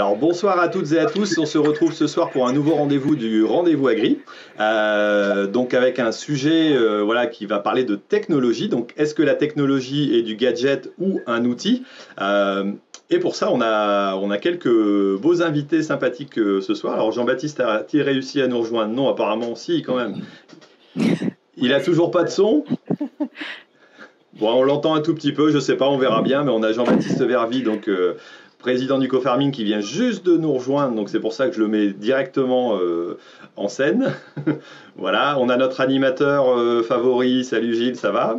Alors bonsoir à toutes et à tous, on se retrouve ce soir pour un nouveau rendez-vous du Rendez-vous Agri, donc avec un sujet voilà, qui va parler de technologie. Donc est-ce que la technologie est du gadget ou un outil? Et pour ça on a quelques beaux invités sympathiques ce soir. Alors Jean-Baptiste, a-t-il réussi à nous rejoindre? Non, apparemment si quand même. Il a toujours pas de son? Bon, on l'entend un tout petit peu, je sais pas, on verra bien, mais on a Jean-Baptiste Vervi, donc président du Co-Farming, qui vient juste de nous rejoindre, donc c'est pour ça que je le mets directement en scène. Voilà, on a notre animateur favori. Salut Gilles, ça va?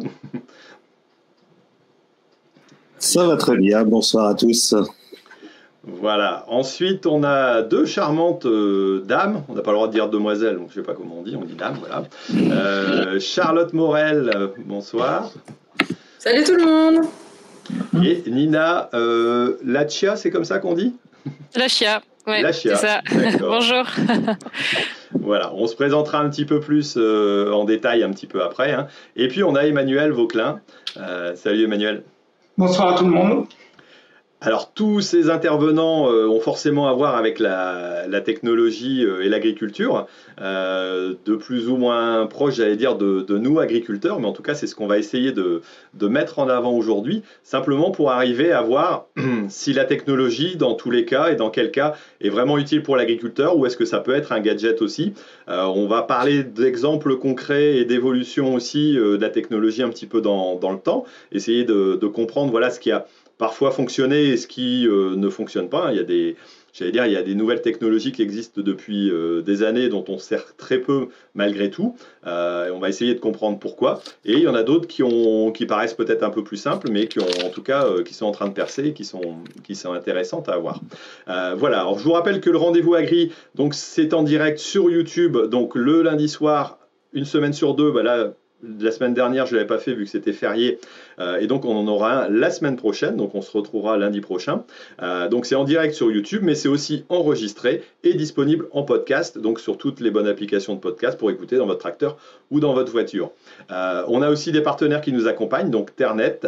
Ça va très bien, bonsoir à tous. Voilà, ensuite on a deux charmantes dames, on n'a pas le droit de dire demoiselles, donc je sais pas comment on dit dames, voilà. Charlotte Morel, bonsoir. Salut tout le monde. Et Nina Lachia, c'est comme ça qu'on dit? Lachia, oui, c'est ça. Bonjour. Voilà, on se présentera un petit peu plus en détail un petit peu après, hein. Et puis on a Emmanuel Vauclin. Salut Emmanuel. Bonsoir à tout le monde. Alors tous ces intervenants ont forcément à voir avec la technologie et l'agriculture, de plus ou moins proche, j'allais dire, de nous agriculteurs, mais en tout cas c'est ce qu'on va essayer de mettre en avant aujourd'hui, simplement pour arriver à voir si la technologie, dans tous les cas et dans quel cas, est vraiment utile pour l'agriculteur, ou est-ce que ça peut être un gadget aussi. On va parler d'exemples concrets et d'évolution aussi de la technologie un petit peu dans le temps, essayer de comprendre voilà, ce qui a parfois fonctionner et ce qui ne fonctionne pas. Il y a des nouvelles technologies qui existent depuis des années dont on sert très peu malgré tout. On va essayer de comprendre pourquoi. Et il y en a d'autres qui paraissent peut-être un peu plus simples, mais qui en tout cas qui sont en train de percer et qui sont intéressantes à avoir. Voilà. Alors je vous rappelle que le Rendez-vous Agri, donc c'est en direct sur YouTube, donc le lundi soir, une semaine sur deux. Là, la semaine dernière, je ne l'avais pas fait vu que c'était férié. Et donc, on en aura un la semaine prochaine. Donc, on se retrouvera lundi prochain. Donc, c'est en direct sur YouTube, mais c'est aussi enregistré et disponible en podcast. Donc, sur toutes les bonnes applications de podcast pour écouter dans votre tracteur ou dans votre voiture. On a aussi des partenaires qui nous accompagnent. Donc, Ternet,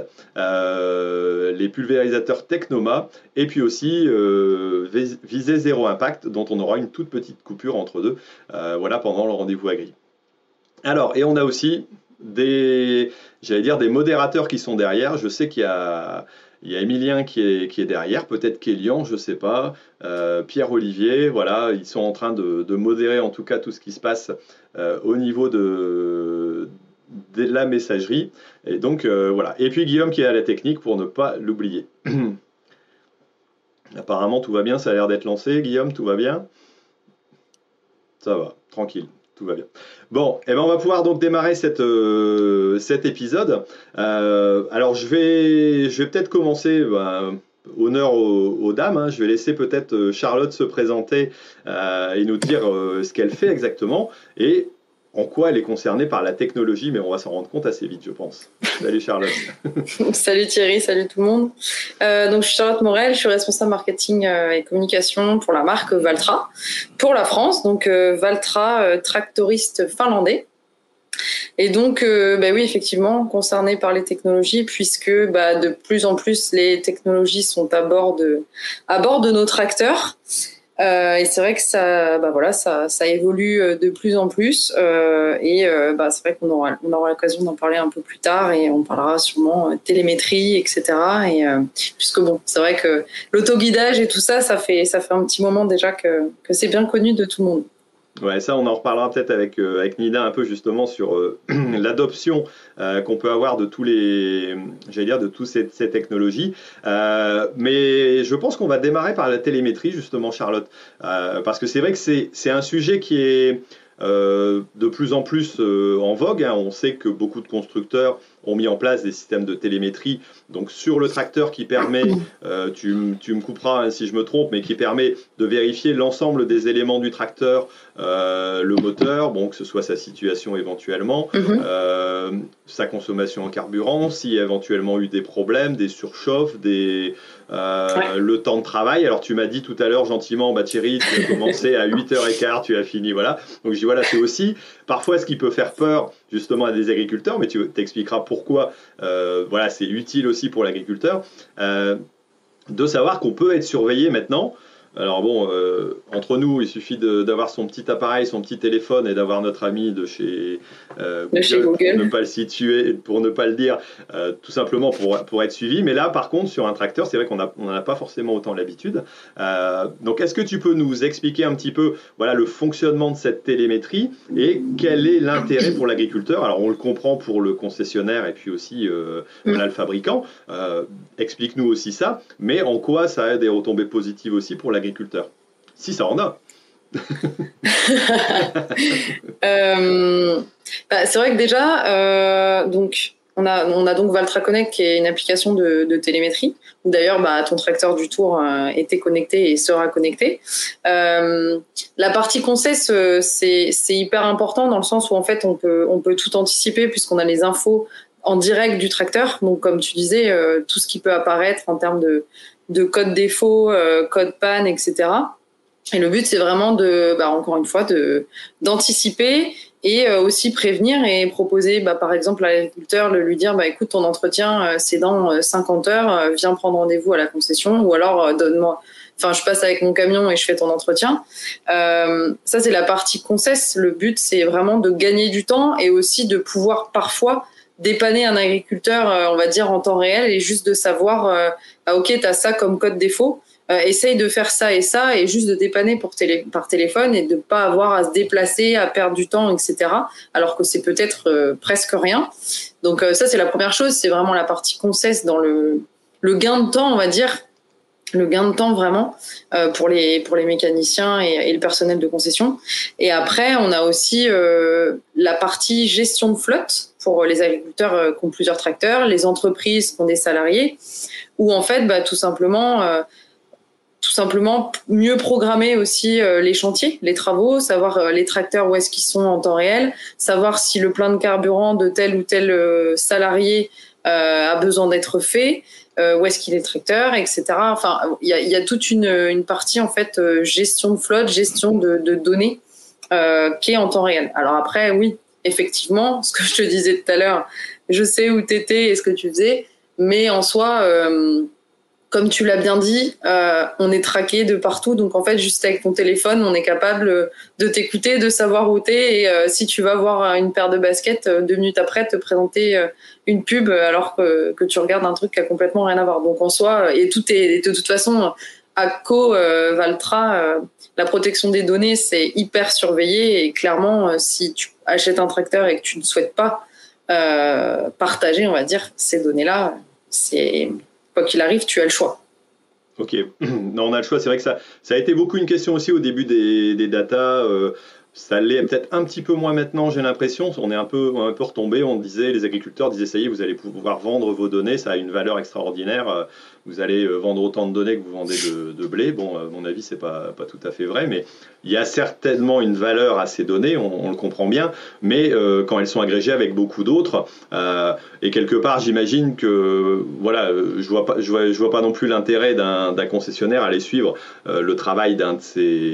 les pulvérisateurs Technoma et puis aussi Visée Zéro Impact, dont on aura une toute petite coupure entre deux. Voilà, pendant le Rendez-vous Agri. Alors, et on a aussi des modérateurs qui sont derrière. Je sais qu'il y a Emilien qui est derrière, peut-être Kélian, je ne sais pas, Pierre-Olivier, voilà, ils sont en train de modérer en tout cas tout ce qui se passe au niveau de la messagerie. Et donc, voilà. Et puis Guillaume qui est à la technique pour ne pas l'oublier. Apparemment, tout va bien, ça a l'air d'être lancé. Guillaume, tout va bien? Ça va, tranquille. Tout va bien. Bon, on va pouvoir donc démarrer cet épisode. Alors, je vais peut-être commencer, honneur aux dames, hein. Je vais laisser peut-être Charlotte se présenter et nous dire ce qu'elle fait exactement et en quoi elle est concernée par la technologie, mais on va s'en rendre compte assez vite, je pense. Salut Charlotte. Salut Thierry, salut tout le monde. Donc je suis Charlotte Morel, je suis responsable marketing et communication pour la marque Valtra, pour la France. Donc Valtra, tractoriste finlandais. Et donc, oui, effectivement, concernée par les technologies, puisque de plus en plus les technologies sont à bord de nos tracteurs. Et c'est vrai que ça évolue de plus en plus c'est vrai qu'on aura l'occasion d'en parler un peu plus tard et on parlera sûrement télémétrie, etc. Et puisque c'est vrai que l'autoguidage et tout ça, ça fait un petit moment déjà que c'est bien connu de tout le monde. Ouais, ça on en reparlera peut-être avec Nina un peu justement sur l'adoption qu'on peut avoir de toutes ces technologies. Mais je pense qu'on va démarrer par la télémétrie justement, Charlotte, parce que c'est vrai que c'est un sujet qui est de plus en plus en vogue, hein. On sait que beaucoup de constructeurs ont mis en place des systèmes de télémétrie donc sur le tracteur qui permet, tu me couperas hein, si je me trompe, mais qui permet de vérifier l'ensemble des éléments du tracteur, le moteur, que ce soit sa situation éventuellement, sa consommation en carburant, s'il y a éventuellement eu des problèmes, des surchauffes, le temps de travail. Alors tu m'as dit tout à l'heure gentiment, Thierry, tu as commencé à 8h15, tu as fini, voilà. Donc je dis voilà, c'est aussi parfois ce qui peut faire peur justement à des agriculteurs, mais tu t'expliqueras pourquoi c'est utile aussi pour l'agriculteur, de savoir qu'on peut être surveillé maintenant Alors bon, entre nous, il suffit d'avoir son petit appareil, son petit téléphone et d'avoir notre ami de chez Google, pour ne pas le situer, pour ne pas le dire, tout simplement pour être suivi. Mais là, par contre, sur un tracteur, c'est vrai qu'on n'en a pas forcément autant l'habitude. Donc, est-ce que tu peux nous expliquer un petit peu voilà, le fonctionnement de cette télémétrie et quel est l'intérêt pour l'agriculteur? Alors, on le comprend pour le concessionnaire et puis aussi voilà, le fabricant. Explique-nous aussi ça, mais en quoi ça a des retombées positives aussi pour l'agriculteur, si ça en a. C'est vrai que déjà, donc on a donc Valtra Connect qui est une application de télémétrie où d'ailleurs ton tracteur du Tour était connecté et sera connecté. La partie Concess, c'est hyper important dans le sens où en fait on peut tout anticiper puisqu'on a les infos en direct du tracteur. Donc comme tu disais, tout ce qui peut apparaître en termes de code défaut, code panne, etc. Et le but, c'est vraiment encore une fois, d'anticiper et aussi prévenir et proposer, par exemple, à l'agriculteur, de lui dire, écoute, ton entretien, c'est dans 50 heures, viens prendre rendez-vous à la concession, ou alors donne-moi, je passe avec mon camion et je fais ton entretien. Ça, c'est la partie Concess. Le but, c'est vraiment de gagner du temps et aussi de pouvoir parfois dépanner un agriculteur, on va dire, en temps réel et juste de savoir, ok, t'as ça comme code défaut. Essaye de faire ça et juste de dépanner par téléphone et de pas avoir à se déplacer, à perdre du temps, etc. Alors que c'est peut-être presque rien. Donc ça, c'est la première chose. C'est vraiment la partie Concess dans le gain de temps, on va dire. Le gain de temps vraiment pour les mécaniciens et le personnel de concession. Et après, on a aussi la partie gestion de flotte pour les agriculteurs qui ont plusieurs tracteurs, les entreprises qui ont des salariés, où en fait, tout simplement mieux programmer aussi les chantiers, les travaux, savoir les tracteurs où est-ce qu'ils sont en temps réel, savoir si le plein de carburant de tel ou tel salarié a besoin d'être fait, où est-ce qu'il est tracteur, etc. Enfin, il y a toute une partie en fait gestion de flotte, gestion de données qui est en temps réel. Alors après, oui, effectivement, ce que je te disais tout à l'heure, je sais où t'étais et ce que tu faisais, mais en soi, comme tu l'as bien dit, on est traqué de partout. Donc, en fait, juste avec ton téléphone, on est capable de t'écouter, de savoir où t'es. Et si tu vas voir une paire de baskets, 2 minutes après, te présenter une pub alors que tu regardes un truc qui a complètement rien à voir. Donc, en soi, et tout est de toute façon, ACO, Valtra, la protection des données, c'est hyper surveillé. Et clairement, si tu achètes un tracteur et que tu ne souhaites pas partager, on va dire, ces données-là, c'est... Quoi qu'il arrive, tu as le choix. Ok, non, on a le choix. C'est vrai que ça a été beaucoup une question aussi au début des datas. Ça l'est peut-être un petit peu moins maintenant, j'ai l'impression. On est un peu retombé. Les agriculteurs disaient, ça y est, vous allez pouvoir vendre vos données. Ça a une valeur extraordinaire. Vous allez vendre autant de données que vous vendez de blé. Bon, à mon avis, c'est pas tout à fait vrai, mais il y a certainement une valeur à ces données, on le comprend bien, mais quand elles sont agrégées avec beaucoup d'autres, et quelque part, j'imagine que, voilà, je vois pas non plus l'intérêt d'un concessionnaire à aller suivre le travail d'un de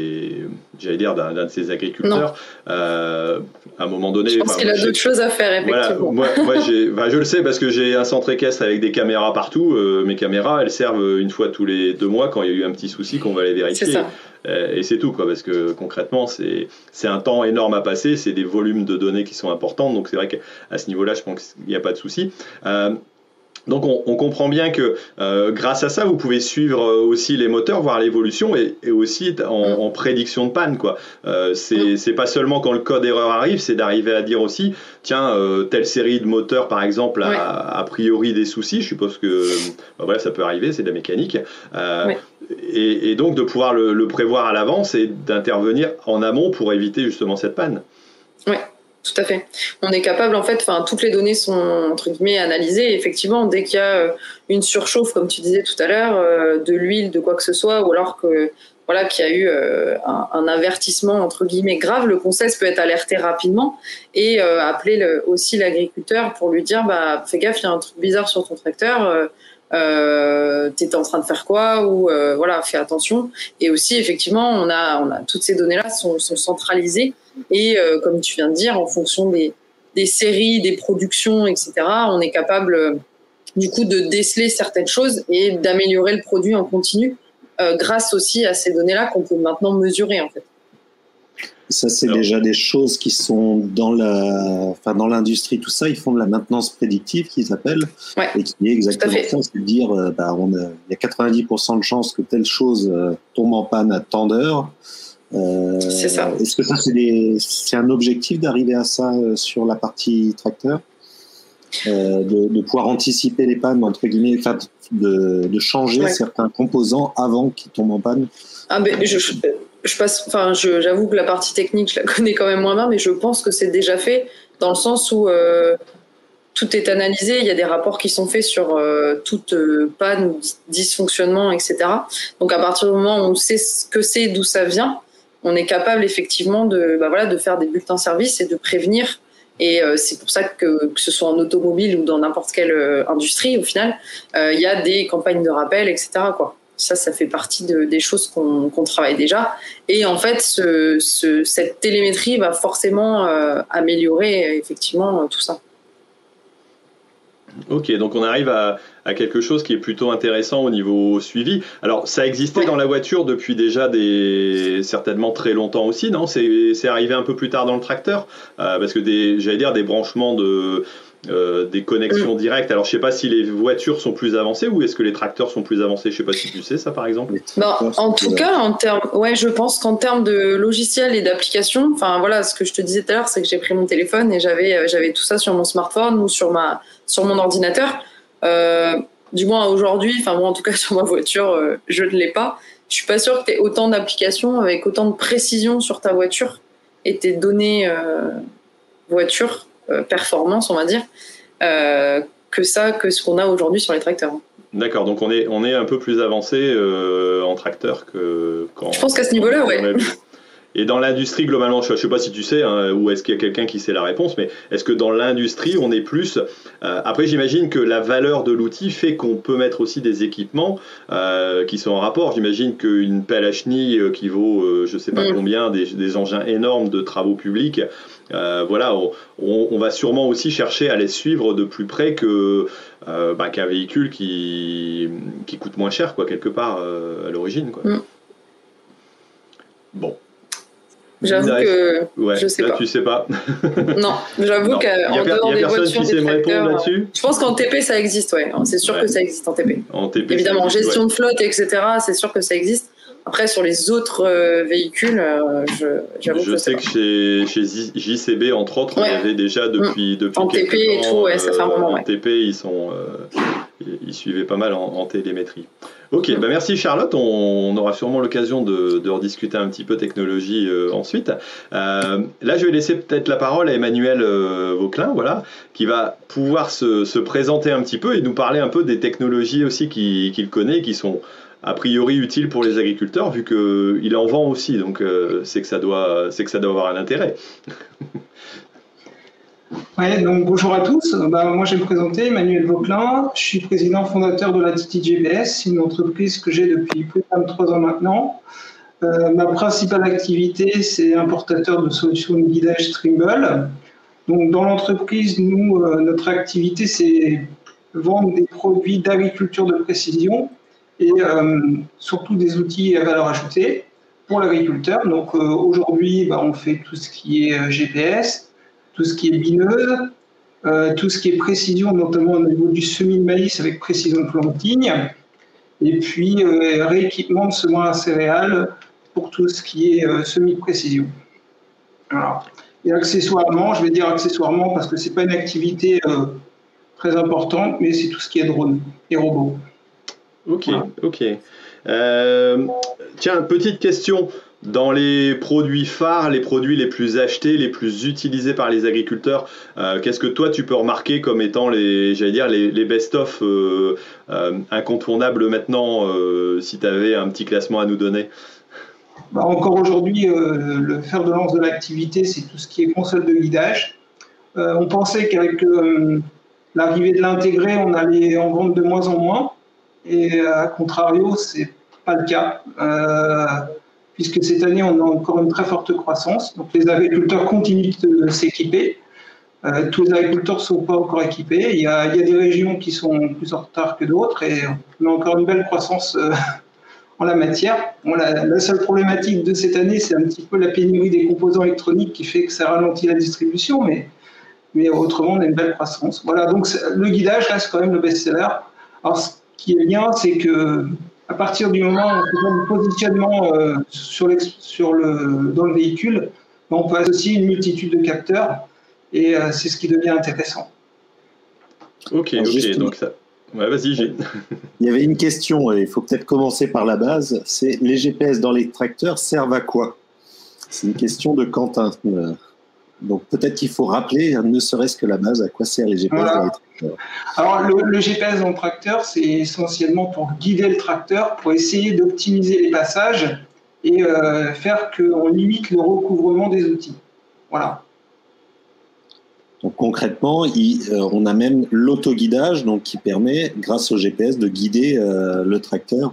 ses agriculteurs. À un moment donné, je pense qu'il a d'autres choses à faire, effectivement. Voilà, moi je le sais parce que j'ai un centre équestre avec des caméras partout. Mes caméras, elles servent une fois tous les 2 mois quand il y a eu un petit souci qu'on va aller vérifier. C'est ça. Et c'est tout, quoi, parce que concrètement, c'est un temps énorme à passer, c'est des volumes de données qui sont importants, donc c'est vrai qu'à ce niveau-là, je pense qu'il n'y a pas de souci. Donc on comprend bien que grâce à ça, vous pouvez suivre aussi les moteurs, voir l'évolution et aussi en prédiction de panne, quoi. C'est pas seulement quand le code erreur arrive, c'est d'arriver à dire aussi, tiens, telle série de moteurs par exemple a priori des soucis. Je suppose que voilà, ça peut arriver, c'est de la mécanique. Et donc de pouvoir le prévoir à l'avance et d'intervenir en amont pour éviter justement cette panne. Oui. Tout à fait. On est capable, en fait, toutes les données sont, entre guillemets, analysées. Et effectivement, dès qu'il y a une surchauffe, comme tu disais tout à l'heure, de l'huile, de quoi que ce soit, ou alors qu'il y a eu un avertissement, entre guillemets, grave, le Concess peut être alerté rapidement et appeler aussi l'agriculteur pour lui dire, fais gaffe, il y a un truc bizarre sur ton tracteur, t'étais en train de faire quoi, ou fais attention. Et aussi, effectivement, on a toutes ces données-là sont centralisées. Et comme tu viens de dire, en fonction des séries, des productions, etc., on est capable du coup de déceler certaines choses et d'améliorer le produit en continu grâce aussi à ces données-là qu'on peut maintenant mesurer en fait. Ça, c'est déjà des choses qui sont dans l'industrie, tout ça. Ils font de la maintenance prédictive, qu'ils appellent, et qui est exactement ça, c'est de dire, il y a 90% de chances que telle chose tombe en panne à tant d'heures. C'est ça. Est-ce que ça, c'est un objectif d'arriver à ça sur la partie tracteur, de pouvoir anticiper les pannes, entre guillemets, de changer certains composants avant qu'ils tombent en panne? J'avoue que la partie technique, je la connais quand même moins bien, mais je pense que c'est déjà fait dans le sens où tout est analysé. Il y a des rapports qui sont faits sur toute panne ou dysfonctionnement, etc. Donc à partir du moment où on sait ce que c'est, d'où ça vient, on est capable effectivement de faire des bulletins service et de prévenir. Et c'est pour ça que ce soit en automobile ou dans n'importe quelle industrie, au final, il y a des campagnes de rappel, etc., quoi. Ça fait partie des choses qu'on travaille déjà. Et en fait, cette télémétrie va forcément améliorer effectivement tout ça. Ok, donc on arrive à quelque chose qui est plutôt intéressant au niveau suivi. Alors, ça existait dans la voiture depuis déjà certainement très longtemps aussi, non? C'est arrivé un peu plus tard dans le tracteur, parce que des branchements des connexions directes. Alors, je sais pas si les voitures sont plus avancées ou est-ce que les tracteurs sont plus avancés. Je sais pas si tu sais ça, par exemple. En tout cas, je pense qu'en termes de logiciel et d'application, ce que je te disais tout à l'heure, c'est que j'ai pris mon téléphone et j'avais tout ça sur mon smartphone ou sur mon ordinateur. Du moins aujourd'hui, en tout cas sur ma voiture, je ne l'ai pas. Je suis pas sûre que tu aies autant d'applications avec autant de précision sur ta voiture et tes données voiture. Performance, on va dire, que ce qu'on a aujourd'hui sur les tracteurs. D'accord, donc on est un peu plus avancé en tracteur qu'en... Je pense qu'à ce niveau-là, ouais. Et dans l'industrie, globalement, je ne sais pas si tu sais, ou est-ce qu'il y a quelqu'un qui sait la réponse, mais est-ce que dans l'industrie, on est plus... après, j'imagine que la valeur de l'outil fait qu'on peut mettre aussi des équipements qui sont en rapport. J'imagine qu'une pelle à chenille qui vaut, je ne sais pas combien, des engins énormes de travaux publics, on va sûrement aussi chercher à les suivre de plus près qu'un véhicule qui coûte moins cher, quoi, quelque part, à l'origine, quoi. Bon. J'avoue que je sais pas. Tu sais pas. Non, j'avoue qu'en dehors des voitures, qui sait me répondre là-dessus. Je pense qu'en TP ça existe, ouais. C'est sûr que ça existe en TP. Évidemment, en gestion de flotte, etc. C'est sûr que ça existe. Après, sur les autres véhicules, j'avoue que je sais que chez JCB, entre autres, il y avait déjà depuis en quelques TP et tout, ça fait un moment. En TP, ils suivaient pas mal en télémétrie. Ok, merci Charlotte. On aura sûrement l'occasion de rediscuter un petit peu technologie ensuite. Là, je vais laisser peut-être la parole à Emmanuel Vauclin, qui va pouvoir se présenter un petit peu et nous parler un peu des technologies aussi qu'il connaît, qui sont a priori utiles pour les agriculteurs, vu qu'il en vend aussi. Donc, c'est que ça doit avoir un intérêt. Donc bonjour à tous. Moi, je vais me présenter, Emmanuel Vauclin. Je suis président fondateur de la TT GPS, une entreprise que j'ai depuis plus de 23 ans maintenant. Ma principale activité, c'est importateur de solutions de guidage Trimble. Donc, dans l'entreprise, notre activité, c'est vendre des produits d'agriculture de précision et surtout des outils à valeur ajoutée pour l'agriculteur. Donc, aujourd'hui, on fait tout ce qui est GPS, tout ce qui est bineuse, tout ce qui est précision, notamment au niveau du semis de maïs avec précision planting, et puis rééquipement de semoirs à céréales pour tout ce qui est semis de précision. Alors, et accessoirement, je vais dire accessoirement parce que ce n'est pas une activité très importante, mais c'est tout ce qui est drone et robots. Ok. Tiens, petite question. Dans les produits phares, les produits les plus achetés, les plus utilisés par les agriculteurs, qu'est-ce que toi tu peux remarquer comme étant les best-of incontournables maintenant, si tu avais un petit classement à nous donner? Encore aujourd'hui, le fer de lance de l'activité, c'est tout ce qui est console de guidage. On pensait qu'avec l'arrivée de l'intégré, on allait en vendre de moins en moins, et à contrario, c'est pas le cas. Puisque cette année, on a encore une très forte croissance. Donc, les agriculteurs continuent de s'équiper. Tous les agriculteurs ne sont pas encore équipés. Il y a des régions qui sont plus en retard que d'autres et on a encore une belle croissance en la matière. Bon, la seule problématique de cette année, c'est un petit peu la pénurie des composants électroniques qui fait que ça ralentit la distribution, mais autrement, on a une belle croissance. Voilà, donc le guidage reste quand même le best-seller. Alors, ce qui est bien, c'est que à partir du moment où on fait du positionnement dans le véhicule, on peut associer une multitude de capteurs et c'est ce qui devient intéressant. Ok, donc ça... Ouais, vas-y, Gilles. Il y avait une question, et il faut peut-être commencer par la base, c'est les GPS dans les tracteurs servent à quoi? C'est une question de Quentin. Donc peut-être qu'il faut rappeler, ne serait-ce que la base, à quoi servent les GPS dans les tracteurs. Alors le GPS dans le tracteur, c'est essentiellement pour guider le tracteur, pour essayer d'optimiser les passages et faire qu'on limite le recouvrement des outils. Voilà. Donc concrètement, on a même l'autoguidage, donc qui permet, grâce au GPS, de guider le tracteur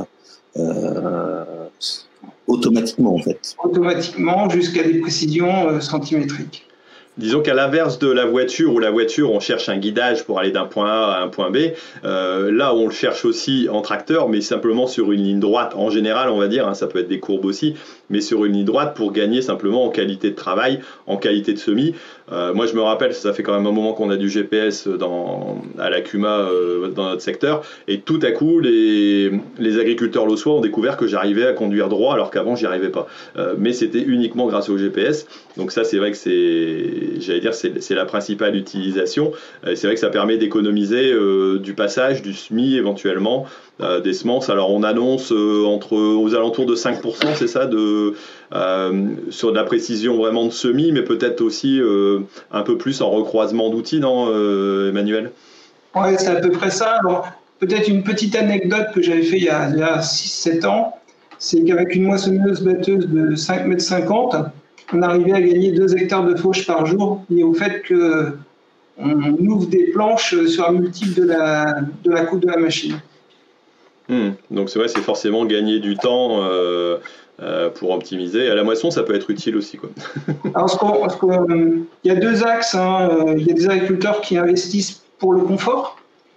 automatiquement en fait. Automatiquement jusqu'à des précisions centimétriques. Disons qu'à l'inverse de la voiture, où la voiture, on cherche un guidage pour aller d'un point A à un point B, là, on le cherche aussi en tracteur, mais simplement sur une ligne droite. En général, on va dire, hein, ça peut être des courbes aussi, mais sur une ligne droite pour gagner simplement en qualité de travail, en qualité de semis. Moi, je me rappelle, ça fait quand même un moment qu'on a du GPS à la CUMA dans notre secteur, et tout à coup, les agriculteurs lossois ont découvert que j'arrivais à conduire droit, alors qu'avant, j'y arrivais pas. Mais c'était uniquement grâce au GPS. Donc ça, c'est vrai que c'est la principale utilisation. C'est vrai que ça permet d'économiser du passage, du semis éventuellement, des semences. Alors on annonce aux alentours de 5%, c'est ça, sur de la précision vraiment de semis, mais peut-être aussi un peu plus en recroisement d'outils, non, Emmanuel? Oui, c'est à peu près ça. Alors, peut-être une petite anecdote que j'avais fait il y a 6-7 ans, c'est qu'avec une moissonneuse-batteuse de 5,50 m, on arrivait à gagner 2 hectares de fauche par jour, lié au fait qu'on ouvre des planches sur un multiple de la coupe de la machine. Donc c'est vrai, c'est forcément gagner du temps pour optimiser. À la moisson, ça peut être utile aussi, quoi. Alors, il y a 2 axes. Hein. Il y a des agriculteurs qui investissent pour le confort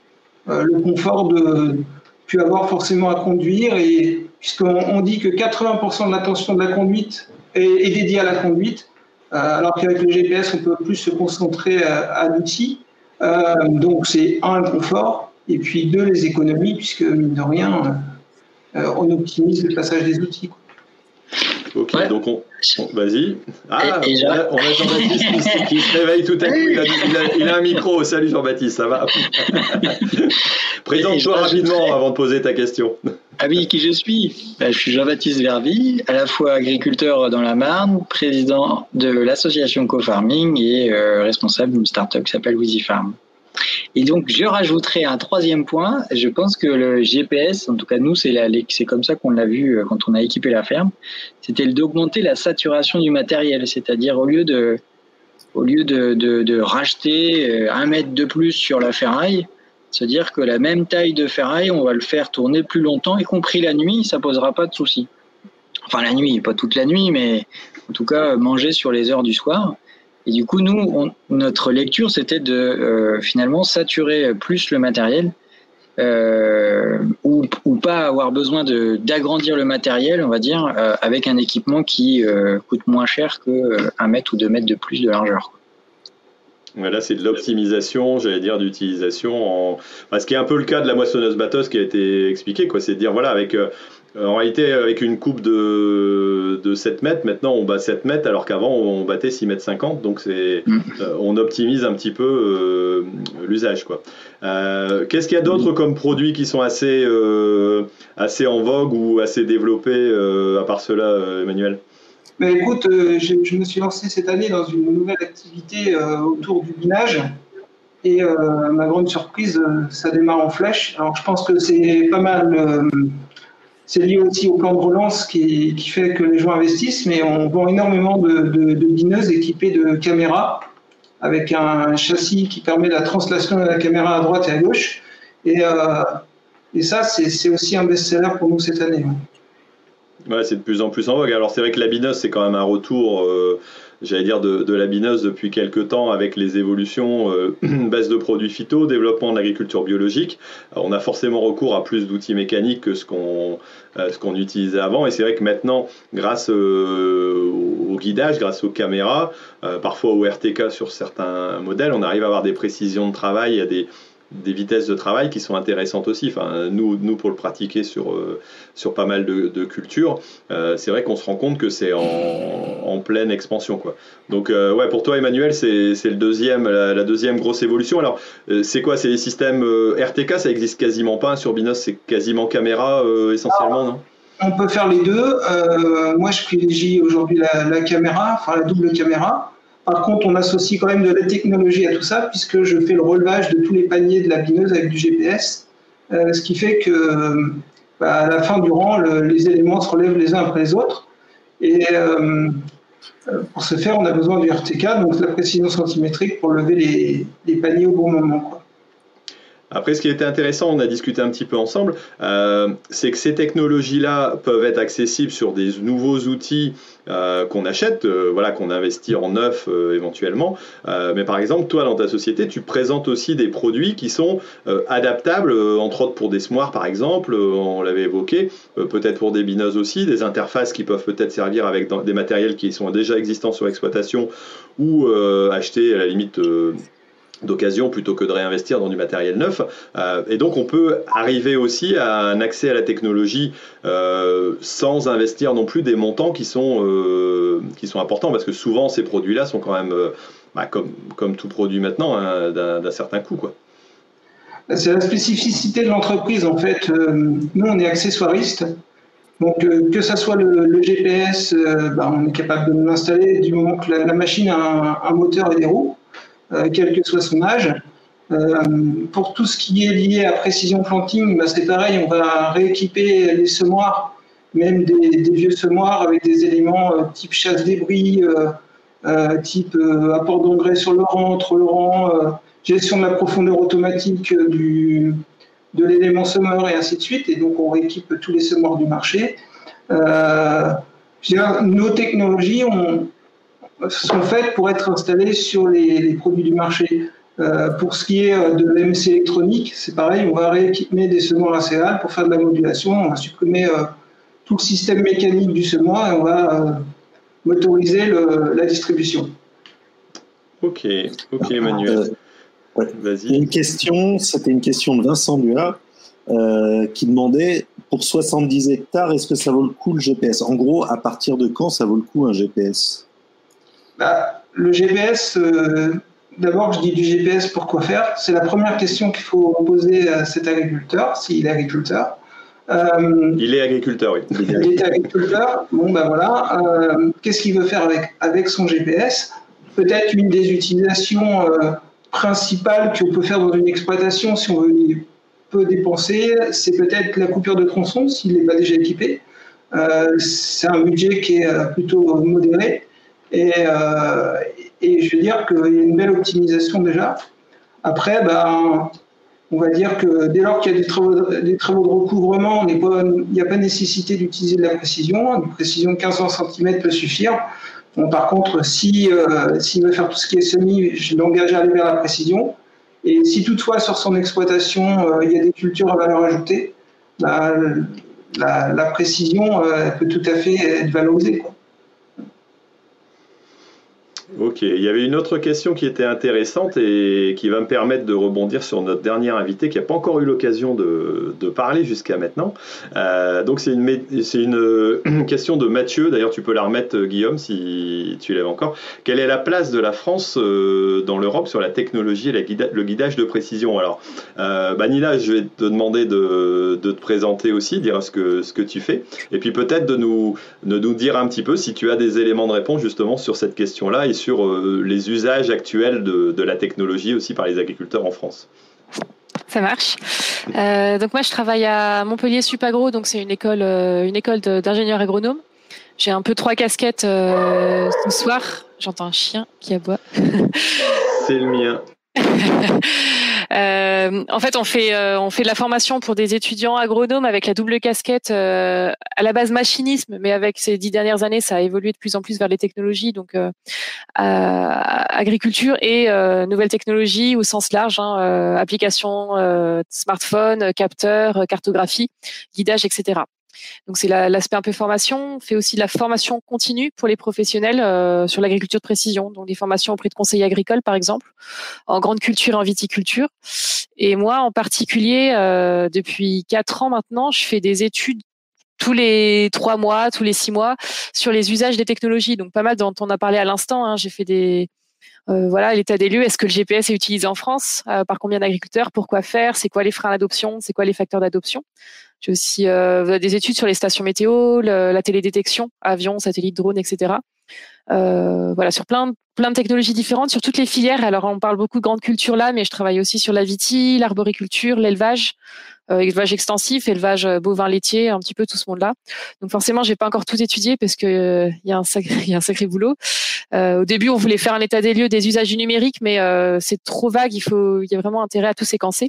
de plus avoir forcément à conduire, et puisqu'on dit que 80% de l'attention de la conduite est dédiée à la conduite, alors qu'avec le GPS, on peut plus se concentrer à l'outil. Donc c'est le confort, et puis 2, les économies, puisque mine de rien, on optimise le passage des outils, quoi. Ok, ouais. Donc vas-y. On a Jean-Baptiste qui se réveille tout à coup. Il a un micro. Salut Jean-Baptiste, ça va? Présente-toi rapidement avant de poser ta question. Ah oui, qui je suis? Je suis Jean-Baptiste Vervy, à la fois agriculteur dans la Marne, président de l'association Co-Farming et responsable d'une start-up qui s'appelle Wheezy Farm. Et donc, je rajouterai un 3e point. Je pense que le GPS, en tout cas nous, c'est comme ça qu'on l'a vu quand on a équipé la ferme, c'était d'augmenter la saturation du matériel. C'est-à-dire, au lieu de racheter 1 mètre de plus sur la ferraille, se dire que la même taille de ferraille, on va le faire tourner plus longtemps, y compris la nuit, ça posera pas de souci. Enfin, la nuit, pas toute la nuit, mais en tout cas, manger sur les heures du soir. Et du coup, nous, notre lecture, c'était de finalement saturer plus le matériel ou pas avoir besoin d'agrandir le matériel, on va dire, avec un équipement qui coûte moins cher que 1 mètre ou 2 mètres de plus de largeur. Là, c'est de l'optimisation, j'allais dire, d'utilisation. Ce qui est un peu le cas de la moissonneuse-batteuse qui a été expliqué, quoi. C'est de dire, voilà, en réalité, avec une coupe de 7 mètres, maintenant on bat 7 mètres, alors qu'avant on battait 6 mètres 50, donc on optimise un petit peu l'usage, quoi. Qu'est-ce qu'il y a d'autre comme produits qui sont assez en vogue ou assez développés, à part cela, Emmanuel? Mais écoute, je me suis lancé cette année dans une nouvelle activité autour du binage, et ma grande surprise, ça démarre en flèche. Alors je pense que c'est pas mal... c'est lié aussi au plan de relance qui fait que les gens investissent, mais on vend énormément de bineuses équipées de caméras avec un châssis qui permet la translation de la caméra à droite et à gauche. Et ça, c'est aussi un best-seller pour nous cette année. Ouais, c'est de plus en plus en vogue. Alors c'est vrai que la binos, c'est quand même un retour, j'allais dire, de la binos depuis quelques temps avec les évolutions, baisse de produits phyto, développement de l'agriculture biologique. Alors, on a forcément recours à plus d'outils mécaniques que ce qu'on utilisait avant. Et c'est vrai que maintenant, grâce au guidage, grâce aux caméras, parfois au RTK sur certains modèles, on arrive à avoir des précisions de travail, à des vitesses de travail qui sont intéressantes aussi. Enfin, nous pour le pratiquer sur pas mal de cultures, c'est vrai qu'on se rend compte que c'est en pleine expansion, quoi. Donc, ouais, pour toi, Emmanuel, c'est la deuxième grosse évolution. Alors, c'est quoi? C'est les systèmes RTK, ça existe quasiment pas sur Binos, c'est quasiment caméra essentiellement, non? On peut faire les deux. Moi, je privilégie aujourd'hui la caméra, enfin la double caméra. Par contre, on associe quand même de la technologie à tout ça, puisque je fais le relevage de tous les paniers de la bineuse avec du GPS, ce qui fait que à la fin du rang, les éléments se relèvent les uns après les autres. Et pour ce faire, on a besoin du RTK, donc la précision centimétrique pour lever les paniers au bon moment, quoi. Après, ce qui était intéressant, on a discuté un petit peu ensemble, c'est que ces technologies-là peuvent être accessibles sur des nouveaux outils qu'on achète, voilà, qu'on investit en neuf éventuellement. Mais par exemple, toi, dans ta société, tu présentes aussi des produits qui sont adaptables, entre autres pour des smoirs, par exemple, on l'avait évoqué, peut-être pour des binoses aussi, des interfaces qui peuvent peut-être servir avec des matériels qui sont déjà existants sur l'exploitation ou acheter à la limite d'occasion plutôt que de réinvestir dans du matériel neuf. Et donc on peut arriver aussi à un accès à la technologie sans investir non plus des montants qui sont importants, parce que souvent ces produits-là sont quand même, comme tout produit maintenant, hein, d'un certain coût, quoi. C'est la spécificité de l'entreprise, en fait. Nous, on est accessoiriste. Donc, que ça soit le GPS, on est capable de l'installer du moment que la machine a un moteur et des roues, quel que soit son âge. Pour tout ce qui est lié à précision planting, c'est pareil, on va rééquiper les semoirs, même des vieux semoirs avec des éléments type chasse-débris, type apport d'engrais sur le rang, entre le rang, gestion de la profondeur automatique de l'élément semeur et ainsi de suite. Et donc on rééquipe tous les semoirs du marché. Nos technologies sont faites pour être installées sur les produits du marché. Pour ce qui est de l'MC électronique, c'est pareil, on va rééquiper des semoirs à céréales pour faire de la modulation, on va supprimer tout le système mécanique du semoir et on va motoriser la distribution. Ok, Emmanuel. Ouais. Vas-y. C'était une question de Vincent Duhat qui demandait, pour 70 hectares, est-ce que ça vaut le coup le GPS? En gros, à partir de quand ça vaut le coup un GPS? Le GPS, d'abord je dis du GPS pour quoi faire? C'est la première question qu'il faut poser à cet agriculteur, s'il est agriculteur. Il est agriculteur, oui. Il est agriculteur, voilà. Qu'est-ce qu'il veut faire avec son GPS? Peut-être une des utilisations principales qu'on peut faire dans une exploitation, si on veut peu dépenser, c'est peut-être la coupure de tronçon, s'il n'est pas déjà équipé. C'est un budget qui est plutôt modéré. Et je veux dire qu'il y a une belle optimisation déjà. Après, on va dire que dès lors qu'il y a des travaux de recouvrement, il n'y a pas nécessité d'utiliser de la précision. Une précision de 15 cm peut suffire. Bon, par contre, s'il veut faire tout ce qui est semis, je l'engage à aller vers la précision. Et si toutefois sur son exploitation, il y a des cultures à valeur ajoutée, la précision peut tout à fait être valorisée, quoi. Ok, il y avait une autre question qui était intéressante et qui va me permettre de rebondir sur notre dernier invité qui n'a pas encore eu l'occasion de parler jusqu'à maintenant. Donc c'est une question de Mathieu, d'ailleurs tu peux la remettre Guillaume si tu l'aimes encore. Quelle est la place de la France dans l'Europe sur la technologie et le guidage de précision? Alors Nina, je vais te demander de te présenter aussi, dire ce que tu fais, et puis peut-être de nous dire un petit peu si tu as des éléments de réponse justement sur cette question-là et sur les usages actuels de la technologie aussi par les agriculteurs en France. Ça marche. Donc moi, je travaille à Montpellier Supagro, donc c'est une école d'ingénieurs agronomes. J'ai un peu 3 casquettes ce soir. J'entends un chien qui aboie. C'est le mien. En fait, on fait de la formation pour des étudiants agronomes avec la double casquette, à la base machinisme, mais avec ces 10 dernières années, ça a évolué de plus en plus vers les technologies, donc agriculture et nouvelles technologies au sens large, applications, smartphone, capteurs, cartographie, guidage, etc. Donc c'est l'aspect un peu formation. On fait aussi de la formation continue pour les professionnels sur l'agriculture de précision, donc des formations auprès de conseillers agricoles par exemple, en grande culture et en viticulture. Et moi en particulier, depuis 4 ans maintenant, je fais des études tous les 3 mois, tous les 6 mois sur les usages des technologies. Donc pas mal dont on a parlé à l'instant. J'ai fait l'état des lieux. Est-ce que le GPS est utilisé en France? Par combien d'agriculteurs? Pourquoi faire? C'est quoi les freins à l'adoption? C'est quoi les facteurs d'adoption? J'ai aussi des études sur les stations météo, la télédétection, avions, satellites, drones, etc. Sur plein de technologies différentes, sur toutes les filières. Alors, on parle beaucoup de grandes cultures là, mais je travaille aussi sur la vitie, l'arboriculture, l'élevage, élevage extensif, élevage bovin laitier, un petit peu tout ce monde-là. Donc forcément, j'ai pas encore tout étudié parce que il y a un sacré boulot. Au début, on voulait faire un état des lieux des usages du numérique, mais c'est trop vague. Il y a vraiment intérêt à tout séquencer.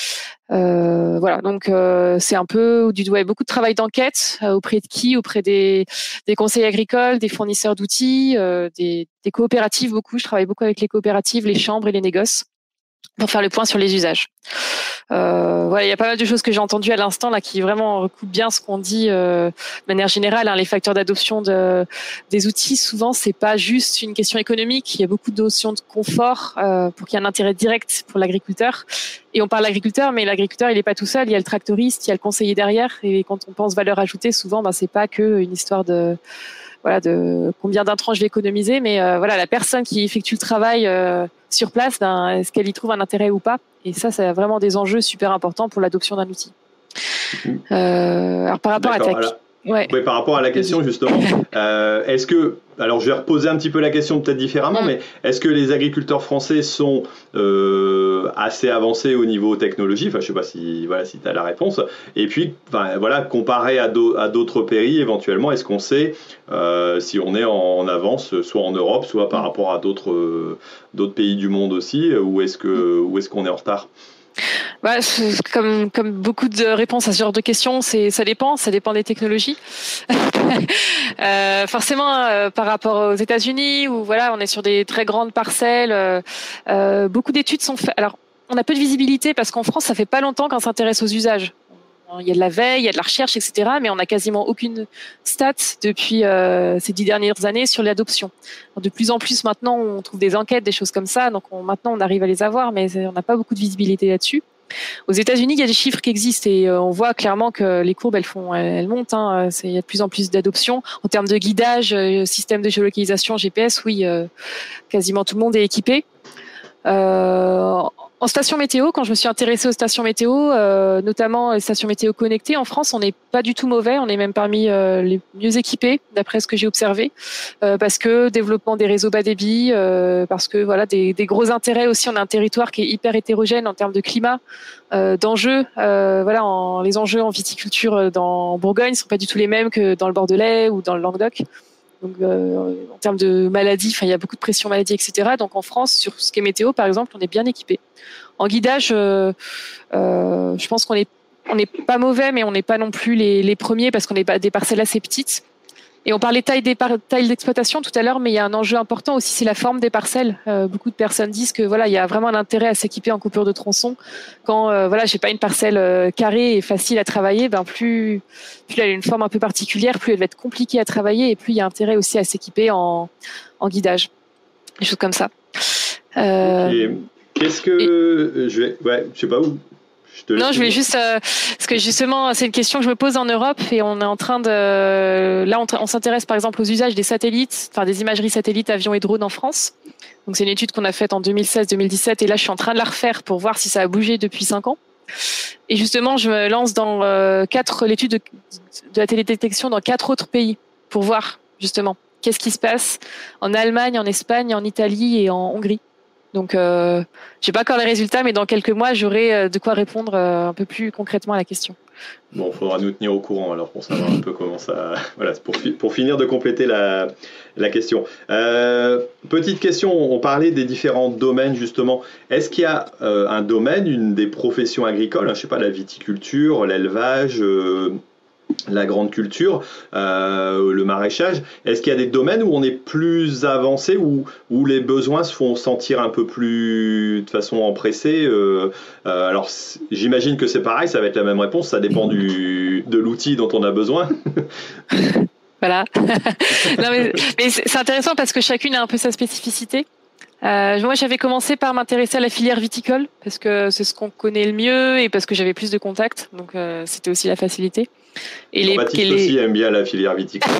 Donc c'est un peu beaucoup de travail d'enquête auprès de qui? Auprès des conseils agricoles, des fournisseurs d'outils, des coopératives beaucoup. Je travaille beaucoup avec les coopératives, les chambres et les négoces pour faire le point sur les usages. Il y a pas mal de choses que j'ai entendues à l'instant là qui vraiment recoupent bien ce qu'on dit de manière générale. Les facteurs d'adoption des outils, souvent c'est pas juste une question économique. Il y a beaucoup de notions de confort pour qu'il y ait un intérêt direct pour l'agriculteur. Et on parle d'agriculteur, mais l'agriculteur il est pas tout seul. Il y a le tractoriste, il y a le conseiller derrière. Et quand on pense valeur ajoutée, souvent c'est pas que une histoire de combien d'intrants je vais économiser, mais la personne qui effectue le travail sur place, est-ce qu'elle y trouve un intérêt ou pas? Et ça, c'est vraiment des enjeux super importants pour l'adoption d'un outil. Alors par rapport à par rapport à la question justement, est-ce que, alors je vais reposer un petit peu la question peut-être différemment, mais est-ce que les agriculteurs français sont assez avancés au niveau technologie? Enfin, je sais pas si tu as la réponse. Et puis, comparé à d'autres pays éventuellement, est-ce qu'on sait si on est en avance, soit en Europe, soit par rapport à d'autres pays du monde aussi, ou est-ce qu'on est en retard? Comme beaucoup de réponses à ce genre de questions, ça dépend des technologies. Forcément, par rapport aux États-Unis où on est sur des très grandes parcelles, beaucoup d'études sont faites. Alors, on a peu de visibilité parce qu'en France, ça fait pas longtemps qu'on s'intéresse aux usages. Il y a de la veille, il y a de la recherche, etc. Mais on n'a quasiment aucune stat depuis ces 10 dernières années sur l'adoption. De plus en plus, maintenant, on trouve des enquêtes, des choses comme ça. Donc, maintenant, on arrive à les avoir, mais on n'a pas beaucoup de visibilité là-dessus. Aux États-Unis, il y a des chiffres qui existent et on voit clairement que les courbes, elles montent. Il y a de plus en plus d'adoption. En termes de guidage, système de géolocalisation, GPS, oui, quasiment tout le monde est équipé. En station météo, quand je me suis intéressée aux stations météo, notamment les stations météo connectées, en France, on n'est pas du tout mauvais. On est même parmi les mieux équipés, d'après ce que j'ai observé, parce que développement des réseaux bas débit, parce que des gros intérêts aussi. On a un territoire qui est hyper hétérogène en termes de climat, d'enjeux. Les enjeux en viticulture en Bourgogne sont pas du tout les mêmes que dans le Bordelais ou dans le Languedoc. Donc, en termes de maladies, il y a beaucoup de pression maladie, etc. Donc, en France, sur ce qui est météo, par exemple, on est bien équipé. En guidage, je pense qu'on n'est pas mauvais, mais on n'est pas non plus les premiers parce qu'on est pas des parcelles assez petites. Et on parlait taille d'exploitation tout à l'heure, mais il y a un enjeu important aussi, c'est la forme des parcelles. Beaucoup de personnes disent que il y a vraiment un intérêt à s'équiper en coupure de tronçon. Quand j'ai pas une parcelle carrée et facile à travailler, plus elle a une forme un peu particulière, plus elle va être compliquée à travailler, et plus il y a intérêt aussi à s'équiper en guidage, des choses comme ça. Qu'est-ce que je sais pas où. Non, je voulais juste parce que justement c'est une question que je me pose en Europe et on est en train de on s'intéresse par exemple aux usages des satellites, des imageries satellites, avions et drones en France. Donc c'est une étude qu'on a faite en 2016-2017 et là je suis en train de la refaire pour voir si ça a bougé depuis 5 ans. Et justement je me lance dans l'étude de la télédétection dans 4 autres pays pour voir justement qu'est-ce qui se passe en Allemagne, en Espagne, en Italie et en Hongrie. Donc, j'ai pas encore les résultats, mais dans quelques mois, j'aurai de quoi répondre un peu plus concrètement à la question. Bon, il faudra nous tenir au courant alors pour savoir un peu comment ça... Voilà, pour finir de compléter la question. Petite question, on parlait des différents domaines justement. Est-ce qu'il y a un domaine, une des professions agricoles, je ne sais pas, la viticulture, l'élevage, la grande culture, le maraîchage, est-ce qu'il y a des domaines où on est plus avancé, où les besoins se font sentir un peu plus de façon empressée alors j'imagine que c'est pareil, ça va être la même réponse, ça dépend de l'outil dont on a besoin. Voilà. Non, mais c'est intéressant parce que chacune a un peu sa spécificité. Moi, j'avais commencé par m'intéresser à la filière viticole parce que c'est ce qu'on connaît le mieux et parce que j'avais plus de contacts, donc c'était aussi la facilité. Et Jean-Baptiste aussi aime bien la filière viticole.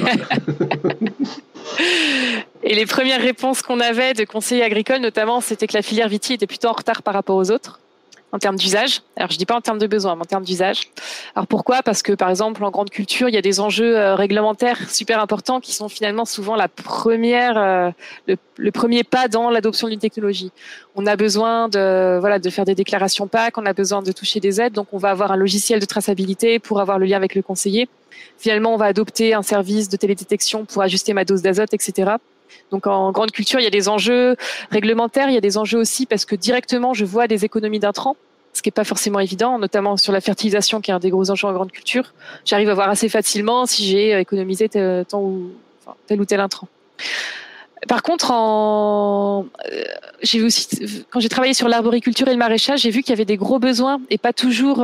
Et les premières réponses qu'on avait de conseillers agricoles, notamment, c'était que la filière vitie était plutôt en retard par rapport aux autres en termes d'usage. Alors, je dis pas en termes de besoin, mais en termes d'usage. Alors, pourquoi ? Parce que, par exemple, en grande culture, il y a des enjeux réglementaires super importants qui sont finalement souvent le premier pas dans l'adoption d'une technologie. On a besoin de faire des déclarations PAC, on a besoin de toucher des aides, donc on va avoir un logiciel de traçabilité pour avoir le lien avec le conseiller. Finalement, on va adopter un service de télédétection pour ajuster ma dose d'azote, etc. Donc en grande culture, il y a des enjeux réglementaires, il y a des enjeux aussi parce que directement, je vois des économies d'intrants, ce qui n'est pas forcément évident, notamment sur la fertilisation qui est un des gros enjeux en grande culture. J'arrive à voir assez facilement si j'ai économisé tel ou tel intrant. Par contre, j'ai vu aussi, quand j'ai travaillé sur l'arboriculture et le maraîchage, j'ai vu qu'il y avait des gros besoins et pas toujours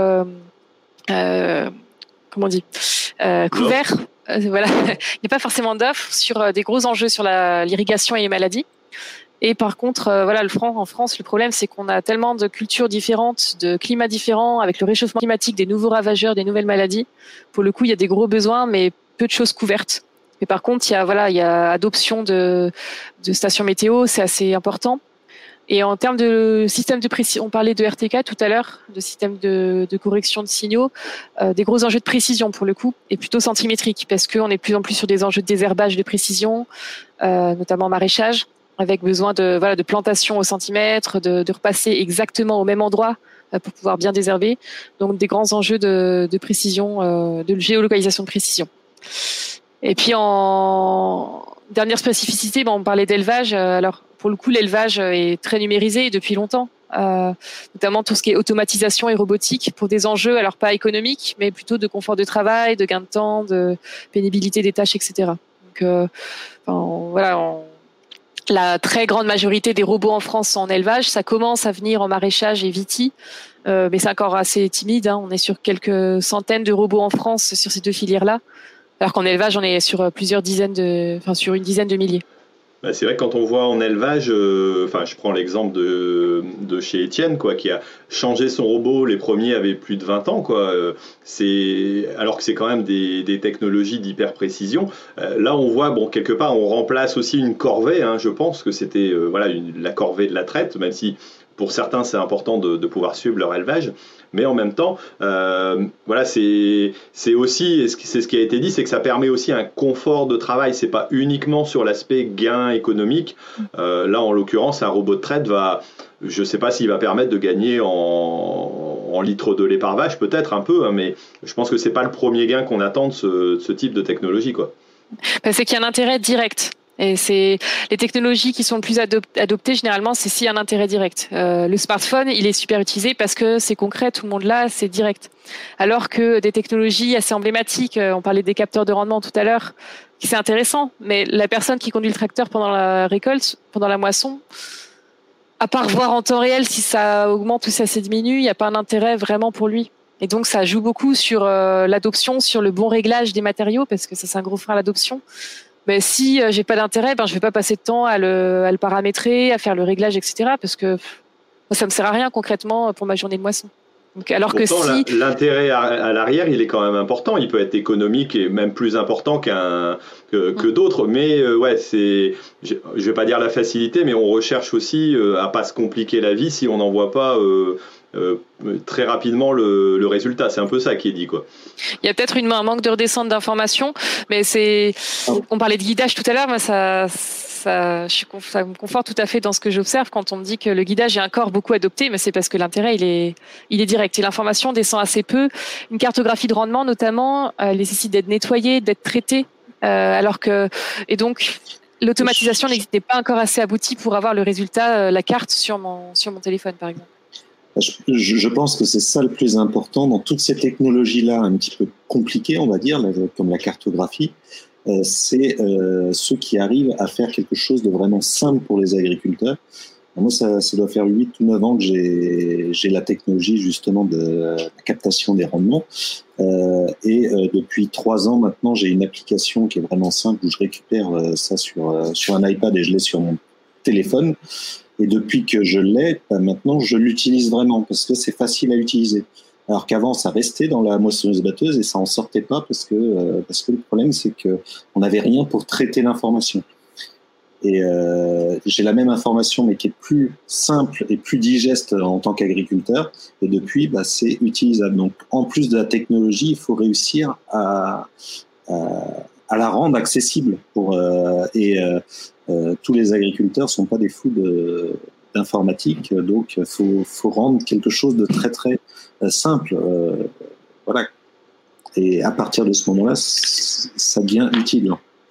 couverts. Voilà, il n'y a pas forcément d'offres sur des gros enjeux sur l'irrigation et les maladies. Et par contre, en France, le problème, c'est qu'on a tellement de cultures différentes, de climats différents, avec le réchauffement climatique, des nouveaux ravageurs, des nouvelles maladies. Pour le coup, il y a des gros besoins, mais peu de choses couvertes. Mais par contre, il y a adoption de stations météo, c'est assez important. Et en termes de système de précision, on parlait de RTK tout à l'heure, de système de correction de signaux, des gros enjeux de précision pour le coup, et plutôt centimétriques, parce qu'on est de plus en plus sur des enjeux de désherbage de précision, notamment maraîchage, avec besoin de plantation au centimètre, de repasser exactement au même endroit pour pouvoir bien désherber. Donc des grands enjeux de précision, de géolocalisation de précision. Et puis en dernière spécificité, on parlait d'élevage. Alors pour le coup, l'élevage est très numérisé depuis longtemps, notamment tout ce qui est automatisation et robotique pour des enjeux, alors pas économiques, mais plutôt de confort de travail, de gain de temps, de pénibilité des tâches, etc. Donc la très grande majorité des robots en France sont en élevage. Ça commence à venir en maraîchage et vitie, mais c'est encore assez timide. On est sur quelques centaines de robots en France sur ces deux filières-là. Alors qu'en élevage, on est sur sur une dizaine de milliers. C'est vrai que quand on voit en élevage, je prends l'exemple de chez Étienne, qui a changé son robot, les premiers avaient plus de 20 ans, alors que c'est quand même des technologies d'hyper précision. Là, on voit, quelque part, on remplace aussi une corvée, je pense que c'était la corvée de la traite, même si pour certains, c'est important de pouvoir suivre leur élevage. Mais en même temps, c'est aussi, et c'est ce qui a été dit, c'est que ça permet aussi un confort de travail. C'est pas uniquement sur l'aspect gain économique. Là, en l'occurrence, un robot de traite je ne sais pas s'il va permettre de gagner en litres de lait par vache, peut-être un peu, mais je pense que c'est pas le premier gain qu'on attend de ce type de technologie, C'est qu'il y a un intérêt direct. Et c'est les technologies qui sont le plus adoptées généralement, c'est s'il y a un intérêt direct. Le smartphone, il est super utilisé parce que c'est concret, tout le monde l'a, c'est direct. Alors que des technologies assez emblématiques, on parlait des capteurs de rendement tout à l'heure, c'est intéressant, mais la personne qui conduit le tracteur pendant la récolte, pendant la moisson, à part voir en temps réel si ça augmente ou si ça diminue, il n'y a pas un intérêt vraiment pour lui. Et donc ça joue beaucoup sur l'adoption, sur le bon réglage des matériaux, parce que ça c'est un gros frein à l'adoption. Mais si j'ai pas d'intérêt, je vais pas passer de temps à le paramétrer, à faire le réglage, etc. Parce que ça me sert à rien concrètement pour ma journée de moisson. Donc, alors pourtant, que si l'intérêt à l'arrière, il est quand même important. Il peut être économique et même plus important que d'autres. Mais je vais pas dire la facilité, mais on recherche aussi à pas se compliquer la vie si on n'en voit pas très rapidement le résultat. C'est un peu ça qui est dit, Il y a peut-être un manque de redescente d'informations, mais on parlait de guidage tout à l'heure, moi ça ça me conforte tout à fait dans ce que j'observe quand on me dit que le guidage est encore beaucoup adopté, mais c'est parce que l'intérêt il est direct et l'information descend assez peu. Une cartographie de rendement notamment nécessite d'être nettoyée, d'être traitée, et donc l'automatisation n'était pas encore assez aboutie pour avoir le résultat, la carte sur mon téléphone par exemple. Je pense que c'est ça le plus important dans toutes ces technologies-là un petit peu compliquées, on va dire, comme la cartographie. C'est ceux qui arrivent à faire quelque chose de vraiment simple pour les agriculteurs. Moi, ça doit faire 8 ou 9 ans que j'ai la technologie justement de la captation des rendements. Depuis 3 ans maintenant, j'ai une application qui est vraiment simple où je récupère ça sur un iPad et je l'ai sur mon téléphone. Et depuis que je l'ai, maintenant, je l'utilise vraiment parce que c'est facile à utiliser. Alors qu'avant, ça restait dans la moissonneuse-batteuse et ça en sortait pas parce que le problème, c'est que on n'avait rien pour traiter l'information. Et j'ai la même information, mais qui est plus simple et plus digeste en tant qu'agriculteur. Et depuis, c'est utilisable. Donc, en plus de la technologie, il faut réussir à la rendre accessible tous les agriculteurs sont pas des fous d'informatique, donc faut rendre quelque chose de très très simple, voilà. Et à partir de ce moment-là, ça devient utile.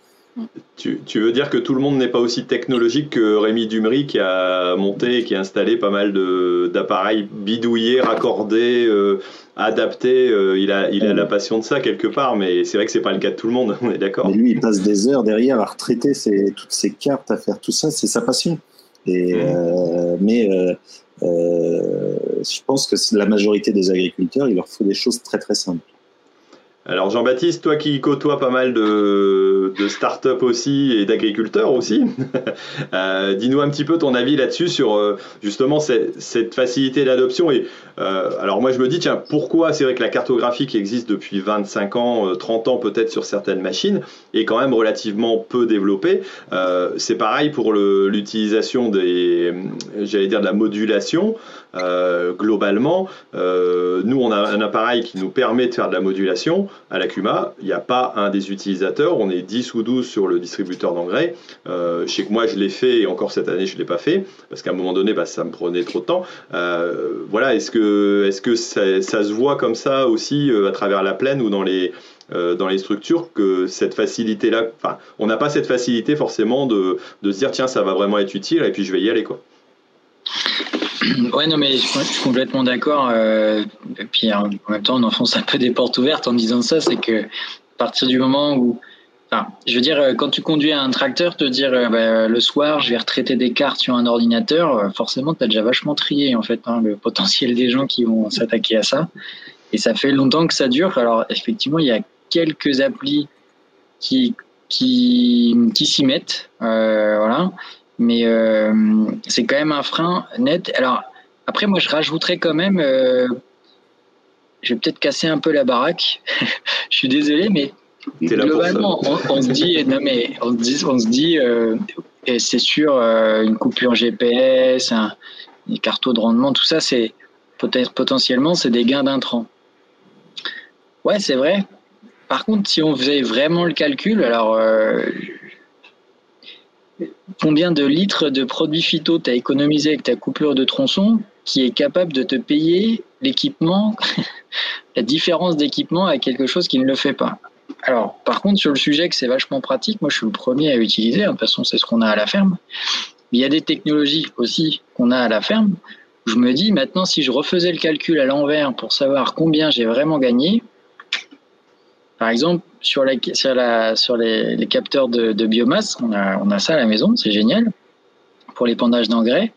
Tu veux dire que tout le monde n'est pas aussi technologique que Rémi Dumery qui a monté et qui a installé pas mal d'appareils bidouillés, raccordés, adaptés. Il a la passion de ça quelque part, mais c'est vrai que c'est pas le cas de tout le monde. On est d'accord. Mais lui, il passe des heures derrière à retraiter toutes ces cartes, à faire tout ça. C'est sa passion. Et je pense que la majorité des agriculteurs, il leur faut des choses très très simples. Alors Jean-Baptiste, toi qui côtoies pas mal de start-up aussi et d'agriculteurs aussi, dis-nous un petit peu ton avis là-dessus sur justement cette facilité d'adoption. Et alors moi je me dis, tiens, pourquoi c'est vrai que la cartographie qui existe depuis 25 ans, 30 ans peut-être sur certaines machines est quand même relativement peu développée. C'est pareil pour l'utilisation de la modulation. Globalement, nous on a un appareil qui nous permet de faire de la modulation. À l'Acuma, il n'y a pas un des utilisateurs, on est 10 ou 12 sur le distributeur d'engrais. Je sais que moi je l'ai fait et encore cette année je ne l'ai pas fait parce qu'à un moment donné ça me prenait trop de temps. Voilà, est-ce que ça se voit comme ça aussi à travers la plaine ou dans les structures que cette facilité-là, enfin on n'a pas cette facilité forcément de se dire tiens ça va vraiment être utile et puis je vais y aller quoi. Ouais, non, mais je suis complètement d'accord. Et puis en même temps, on enfonce un peu des portes ouvertes en disant ça. C'est que à partir du moment où, enfin, je veux dire, quand tu conduis un tracteur, te dire le soir, je vais retraiter des cartes sur un ordinateur, forcément, tu as déjà vachement trié en fait le potentiel des gens qui vont s'attaquer à ça. Et ça fait longtemps que ça dure. Alors effectivement, il y a quelques applis qui s'y mettent, voilà. Mais c'est quand même un frein net. Alors, après, moi, je rajouterais quand même... je vais peut-être casser un peu la baraque. Je suis désolé, mais globalement, on se dit... Non, mais on se dit c'est sûr, une coupure GPS, des cartos de rendement, tout ça, c'est potentiellement, c'est des gains d'intrants. Ouais, c'est vrai. Par contre, si on faisait vraiment le calcul, alors... combien de litres de produits phyto tu as économisé avec ta coupure de tronçon qui est capable de te payer l'équipement, la différence d'équipement à quelque chose qui ne le fait pas. Alors, par contre, sur le sujet que c'est vachement pratique, moi je suis le premier à utiliser, de toute façon c'est ce qu'on a à la ferme. Il y a des technologies aussi qu'on a à la ferme. Je me dis maintenant si je refaisais le calcul à l'envers pour savoir combien j'ai vraiment gagné, par exemple, sur les capteurs de biomasse, on a ça à la maison, c'est génial, pour l'épandage d'engrais.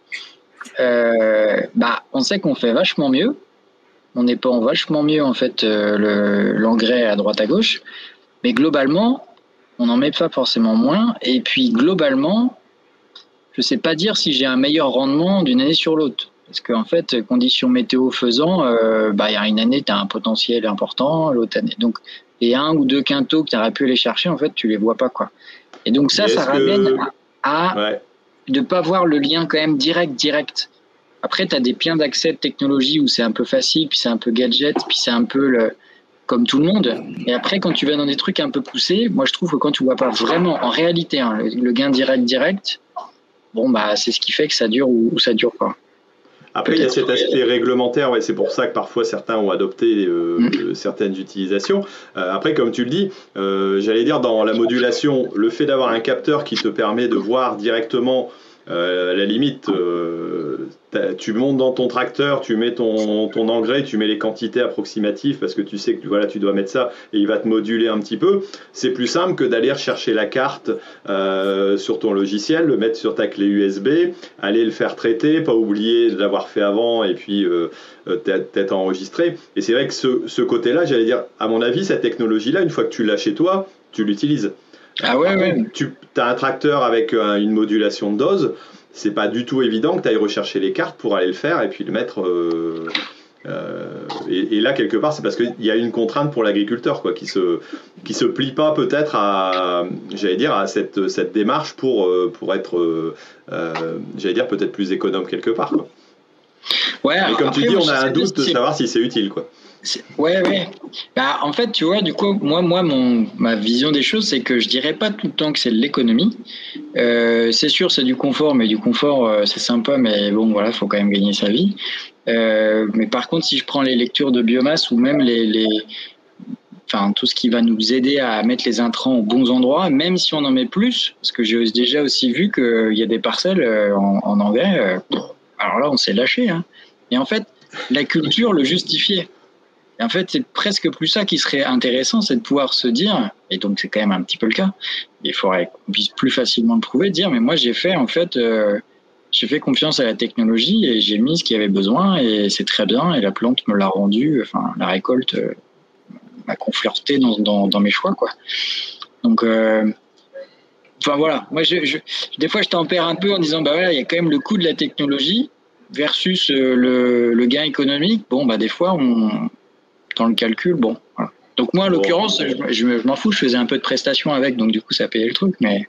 On sait qu'on fait vachement mieux. On épand vachement mieux, en fait, l'engrais à droite à gauche. Mais globalement, on n'en met pas forcément moins. Et puis, globalement, je ne sais pas dire si j'ai un meilleur rendement d'une année sur l'autre. Parce qu'en fait, conditions météo faisant, il y a une année, tu as un potentiel important, l'autre année. Donc, les 1 ou 2 quintaux que tu aurais pu aller chercher, en fait, tu les vois pas, quoi. Et donc ça ramène à de pas voir le lien quand même direct. Après, tu as des plein d'accès de technologie où c'est un peu facile, puis c'est un peu gadget, puis c'est un peu comme tout le monde. Et après, quand tu vas dans des trucs un peu poussés, moi je trouve que quand tu vois pas vraiment en réalité le gain direct, bon bah c'est ce qui fait que ça dure ou ça dure pas. Après, il y a cet aspect réglementaire, c'est pour ça que parfois certains ont adopté certaines utilisations. Après, comme tu le dis, j'allais dire dans la modulation, le fait d'avoir un capteur qui te permet de voir directement, à la limite, tu montes dans ton tracteur, tu mets ton engrais, tu mets les quantités approximatives parce que tu sais que voilà, tu dois mettre ça et il va te moduler un petit peu. C'est plus simple que d'aller rechercher la carte sur ton logiciel, le mettre sur ta clé USB, aller le faire traiter, pas oublier de l'avoir fait avant et puis t'être enregistré. Et c'est vrai que ce côté-là, j'allais dire, à mon avis, cette technologie-là, une fois que tu l'as chez toi, tu l'utilises. Ah ouais, ouais. Tu as un tracteur avec une modulation de dose, c'est pas du tout évident que tu ailles rechercher les cartes pour aller le faire et puis le mettre. Et là, quelque part, c'est parce qu'il y a une contrainte pour l'agriculteur, quoi, qui se plie pas peut-être à, j'allais dire, à cette démarche pour être, j'allais dire, peut-être plus économe quelque part, quoi. Ouais. Mais comme tu dis, on a un doute de savoir si c'est utile, quoi. Ouais. Bah, en fait, tu vois, du coup, ma vision des choses, c'est que je dirais pas tout le temps que c'est de l'économie. C'est sûr, c'est du confort, mais du confort, c'est sympa, mais bon, voilà, faut quand même gagner sa vie. Mais par contre, si je prends les lectures de biomasse ou même enfin, tout ce qui va nous aider à mettre les intrants aux bons endroits, même si on en met plus, parce que j'ai déjà aussi vu qu'il y a des parcelles en engrais, alors là, on s'est lâché, hein. Et en fait, la culture le justifiait. Et en fait, c'est presque plus ça qui serait intéressant, c'est de pouvoir se dire, et donc c'est quand même un petit peu le cas, il faudrait qu'on puisse plus facilement le prouver, de dire, mais moi j'ai fait confiance à la technologie et j'ai mis ce qu'il y avait besoin et c'est très bien et la plante me l'a rendu, enfin la récolte m'a conforté dans mes choix, quoi. Donc, enfin voilà, moi des fois je tempère un peu en disant, bah voilà, il y a quand même le coût de la technologie versus le gain économique. Bon, bah des fois dans le calcul, bon, voilà. Donc moi, en l'occurrence, je m'en fous, je faisais un peu de prestations avec, donc du coup, ça payait le truc, mais...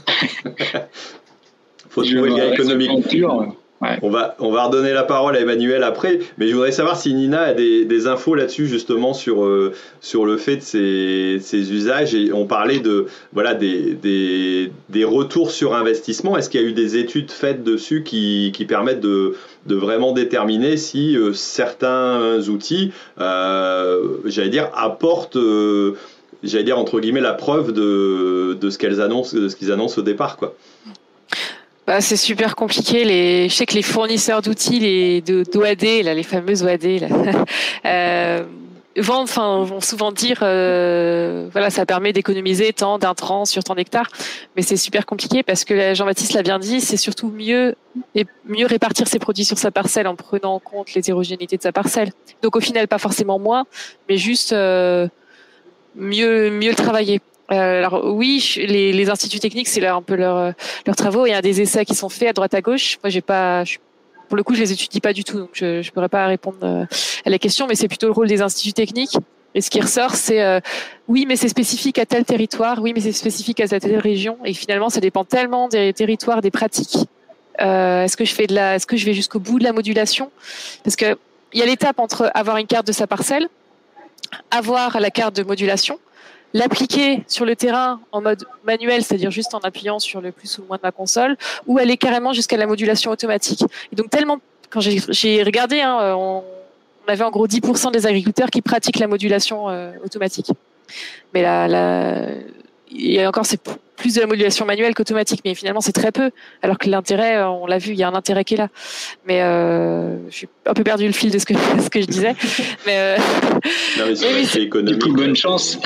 Faut trouver le gain économique. Ouais. On va redonner la parole à Emmanuel après, mais je voudrais savoir si Nina a des infos là-dessus justement sur le fait de ces usages. Et on parlait de voilà des retours sur investissement. Est-ce qu'il y a eu des études faites dessus qui permettent de vraiment déterminer si certains outils, j'allais dire, apportent, j'allais dire entre guillemets, la preuve de ce qu'ils annoncent au départ, quoi. Bah, c'est super compliqué. Je sais que les fournisseurs d'outils, d'OAD, là, les fameuses OAD, là, vont souvent dire, voilà, ça permet d'économiser tant d'intrants sur tant d'hectares, mais c'est super compliqué parce que Jean-Baptiste l'a bien dit, c'est surtout mieux répartir ses produits sur sa parcelle en prenant en compte l'hétérogénéité de sa parcelle. Donc au final, pas forcément moins, mais juste mieux le travailler. Alors oui, les instituts techniques, c'est un peu leurs travaux. Il y a des essais qui sont faits à droite à gauche. Moi, pour le coup, je les étudie pas du tout, donc je pourrais pas répondre à la question. Mais c'est plutôt le rôle des instituts techniques. Et ce qui ressort, c'est oui, mais c'est spécifique à tel territoire. Oui, mais c'est spécifique à telle région. Et finalement, ça dépend tellement des territoires, des pratiques. Est-ce que je vais jusqu'au bout de la modulation? Parce que il y a l'étape entre avoir une carte de sa parcelle, avoir la carte de modulation, l'appliquer sur le terrain en mode manuel, c'est-à-dire juste en appuyant sur le plus ou le moins de ma console, ou aller carrément jusqu'à la modulation automatique. Et donc tellement, quand j'ai regardé, on avait en gros 10% des agriculteurs qui pratiquent la modulation automatique. Mais il y a encore plus de la modulation manuelle qu'automatique, mais finalement c'est très peu. Alors que l'intérêt, on l'a vu, il y a un intérêt qui est là. Mais je suis un peu perdu le fil de ce que je disais. Mais non, mais c'est économique. Du coup, bonne chance.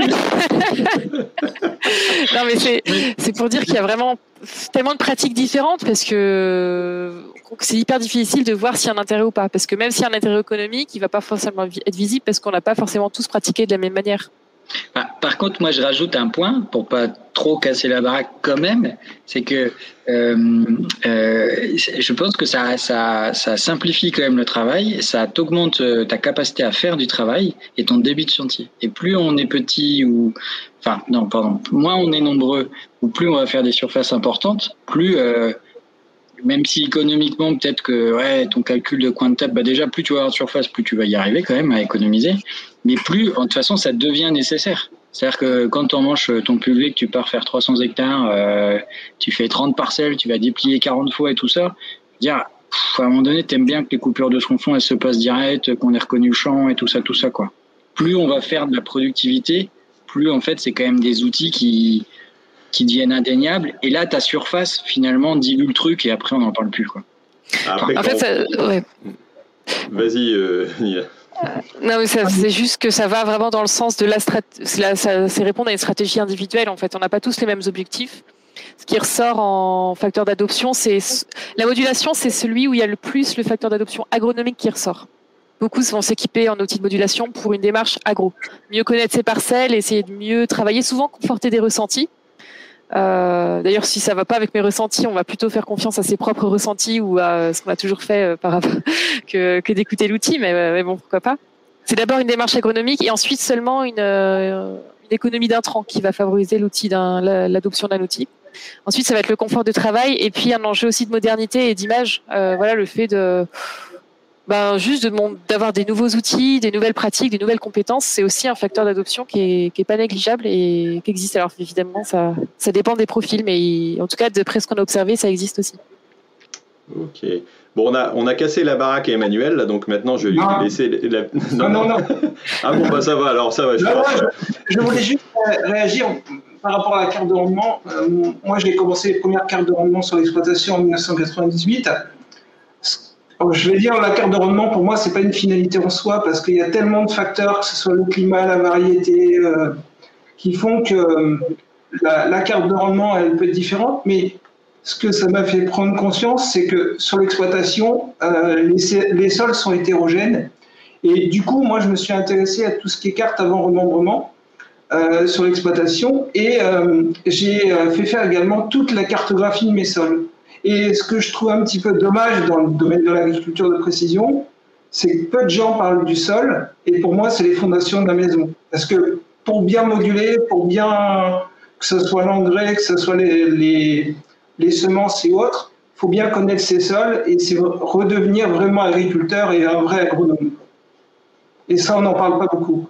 Non, mais c'est pour dire qu'il y a vraiment tellement de pratiques différentes parce que c'est hyper difficile de voir s'il y a un intérêt ou pas. Parce que même s'il y a un intérêt économique, il va pas forcément être visible parce qu'on n'a pas forcément tous pratiqué de la même manière. Par contre, moi, je rajoute un point pour pas trop casser la baraque quand même, c'est que je pense que ça simplifie quand même le travail, ça t'augmente ta capacité à faire du travail et ton débit de chantier. Et plus on est petit moins on est nombreux ou plus on va faire des surfaces importantes, plus même si économiquement peut-être que ton calcul de coin de table, déjà plus tu vas avoir de surface, plus tu vas y arriver quand même à économiser. Mais plus, de toute façon, ça devient nécessaire. C'est-à-dire que quand tu manges ton PV, que tu pars faire 300 hectares, tu fais 30 parcelles, tu vas déplier 40 fois et tout ça, dire, à un moment donné, t'aimes bien que les coupures de tronçons, elles se passent direct, qu'on ait reconnu le champ et tout ça, quoi. Plus on va faire de la productivité, plus en fait, c'est quand même des outils qui deviennent indéniables. Et là, ta surface, finalement, dilue le truc et après, on n'en parle plus, quoi. Après, en fait, ouais. Vas-y, Nia. Non, mais c'est juste que ça va vraiment dans le sens de c'est répondre à une stratégie individuelle. En fait, on n'a pas tous les mêmes objectifs. Ce qui ressort en facteur d'adoption, c'est la modulation, c'est celui où il y a le plus le facteur d'adoption agronomique qui ressort. Beaucoup vont s'équiper en outils de modulation pour une démarche agro. Mieux connaître ses parcelles, essayer de mieux travailler, souvent conforter des ressentis. D'ailleurs, si ça va pas avec mes ressentis, on va plutôt faire confiance à ses propres ressentis ou à ce qu'on a toujours fait par rapport que d'écouter l'outil. Mais bon, pourquoi pas. C'est d'abord une démarche agronomique et ensuite seulement une économie d'intrants qui va favoriser l'adoption d'un outil. Ensuite, ça va être le confort de travail et puis un enjeu aussi de modernité et d'image. Voilà, le fait juste d'avoir des nouveaux outils, des nouvelles pratiques, des nouvelles compétences, c'est aussi un facteur d'adoption qui est pas négligeable et qui existe. Alors évidemment, ça dépend des profils, mais en tout cas, d'après ce qu'on a observé, ça existe aussi. Ok. Bon, on a cassé la baraque à Emmanuel, là, donc maintenant je vais lui laisser Non. Ah bon, ça va, alors ça va. Je voulais juste réagir par rapport à la carte de rendement. Moi, j'ai commencé les premières cartes de rendement sur l'exploitation en 1998. Je vais dire, la carte de rendement, pour moi, c'est pas une finalité en soi, parce qu'il y a tellement de facteurs, que ce soit le climat, la variété, qui font que la carte de rendement, elle peut être différente, mais ce que ça m'a fait prendre conscience, c'est que sur l'exploitation, les sols sont hétérogènes. Et du coup, moi, je me suis intéressé à tout ce qui est carte avant remembrement sur l'exploitation. Et j'ai fait faire également toute la cartographie de mes sols. Et ce que je trouve un petit peu dommage dans le domaine de l'agriculture de précision, c'est que peu de gens parlent du sol. Et pour moi, c'est les fondations de la maison. Parce que pour bien moduler, pour bien que ce soit l'engrais, que ce soit les semences et autres, il faut bien connaître ces sols et c'est redevenir vraiment agriculteur et un vrai agronome. Et ça, on n'en parle pas beaucoup.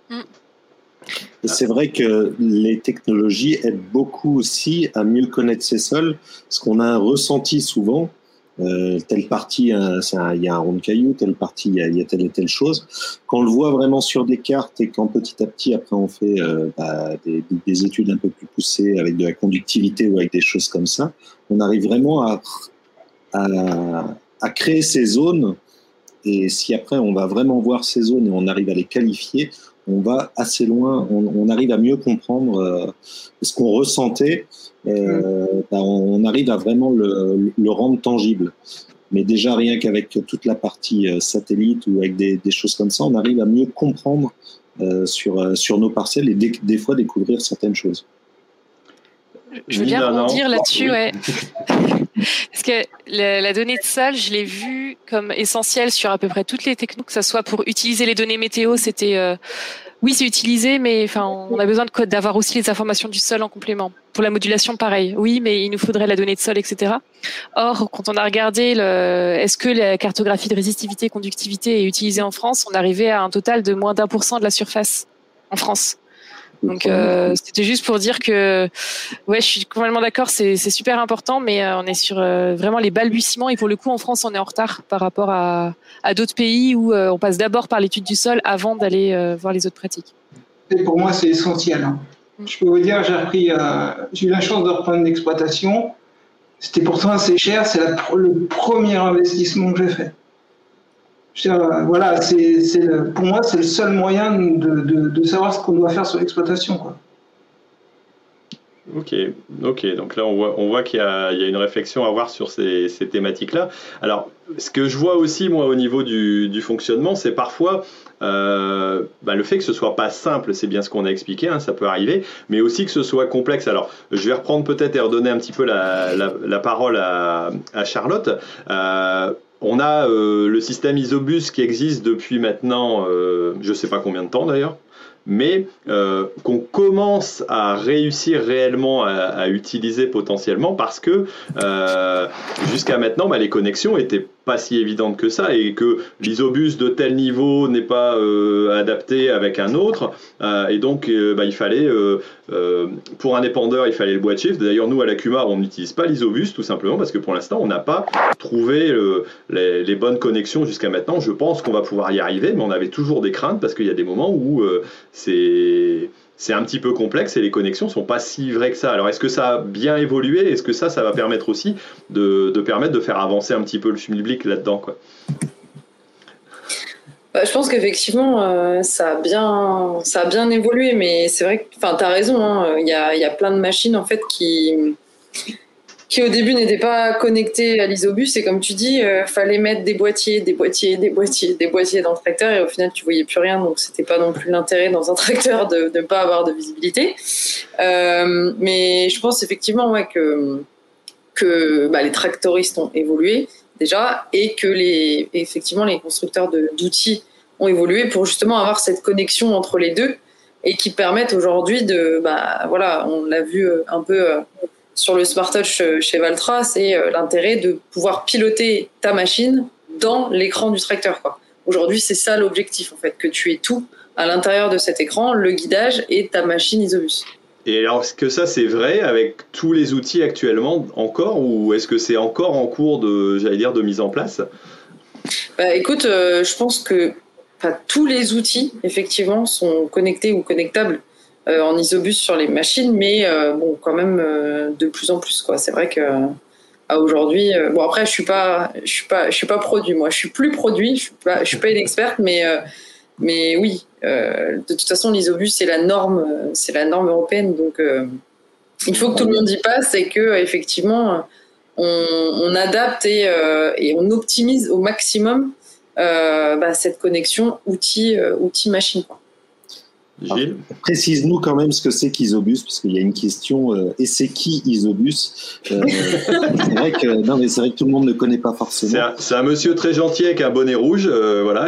Et c'est vrai que les technologies aident beaucoup aussi à mieux connaître ces sols, parce qu'on a un ressenti souvent, telle partie, il y a un rond de caillou, telle partie, il y a telle et telle chose. Quand on le voit vraiment sur des cartes et quand petit à petit, après, on fait des études un peu plus poussées avec de la conductivité ou avec des choses comme ça, on arrive vraiment à créer ces zones. Et si après, on va vraiment voir ces zones et on arrive à les qualifier, on va assez loin, on arrive à mieux comprendre ce qu'on ressentait, on arrive à vraiment le rendre tangible. Mais déjà, rien qu'avec toute la partie satellite ou avec des choses comme ça, on arrive à mieux comprendre sur nos parcelles et des fois découvrir certaines choses. Je veux bien rebondir là-dessus, ouais. Parce que la donnée de sol, je l'ai vue comme essentielle sur à peu près toutes les technos, que ce soit pour utiliser les données météo, c'était oui, c'est utilisé, mais on a besoin d'avoir aussi les informations du sol en complément. Pour la modulation, pareil. Oui, mais il nous faudrait la donnée de sol, etc. Or, quand on a regardé est-ce que la cartographie de résistivité et conductivité est utilisée en France, on arrivait à un total de moins d'1% de la surface en France. Donc c'était juste pour dire que ouais, je suis complètement d'accord, c'est super important, mais on est sur vraiment les balbutiements et pour le coup en France on est en retard par rapport à d'autres pays où on passe d'abord par l'étude du sol avant d'aller voir les autres pratiques. Et pour moi c'est essentiel. Hein. Je peux vous dire, j'ai eu la chance de reprendre l'exploitation. C'était pourtant assez cher, c'est le premier investissement que j'ai fait. Voilà, pour moi, c'est le seul moyen de savoir ce qu'on doit faire sur l'exploitation, quoi. Ok. Donc là, on voit qu'il y a une réflexion à avoir sur ces thématiques-là. Alors, ce que je vois aussi, moi, au niveau du fonctionnement, c'est parfois le fait que ce soit pas simple, c'est bien ce qu'on a expliqué, hein, ça peut arriver, mais aussi que ce soit complexe. Alors, je vais reprendre peut-être et redonner un petit peu la parole à Charlotte. On a le système Isobus qui existe depuis maintenant, je ne sais pas combien de temps d'ailleurs, mais qu'on commence à réussir réellement à utiliser potentiellement parce que jusqu'à maintenant, les connexions étaient pas si évidente que ça et que l'isobus de tel niveau n'est pas adapté avec un autre et donc il fallait pour un épandeur il fallait le boîtier. D'ailleurs nous à la Cuma on n'utilise pas l'isobus tout simplement parce que pour l'instant on n'a pas trouvé les bonnes connexions jusqu'à maintenant. Je pense qu'on va pouvoir y arriver mais on avait toujours des craintes parce qu'il y a des moments où c'est un petit peu complexe et les connexions sont pas si vraies que ça. Alors est-ce que ça a bien évolué? Est-ce que ça va permettre aussi de permettre de faire avancer un petit peu le schmilblick là-dedans, quoi? Je pense qu'effectivement ça a bien évolué, mais c'est vrai que tu as raison, hein, y a plein de machines en fait qui au début n'étaient pas connectés à l'isobus et comme tu dis, fallait mettre des boîtiers dans le tracteur et au final tu voyais plus rien, donc c'était pas non plus l'intérêt dans un tracteur de ne pas avoir de visibilité. Mais je pense effectivement que les tractoristes ont évolué déjà et que effectivement les constructeurs d'outils ont évolué pour justement avoir cette connexion entre les deux et qui permettent aujourd'hui on l'a vu un peu sur le Smart Touch chez Valtra, c'est l'intérêt de pouvoir piloter ta machine dans l'écran du tracteur, quoi. Aujourd'hui, c'est ça l'objectif, en fait, que tu aies tout à l'intérieur de cet écran, le guidage et ta machine isobus. Et alors, est-ce que ça, c'est vrai avec tous les outils actuellement encore, ou est-ce que c'est encore en cours de mise en place? Écoute, je pense que tous les outils, effectivement, sont connectés ou connectables en isobus sur les machines, mais quand même de plus en plus, quoi. C'est vrai que aujourd'hui, après je suis pas produit, moi je suis plus produit, je suis pas une experte, mais oui, de toute façon l'isobus c'est la norme européenne, donc il faut que tout le monde y passe et que effectivement on adapte et on optimise au maximum cette connexion outil-machine. Gilles, précise-nous quand même ce que c'est qu'Isobus, parce qu'il y a une question, et c'est qui Isobus? C'est vrai que tout le monde ne connaît pas forcément. C'est un monsieur très gentil avec un bonnet rouge, voilà.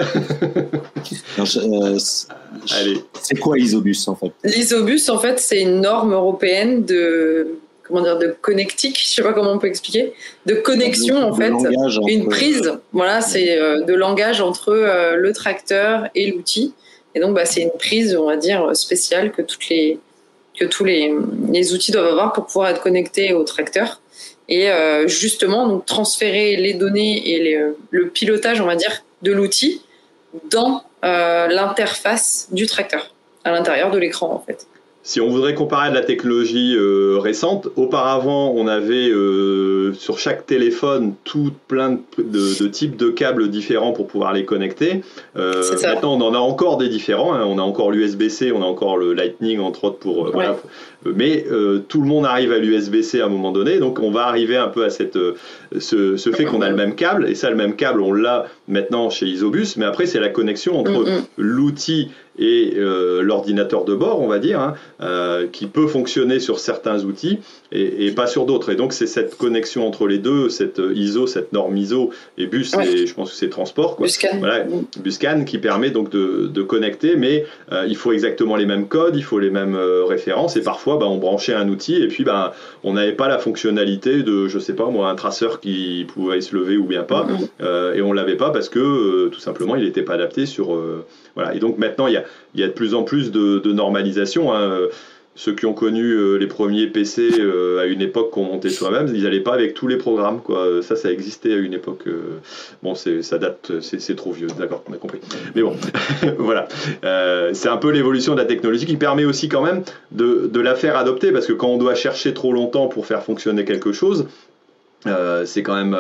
Allez. C'est quoi Isobus en fait? L'Isobus, en fait, c'est une norme européenne de connectique, je sais pas comment on peut expliquer, de connexion en fait, une prise, voilà, c'est de langage entre le tracteur et l'outil. Et donc, c'est une prise, on va dire, spéciale que tous les outils doivent avoir pour pouvoir être connectés au tracteur. Et justement, donc, transférer les données et le pilotage, on va dire, de l'outil dans l'interface du tracteur, à l'intérieur de l'écran, en fait. Si on voudrait comparer de la technologie récente, auparavant, on avait sur chaque téléphone tout plein de types de câbles différents pour pouvoir les connecter. Maintenant, on en a encore des différents. Hein. On a encore l'USB-C, on a encore le Lightning, entre autres, pour voilà. Mais tout le monde arrive à l'USB-C à un moment donné. Donc, on va arriver un peu à ce fait qu'on a le même câble. Et ça, le même câble, on l'a maintenant chez Isobus. Mais après, c'est la connexion entre l'outil et l'ordinateur de bord, on va dire, qui peut fonctionner sur certains outils et pas sur d'autres. Et donc, c'est cette connexion entre les deux, cette ISO, cette norme ISO et bus, et je pense que c'est transport, quoi. Buscan. Voilà, Buscan qui permet donc de connecter, mais il faut exactement les mêmes codes, il faut les mêmes références, et parfois, on branchait un outil, et puis, on n'avait pas la fonctionnalité de, je sais pas, moi, un traceur qui pouvait se lever ou bien pas, et on l'avait pas parce que, tout simplement, il n'était pas adapté sur... voilà. Et donc, maintenant, il y a de plus en plus de normalisation, hein. Ceux qui ont connu les premiers PC à une époque qu'on montait soi-même, ils n'allaient pas avec tous les programmes, quoi. Ça existait à une époque. Ça date, c'est trop vieux, d'accord, on a compris. Mais bon, voilà. C'est un peu l'évolution de la technologie qui permet aussi quand même de la faire adopter, parce que quand on doit chercher trop longtemps pour faire fonctionner quelque chose, c'est quand même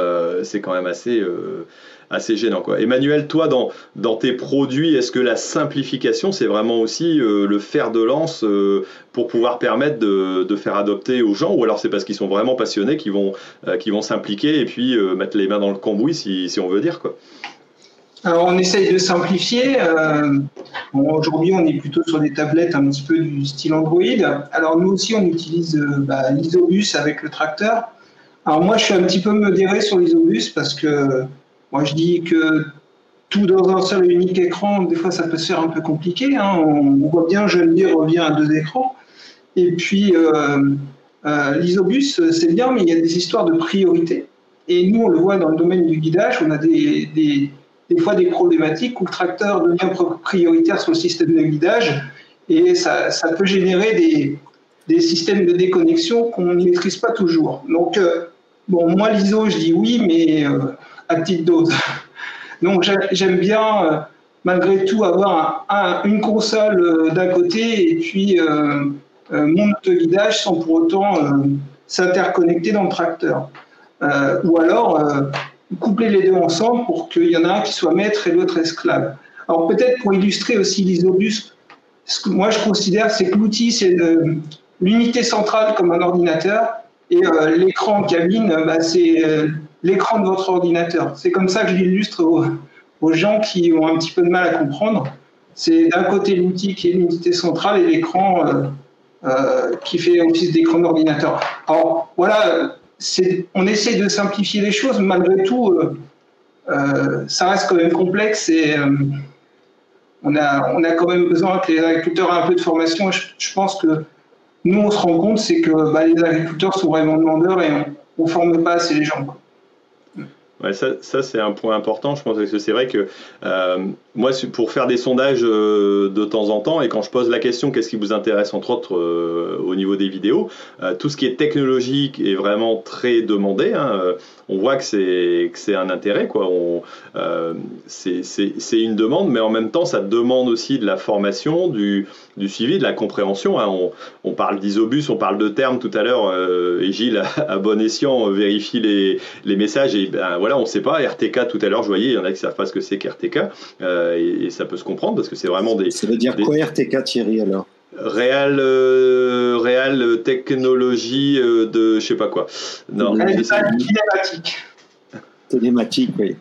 assez gênant, quoi. Emmanuel, toi, dans tes produits, est-ce que la simplification, c'est vraiment aussi le fer de lance pour pouvoir permettre de faire adopter aux gens, ou alors c'est parce qu'ils sont vraiment passionnés qu'ils vont s'impliquer et puis mettre les mains dans le cambouis, si on veut dire, quoi? Alors, on essaye de simplifier. Aujourd'hui, on est plutôt sur des tablettes un petit peu du style Android. Alors, nous aussi, on utilise l'isobus avec le tracteur. Alors, moi, je suis un petit peu modéré sur l'isobus parce que moi, je dis que tout dans un seul et unique écran, des fois, ça peut se faire un peu compliqué, hein. On voit bien, je le dis, revient à 2 écrans. Et puis, l'isobus, c'est bien, mais il y a des histoires de priorité. Et nous, on le voit dans le domaine du guidage, on a des fois des problématiques où le tracteur devient prioritaire sur le système de guidage et ça peut générer des systèmes de déconnexion qu'on ne maîtrise pas toujours. Donc, moi, l'ISO, je dis oui, mais à petite dose. Donc, j'aime bien, malgré tout, avoir une console d'un côté et puis mon autoguidage sans pour autant s'interconnecter dans le tracteur. Ou alors coupler les deux ensemble pour qu'il y en a un qui soit maître et l'autre esclave. Alors peut-être pour illustrer aussi l'ISOBUS, ce que moi je considère, c'est que l'outil, c'est l'unité centrale comme un ordinateur et l'écran en cabine, c'est l'écran de votre ordinateur. C'est comme ça que je l'illustre aux gens qui ont un petit peu de mal à comprendre. C'est d'un côté l'outil qui est l'unité centrale et l'écran qui fait office d'écran d'ordinateur. Alors voilà, on essaie de simplifier les choses, mais malgré tout, ça reste quand même complexe et on a quand même besoin que les agriculteurs aient un peu de formation. Je pense que nous, on se rend compte, c'est que les agriculteurs sont vraiment demandeurs et on ne forme pas assez les gens, quoi. Ouais, ça c'est un point important, je pense, parce que c'est vrai que moi, pour faire des sondages de temps en temps, et quand je pose la question qu'est-ce qui vous intéresse entre autres au niveau des vidéos, tout ce qui est technologique est vraiment très demandé, hein, on voit que c'est un intérêt, quoi. C'est une demande, mais en même temps ça demande aussi de la formation, du suivi, de la compréhension, hein. On parle d'ISOBUS, on parle de termes tout à l'heure, et Gilles à bon escient vérifie les messages, et voilà, on ne sait pas. RTK tout à l'heure, je voyais, il y en a qui ne savent pas ce que c'est qu'RTK, et ça peut se comprendre parce que c'est vraiment des... Ça veut dire quoi RTK, Thierry, alors? Réal technologie de je sais pas quoi. Non, télématique. Télématique, oui.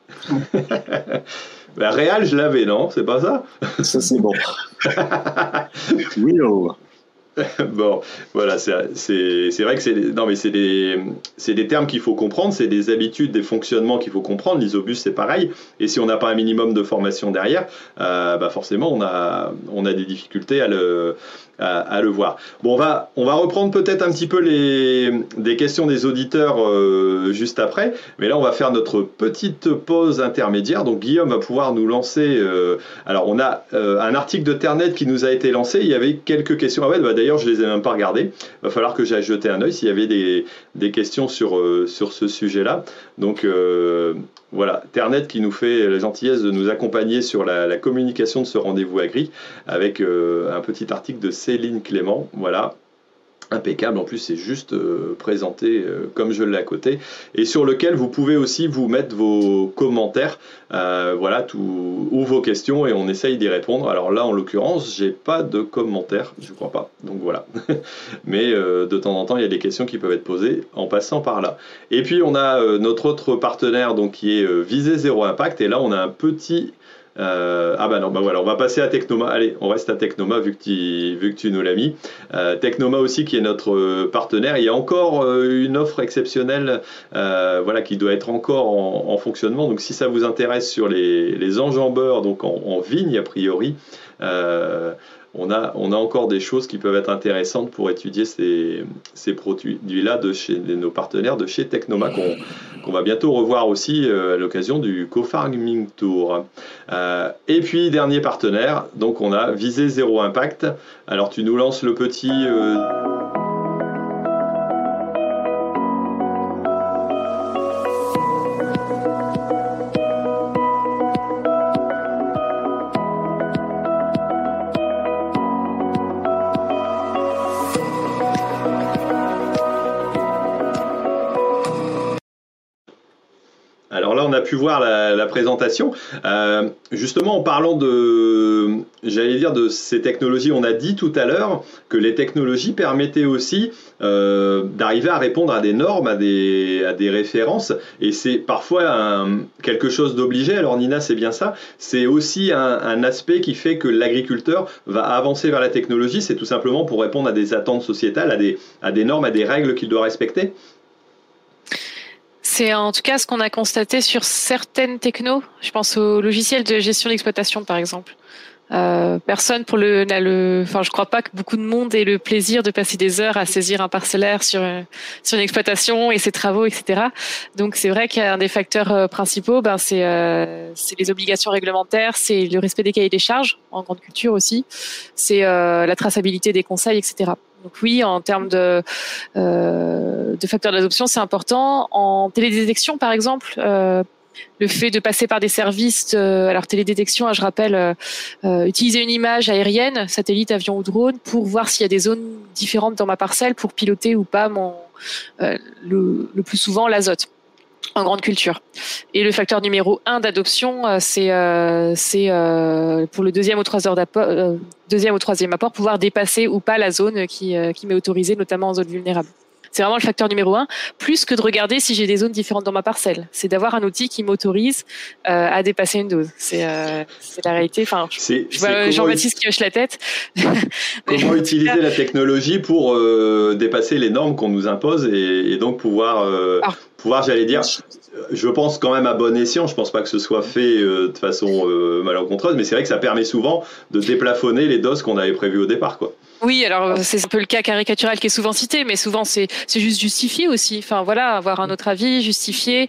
Réal, je l'avais, non? C'est pas ça? Ça, c'est bon. Oui, oh. Bon, voilà, c'est vrai que c'est des termes qu'il faut comprendre, c'est des habitudes, des fonctionnements qu'il faut comprendre. L'ISOBUS, c'est pareil. Et si on n'a pas un minimum de formation derrière, forcément, on a des difficultés à le voir. Bon, on va reprendre peut-être un petit peu des questions des auditeurs juste après, mais là on va faire notre petite pause intermédiaire. Donc Guillaume va pouvoir nous lancer. Alors on a un article de Ternet qui nous a été lancé. Il y avait quelques questions. Ah ouais, d'ailleurs je les ai même pas regardées. Va falloir que j'aille jeter un œil s'il y avait des questions sur ce sujet-là. Donc voilà, Ternet qui nous fait la gentillesse de nous accompagner sur la communication de ce rendez-vous agri avec un petit article de Céline Clément, voilà, impeccable, en plus c'est juste présenté comme je l'ai à côté, et sur lequel vous pouvez aussi vous mettre vos commentaires, voilà, ou vos questions, et on essaye d'y répondre. Alors là en l'occurrence j'ai pas de commentaires, je crois pas, donc voilà. Mais de temps en temps il y a des questions qui peuvent être posées en passant par là. Et puis on a notre autre partenaire donc qui est Visée Zéro Impact, et là on a un petit... voilà, on va passer à Technoma. Allez, on reste à Technoma vu que tu nous l'as mis. Technoma aussi qui est notre partenaire. Il y a encore une offre exceptionnelle, voilà, qui doit être encore en fonctionnement. Donc si ça vous intéresse sur les enjambeurs, donc en vigne a priori, on a encore des choses qui peuvent être intéressantes pour étudier ces produits-là de nos partenaires de chez Technoma qu'on va bientôt revoir aussi à l'occasion du Co-Farming Tour. Et puis, dernier partenaire, donc on a Visée Zéro Impact. Alors, tu nous lances le petit... Alors là, on a pu voir la présentation. Justement, en parlant de ces technologies, on a dit tout à l'heure que les technologies permettaient aussi d'arriver à répondre à des normes, à des références. Et c'est parfois quelque chose d'obligé. Alors Nina, c'est bien ça. C'est aussi un aspect qui fait que l'agriculteur va avancer vers la technologie. C'est tout simplement pour répondre à des attentes sociétales, à des normes, à des règles qu'il doit respecter. C'est en tout cas ce qu'on a constaté sur certaines technos. Je pense aux logiciels de gestion d'exploitation, par exemple. Personne enfin, je crois pas que beaucoup de monde ait le plaisir de passer des heures à saisir un parcellaire sur une exploitation et ses travaux, etc. Donc c'est vrai qu'un des facteurs principaux, c'est les obligations réglementaires, c'est le respect des cahiers des charges en grande culture aussi, c'est la traçabilité des conseils, etc. Donc oui, en termes de facteurs d'adoption, c'est important. En télédétection, par exemple. Le fait de passer par des services, alors télédétection, je rappelle, utiliser une image aérienne, satellite, avion ou drone, pour voir s'il y a des zones différentes dans ma parcelle, pour piloter ou pas le plus souvent l'azote en grande culture. Et le facteur numéro 1 d'adoption, c'est pour le deuxième ou troisième apport, pouvoir dépasser ou pas la zone qui m'est autorisée, notamment en zone vulnérable. C'est vraiment le facteur numéro 1, plus que de regarder si j'ai des zones différentes dans ma parcelle. C'est d'avoir un outil qui m'autorise à dépasser une dose. C'est la réalité. Enfin, je vois Jean-Baptiste qui hoche la tête. Comment utiliser la technologie pour dépasser les normes qu'on nous impose et donc pouvoir, j'allais dire, je pense quand même à bon escient. Je pense pas que ce soit fait de façon malencontreuse, mais c'est vrai que ça permet souvent de déplafonner les doses qu'on avait prévues au départ, quoi. Oui, alors c'est un peu le cas caricatural qui est souvent cité, mais souvent c'est juste justifié aussi. Enfin voilà, avoir un autre avis, justifié.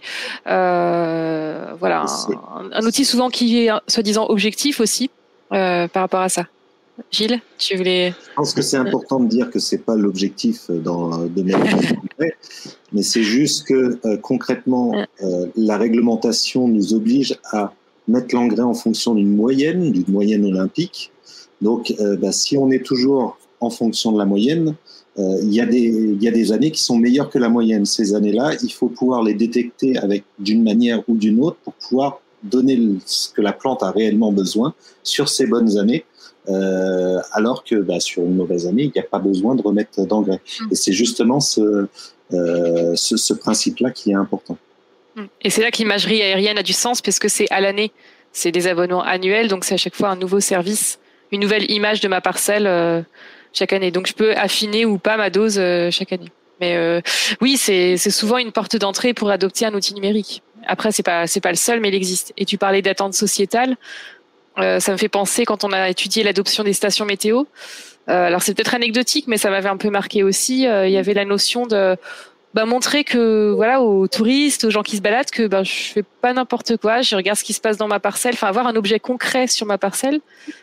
Voilà, un outil souvent qui est soi-disant objectif aussi par rapport à ça. Gilles, tu voulais... Je pense que c'est important de dire que c'est pas l'objectif de mettre l'engrais, mais c'est juste que concrètement, la réglementation nous oblige à mettre l'engrais en fonction d'une moyenne olympique. Donc, si on est toujours en fonction de la moyenne, il y a des années qui sont meilleures que la moyenne. Ces années-là, il faut pouvoir les détecter d'une manière ou d'une autre pour pouvoir donner ce que la plante a réellement besoin sur ces bonnes années, alors que sur une mauvaise année, il n'y a pas besoin de remettre d'engrais. Et c'est justement ce principe-là qui est important. Et c'est là que l'imagerie aérienne a du sens, parce que c'est à l'année. C'est des abonnements annuels, donc c'est à chaque fois un nouveau service, une nouvelle image de ma parcelle chaque année. Donc je peux affiner ou pas ma dose chaque année. Mais oui, c'est souvent une porte d'entrée pour adopter un outil numérique. Après, c'est pas le seul, mais il existe. Et tu parlais d'attente sociétale. Ça me fait penser quand on a étudié l'adoption des stations météo. Alors c'est peut-être anecdotique, mais ça m'avait un peu marqué aussi. Il y avait la notion de montrer que aux touristes, aux gens qui se baladent, que je fais pas n'importe quoi. Je regarde ce qui se passe dans ma parcelle. Enfin, avoir un objet concret sur ma parcelle.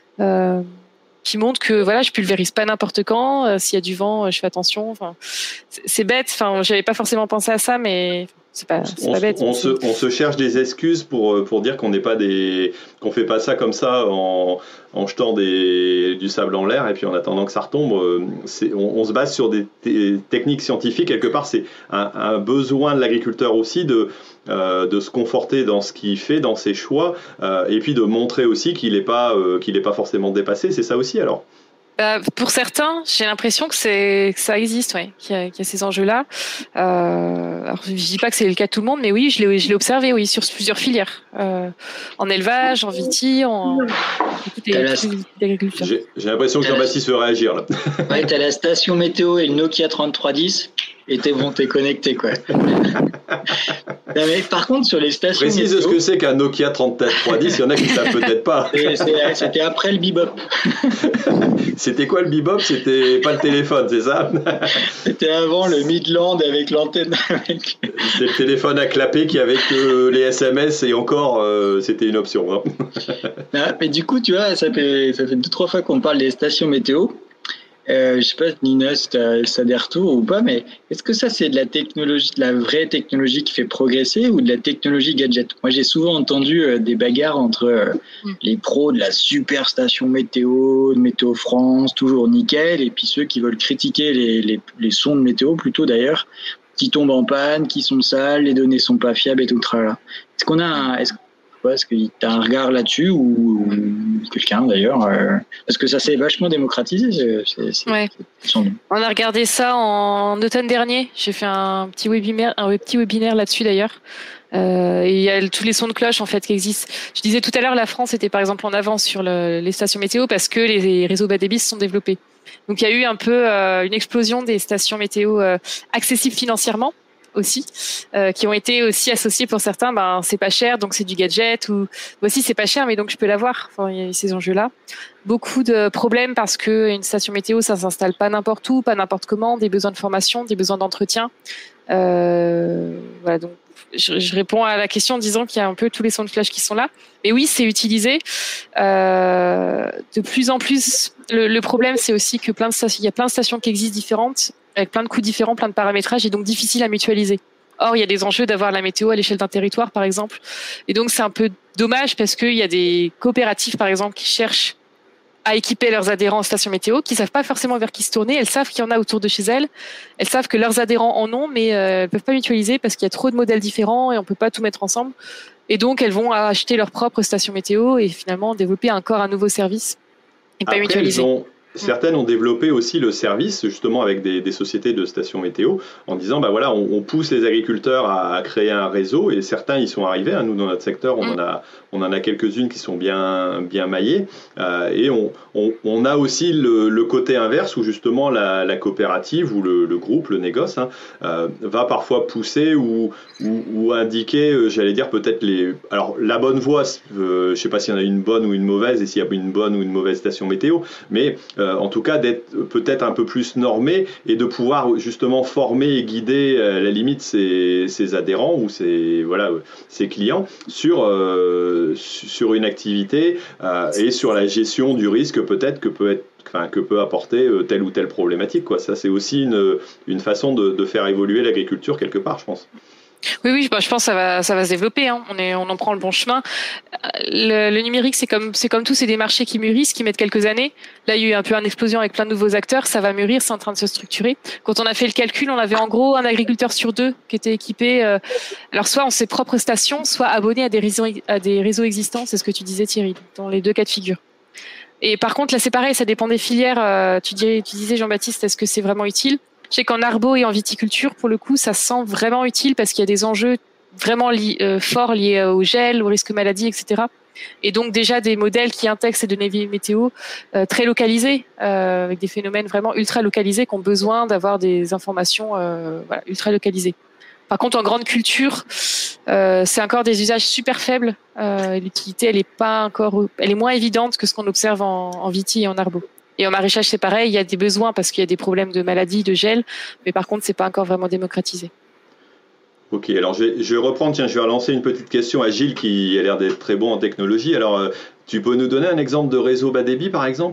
Qui montre que je pulvérise pas n'importe quand, s'il y a du vent, je fais attention. Enfin, c'est bête. Enfin, j'avais pas forcément pensé à ça, mais c'est pas bête. On se cherche des excuses pour dire qu'on fait pas ça comme ça en jetant du sable en l'air et puis en attendant que ça retombe. On se base sur des techniques scientifiques. Quelque part, c'est un besoin de l'agriculteur aussi de se conforter dans ce qu'il fait, dans ses choix, et puis de montrer aussi qu'il n'est pas forcément dépassé. C'est ça aussi, alors. Pour certains, j'ai l'impression que ça existe, qu'il y a ces enjeux-là. Alors je dis pas que c'est le cas de tout le monde, mais oui, je l'ai observé, oui, sur plusieurs filières, en élevage, en viti, en toutes les agricultures. J'ai l'impression que Jean-Baptiste veut réagir là. Ouais, t'as la station météo et le Nokia 3310. Et t'es connecté, quoi. Non, mais par contre, sur les stations précise météo, ce que c'est qu'un Nokia 3310, il y en a qui ne savent peut-être pas. C'était après le bebop. C'était quoi le bebop? C'était pas le téléphone, c'est ça? C'était avant le Midland avec l'antenne. C'était le téléphone à clapper qui avait que les SMS et encore, c'était une option. Hein. Non, mais du coup, tu vois, ça fait 2-3 fois qu'on parle des stations météo. Je sais pas, Nina, si ça a des retours ou pas, mais est-ce que ça, c'est de la technologie, de la vraie technologie qui fait progresser ou de la technologie gadget? Moi, j'ai souvent entendu des bagarres entre les pros de la super station météo, de Météo France, toujours nickel, et puis ceux qui veulent critiquer les sons de météo, plutôt d'ailleurs, qui tombent en panne, qui sont sales, les données sont pas fiables et tout là. Est-ce que tu as un regard là-dessus ou quelqu'un d'ailleurs parce que ça s'est vachement démocratisé. Ouais. On a regardé ça en automne dernier. J'ai fait un petit webinaire là-dessus d'ailleurs. Et il y a tous les sons de cloche en fait qui existent. Je disais tout à l'heure, la France était par exemple en avance sur les stations météo parce que les réseaux bas débit se sont développés. Donc il y a eu un peu une explosion des stations météo accessibles financièrement. Et puis il y a tous les sons de cloche en fait qui existent. Je disais tout à l'heure, la France était par exemple en avance sur les stations météo parce que les réseaux bas débit se sont développés. Donc il y a eu un peu une explosion des stations météo accessibles financièrement. Et puis il y a tous les sons de cloche en fait qui existent. Je disais tout à l'heure, la France était par exemple en avance sur les stations météo parce que les réseaux bas débit se sont développés. Donc il y a eu un peu une explosion des stations météo aussi, qui ont été aussi associés pour certains, c'est pas cher, donc c'est du gadget, ou voici c'est pas cher, mais donc je peux l'avoir. Enfin, il y a ces enjeux-là. Beaucoup de problèmes parce que une station météo, ça s'installe pas n'importe où, pas n'importe comment, des besoins de formation, des besoins d'entretien. Voilà, donc je réponds à la question en disant qu'il y a un peu tous les sons de flash qui sont là. Mais oui, c'est utilisé. De plus en plus, le problème, c'est aussi que il y a plein de stations qui existent différentes, avec plein de coûts différents, plein de paramétrages, et donc difficile à mutualiser. Or, il y a des enjeux d'avoir la météo à l'échelle d'un territoire, par exemple. Et donc, c'est un peu dommage parce qu'il y a des coopératives, par exemple, qui cherchent à équiper leurs adhérents en stations météo, qui savent pas forcément vers qui se tourner. Elles savent qu'il y en a autour de chez elles. Elles savent que leurs adhérents en ont, mais elles peuvent pas mutualiser parce qu'il y a trop de modèles différents et on peut pas tout mettre ensemble. Et donc, elles vont acheter leur propre station météo et finalement développer encore un nouveau service et pas mutualiser. Certaines ont développé aussi le service, justement avec des sociétés de stations météo, en disant voilà, on pousse les agriculteurs à créer un réseau, et certains y sont arrivés. Nous, dans notre secteur, on en a quelques-unes qui sont bien maillées, et on a aussi le côté inverse où justement la coopérative ou le groupe, le négoce, va parfois pousser ou indiquer, j'allais dire peut-être alors la bonne voie, je sais pas s'il y en a une bonne ou une mauvaise et s'il y a une bonne ou une mauvaise station météo, mais en tout cas d'être peut-être un peu plus normé et de pouvoir justement former et guider à la limite ses adhérents ou ses clients sur une activité et sur la gestion du risque peut-être que peut apporter telle ou telle problématique, quoi. Ça, c'est aussi une façon de faire évoluer l'agriculture quelque part, je pense. Oui, je pense que ça va se développer. On en prend le bon chemin. Le numérique, c'est comme tout, c'est des marchés qui mûrissent, qui mettent quelques années. Là, il y a eu un peu une explosion avec plein de nouveaux acteurs. Ça va mûrir, c'est en train de se structurer. Quand on a fait le calcul, on avait en gros un agriculteur sur 2 qui était équipé, alors soit en ses propres stations, soit abonné à des réseaux existants. C'est ce que tu disais, Thierry, dans les deux cas de figure. Et par contre, là, c'est pareil, ça dépend des filières. Tu disais, Jean-Baptiste, est-ce que c'est vraiment utile ? Je sais qu'en arbo et en viticulture, pour le coup, ça sent vraiment utile parce qu'il y a des enjeux vraiment forts liés au gel, au risque maladie, etc. Et donc déjà des modèles qui intègrent ces données météo très localisées, avec des phénomènes vraiment ultra localisés qui ont besoin d'avoir des informations ultra localisées. Par contre, en grande culture, c'est encore des usages super faibles. L'utilité, elle est moins évidente que ce qu'on observe en viti et en arbo. Et en maraîchage, c'est pareil, il y a des besoins parce qu'il y a des problèmes de maladie, de gel, mais par contre, c'est pas encore vraiment démocratisé. Ok, alors je vais reprendre, je vais relancer une petite question à Gilles qui a l'air d'être très bon en technologie. Alors, tu peux nous donner un exemple de réseau bas débit, par exemple ?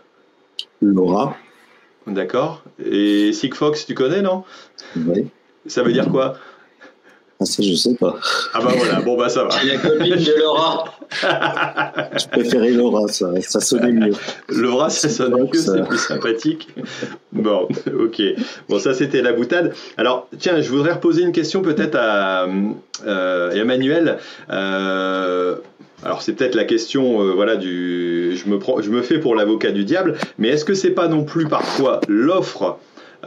LoRa. D'accord. Et Sigfox, tu connais, non ? Oui. Ça veut dire quoi ? Ça, je sais pas. Ah voilà, ça va. C'est la copine de Laura. Je préférais Laura, ça sonnait mieux. Laura, ça sonne mieux, c'est plus sympathique. Bon, ok. Bon, ça, c'était la boutade. Alors, tiens, je voudrais reposer une question peut-être à Emmanuel. Alors, c'est peut-être la question, je me fais pour l'avocat du diable, mais est-ce que c'est pas non plus parfois l'offre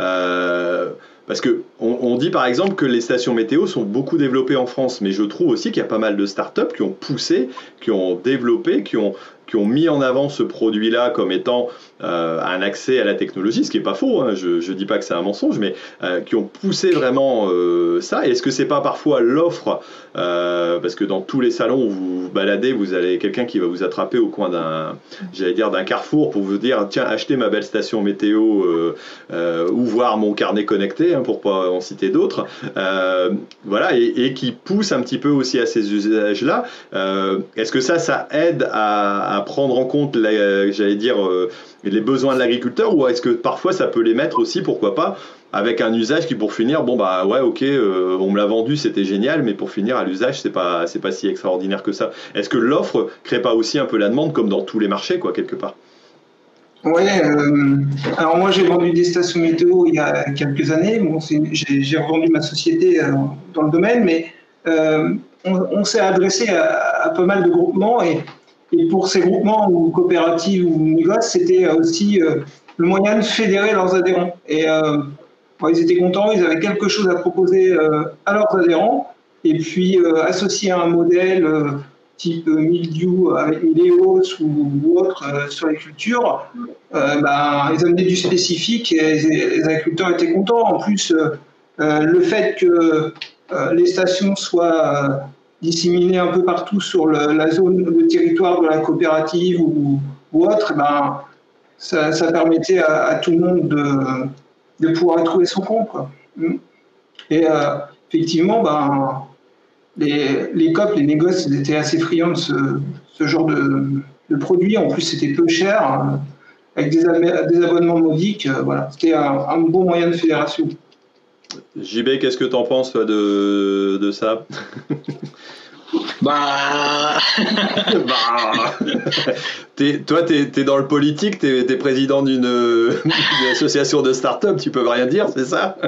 parce que on dit par exemple que les stations météo sont beaucoup développées en France, mais je trouve aussi qu'il y a pas mal de startups qui ont poussé, qui ont développé, qui ont mis en avant ce produit-là comme étant un accès à la technologie, ce qui n'est pas faux, je ne dis pas que c'est un mensonge, mais qui ont poussé vraiment ça. Et est-ce que ce n'est pas parfois l'offre, parce que dans tous les salons où vous vous baladez, vous avez quelqu'un qui va vous attraper au coin d'un carrefour pour vous dire tiens, achetez ma belle station météo ou voir mon carnet connecté, pour pas en citer d'autres, et qui pousse un petit peu aussi à ces usages-là. Est-ce que ça aide à prendre en compte les besoins de l'agriculteur, ou est-ce que parfois ça peut les mettre aussi, pourquoi pas, avec un usage qui pour finir, on me l'a vendu, c'était génial, mais pour finir à l'usage, c'est pas si extraordinaire que ça. Est-ce que l'offre crée pas aussi un peu la demande, comme dans tous les marchés, quoi, quelque part ? Ouais, alors moi j'ai vendu des stations météo il y a quelques années. Bon, j'ai revendu ma société dans le domaine, mais on s'est adressé à pas mal de groupements, et pour ces groupements ou coopératives ou négoces, c'était aussi le moyen de fédérer leurs adhérents. Et ils étaient contents, ils avaient quelque chose à proposer à leurs adhérents, et puis associé à un modèle type Mildiou avec Mileos ou autre sur les cultures, ils amenaient du spécifique et les agriculteurs étaient contents. En plus, le fait que les stations soient disséminées un peu partout sur la zone, le territoire de la coopérative ou autre, ben, ça permettait à tout le monde de pouvoir trouver son compte, quoi. Et effectivement, ben, les COP, les négoces, ils étaient assez friands de ce genre de produit. En plus, c'était peu cher, avec des abonnements modiques. Voilà. C'était un bon moyen de fédération. JB, qu'est-ce que tu en penses, toi, de ça? Bah... Toi, t'es dans le politique, t'es président d'une association de start-up, tu peux rien dire, c'est ça?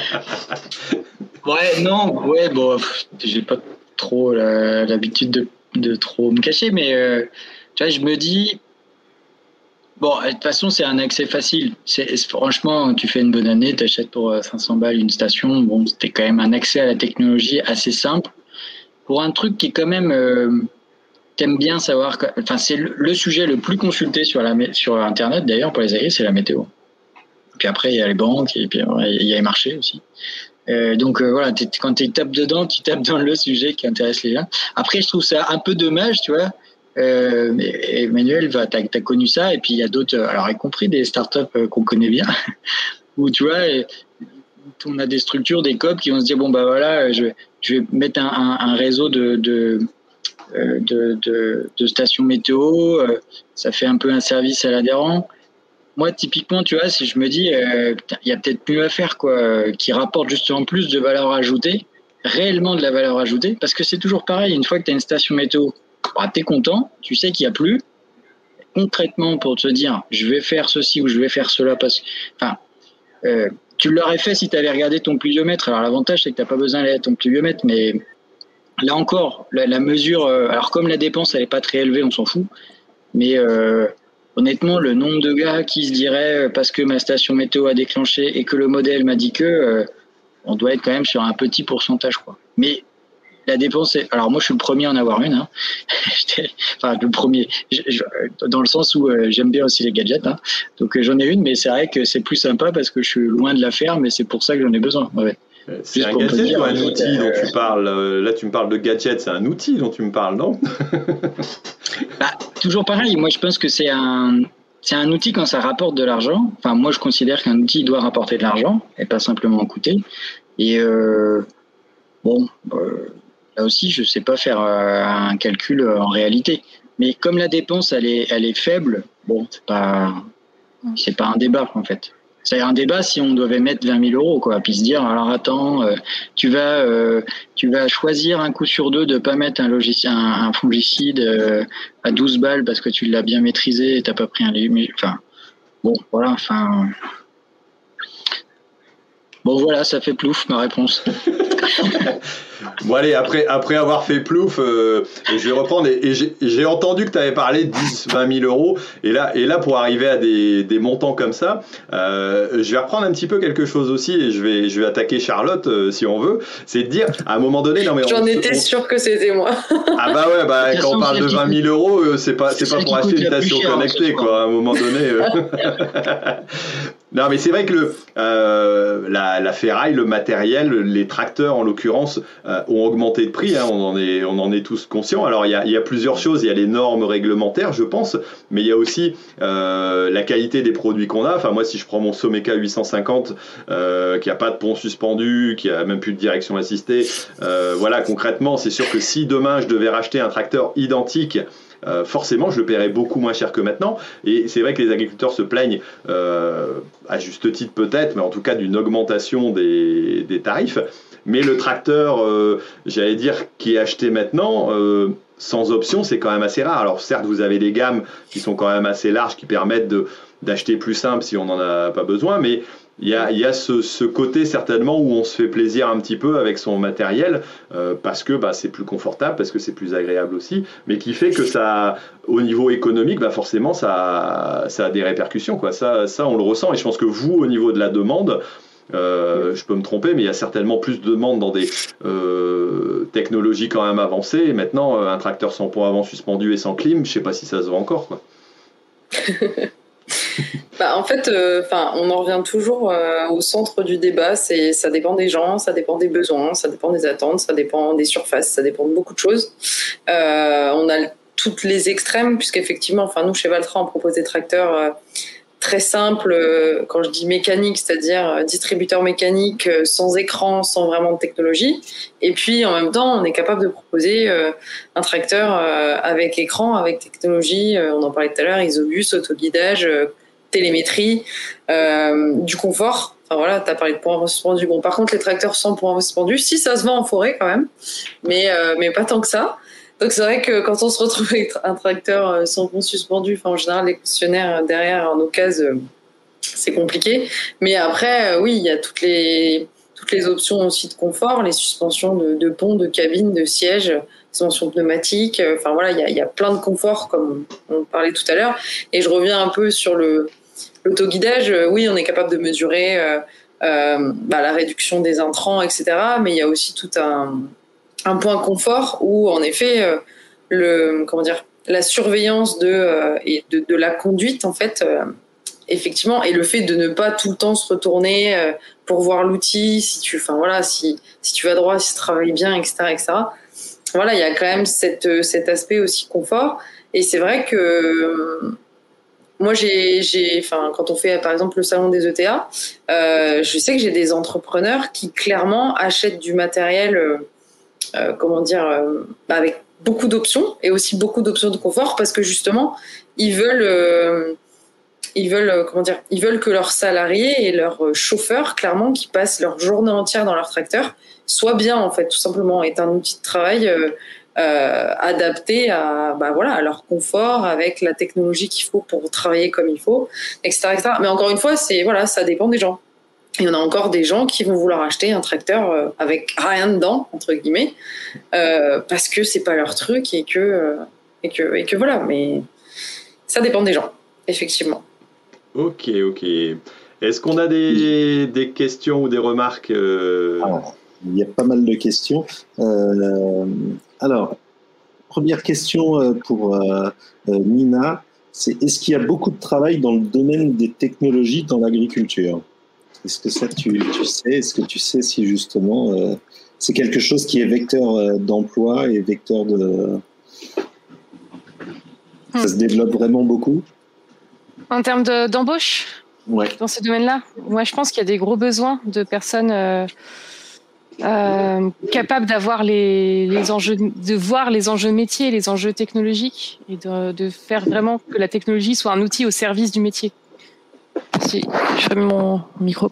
Ouais, bon, j'ai pas trop l'habitude de trop me cacher, mais tu vois, je me dis, bon, de toute façon, c'est un accès facile. Franchement, tu fais une bonne année, t'achètes pour 500 balles une station, bon, c'était quand même un accès à la technologie assez simple. Pour un truc qui est quand même, t'aimes bien savoir, enfin c'est le sujet le plus consulté sur Internet d'ailleurs pour les agris, c'est la météo. Puis après il y a les banques et puis il y a les marchés aussi. Donc voilà, quand tu tapes dedans, tu tapes dans le sujet qui intéresse les gens. Après je trouve ça un peu dommage, tu vois. Emmanuel, t'as connu ça et puis il y a d'autres, alors y compris des startups qu'on connaît bien, où tu vois. On a des structures, des COP qui vont se dire bon bah voilà, je vais mettre un réseau de stations météo, ça fait un peu un service à l'adhérent. Moi typiquement, tu vois, si je me dis il y a peut-être mieux à faire quoi, qui rapporte justement plus de valeur ajoutée, réellement de la valeur ajoutée, parce que c'est toujours pareil, une fois que tu as une station météo, bah, tu es content, tu sais qu'il n'y a plus. Concrètement, pour te dire je vais faire ceci ou je vais faire cela, tu l'aurais fait si tu avais regardé ton pluviomètre. Alors l'avantage, c'est que tu n'as pas besoin d'aller à ton pluviomètre, mais là encore, la mesure, alors comme la dépense, elle n'est pas très élevée, on s'en fout, mais honnêtement, le nombre de gars qui se diraient, parce que ma station météo a déclenché et que le modèle m'a dit que, on doit être quand même sur un petit pourcentage, quoi. Mais la dépense, alors moi je suis le premier à en avoir une, hein. Enfin le premier, dans le sens où j'aime bien aussi les gadgets, hein. Donc j'en ai une, mais c'est vrai que c'est plus sympa parce que je suis loin de la faire, mais c'est pour ça que j'en ai besoin. Ouais. C'est un gadget ou un outil dont tu parles? Là tu me parles de gadget, c'est un outil dont tu me parles, non? Toujours pareil, moi je pense que c'est un outil quand ça rapporte de l'argent. Enfin moi je considère qu'un outil doit rapporter de l'argent et pas simplement en coûter. Et là aussi, je sais pas faire un calcul en réalité. Mais comme la dépense, elle est faible, bon, c'est pas un débat, en fait. C'est un débat si on devait mettre 20 000 euros, quoi. Puis se dire, alors attends, tu vas choisir un coup sur deux de pas mettre un fongicide à 12 balles parce que tu l'as bien maîtrisé et t'as pas pris un légume. Enfin, bon, voilà, enfin. Bon, voilà, ça fait plouf, ma réponse. Bon allez, après avoir fait plouf, je vais reprendre et j'ai entendu que tu avais parlé de 10-20 000 euros et là pour arriver à des montants comme ça, je vais reprendre un petit peu quelque chose aussi et je vais attaquer Charlotte si on veut, c'est de dire à un moment donné, non mais j'en étais sûr que c'était moi. Ah bah ouais, quand on parle de 20 000 euros, c'est pas pour acheter une station connectée quoi, à un moment donné. Non mais c'est vrai que la ferraille, le matériel, les tracteurs en l'occurrence ont augmenté de prix, hein, on en est tous conscients. Alors il y a plusieurs choses, il y a les normes réglementaires je pense, mais il y a aussi la qualité des produits qu'on a. Enfin moi si je prends mon Someka 850 qui a pas de pont suspendu, qui a même plus de direction assistée, voilà concrètement c'est sûr que si demain je devais racheter un tracteur identique, forcément je le paierais beaucoup moins cher que maintenant et c'est vrai que les agriculteurs se plaignent à juste titre peut-être, mais en tout cas d'une augmentation des tarifs, mais le tracteur j'allais dire qui est acheté maintenant sans option c'est quand même assez rare. Alors certes vous avez des gammes qui sont quand même assez larges qui permettent d'acheter plus simple si on n'en a pas besoin, mais il y a ce côté certainement où on se fait plaisir un petit peu avec son matériel parce que c'est plus confortable, parce que c'est plus agréable aussi, mais qui fait que ça, au niveau économique, forcément ça a des répercussions quoi. Ça on le ressent et je pense que vous au niveau de la demande, je peux me tromper, mais il y a certainement plus de demandes dans des technologies quand même avancées. Et maintenant, un tracteur sans pont avant suspendu et sans clim, je sais pas si ça se vend encore quoi. En fait, on en revient toujours au centre du débat. Ça dépend des gens, ça dépend des besoins, ça dépend des attentes, ça dépend des surfaces, ça dépend de beaucoup de choses. On a toutes les extrêmes, puisqu'effectivement, nous, chez Valtra, on propose des tracteurs très simples, quand je dis mécanique, c'est-à-dire distributeur mécanique, sans écran, sans vraiment de technologie. Et puis, en même temps, on est capable de proposer un tracteur avec écran, avec technologie, on en parlait tout à l'heure, isobus, autoguidage, télémétrie, du confort. Tu as parlé de points suspendus. Bon, par contre, les tracteurs sans points suspendus, si ça se vend en forêt quand même, mais pas tant que ça. Donc c'est vrai que quand on se retrouve avec un tracteur sans pont suspendu, en général les concessionnaires derrière en occasion, c'est compliqué. Mais après, oui, il y a toutes les options aussi de confort, les suspensions de pont, de cabine, de siège, suspension pneumatique. Il y a plein de confort comme on parlait tout à l'heure. Et je reviens un peu sur l'autoguidage. Oui, on est capable de mesurer la réduction des intrants, etc. Mais il y a aussi tout un point confort où, en effet, la surveillance de la conduite, en fait, effectivement, et le fait de ne pas tout le temps se retourner pour voir l'outil, si tu vas droit, si tu travailles bien, etc., etc. Voilà, il y a quand même cet aspect aussi confort. Et c'est vrai que moi, quand on fait, par exemple, le salon des ETA, je sais que j'ai des entrepreneurs qui, clairement, achètent du matériel avec beaucoup d'options et aussi beaucoup d'options de confort, parce que justement ils veulent que leurs salariés et leurs chauffeurs, clairement, qui passent leur journée entière dans leur tracteur, soient bien, en fait, tout simplement, est un outil de travail adapté à leur confort, avec la technologie qu'il faut pour travailler comme il faut, etc., etc. Mais encore une fois, ça dépend des gens. Il y en a encore des gens qui vont vouloir acheter un tracteur avec rien dedans, entre guillemets, parce que c'est pas leur truc et que voilà. Mais ça dépend des gens, effectivement. Ok. Est-ce qu'on a des questions ou des remarques Il y a pas mal de questions. Alors, première question pour Nina, c'est: est-ce qu'il y a beaucoup de travail dans le domaine des technologies dans l'agriculture ? Est-ce que ça, tu sais? Est-ce que tu sais si justement c'est quelque chose qui est vecteur d'emploi et vecteur de... Ça se développe vraiment beaucoup? En termes d'embauche dans ce domaine-là? Moi, je pense qu'il y a des gros besoins de personnes capables d'avoir les enjeux, de voir les enjeux métiers, les enjeux technologiques, et de faire vraiment que la technologie soit un outil au service du métier. Si je ferme mon micro.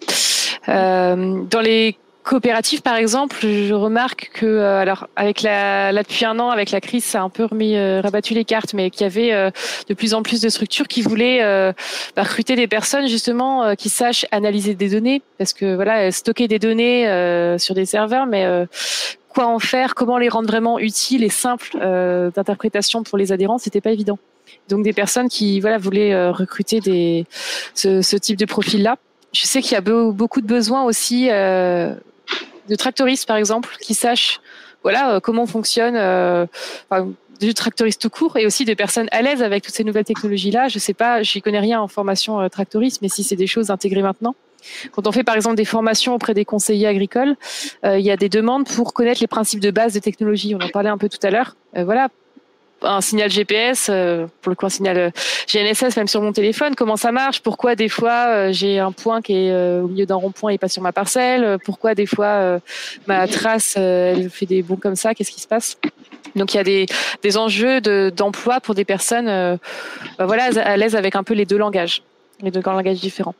Dans les coopératives, par exemple, je remarque que, alors, depuis un an, avec la crise, ça a un peu rabattu les cartes, mais qu'il y avait de plus en plus de structures qui voulaient recruter des personnes, justement, qui sachent analyser des données, parce que stocker des données sur des serveurs, mais quoi en faire, comment les rendre vraiment utiles et simples d'interprétation pour les adhérents, c'était pas évident. Donc des personnes qui voulaient recruter ce type de profil-là. Je sais qu'il y a beaucoup de besoins aussi de tractoristes, par exemple, qui sachent comment fonctionne du tractoriste tout court, et aussi de personnes à l'aise avec toutes ces nouvelles technologies-là. Je sais pas, j'y connais rien en formation tractoriste, mais si c'est des choses intégrées maintenant. Quand on fait par exemple des formations auprès des conseillers agricoles, il y a des demandes pour connaître les principes de base de technologie. On en parlait un peu tout à l'heure. Un signal GPS, pour le coup un signal GNSS même sur mon téléphone, comment ça marche, pourquoi des fois j'ai un point qui est au milieu d'un rond-point et pas sur ma parcelle, pourquoi des fois ma trace elle fait des bonds comme ça, qu'est-ce qui se passe? Donc il y a des enjeux d'emploi pour des personnes à l'aise avec un peu les deux langages différents.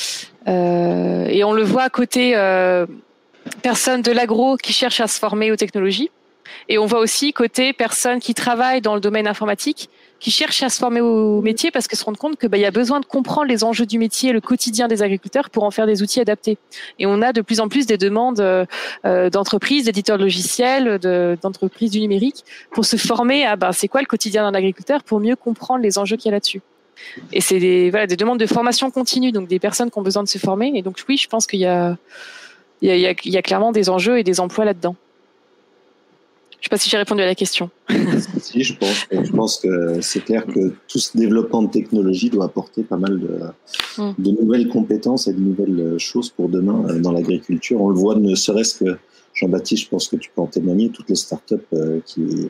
Et on le voit à côté personnes de l'agro qui cherchent à se former aux technologies. Et on voit aussi côté personnes qui travaillent dans le domaine informatique, qui cherchent à se former au métier parce qu'elles se rendent compte que y a besoin de comprendre les enjeux du métier, le quotidien des agriculteurs pour en faire des outils adaptés. Et on a de plus en plus des demandes d'entreprises, d'éditeurs de logiciels, d'entreprises du numérique pour se former à c'est quoi le quotidien d'un agriculteur pour mieux comprendre les enjeux qu'il y a là-dessus. Et c'est des demandes de formation continue, donc des personnes qui ont besoin de se former. Et donc oui, je pense qu'il y a clairement des enjeux et des emplois là-dedans. Je ne sais pas si j'ai répondu à la question. Si, je pense que c'est clair que tout ce développement de technologie doit apporter pas mal de nouvelles compétences et de nouvelles choses pour demain dans l'agriculture. On le voit, ne serait-ce que, Jean-Baptiste, je pense que tu peux en témoigner, toutes les startups qui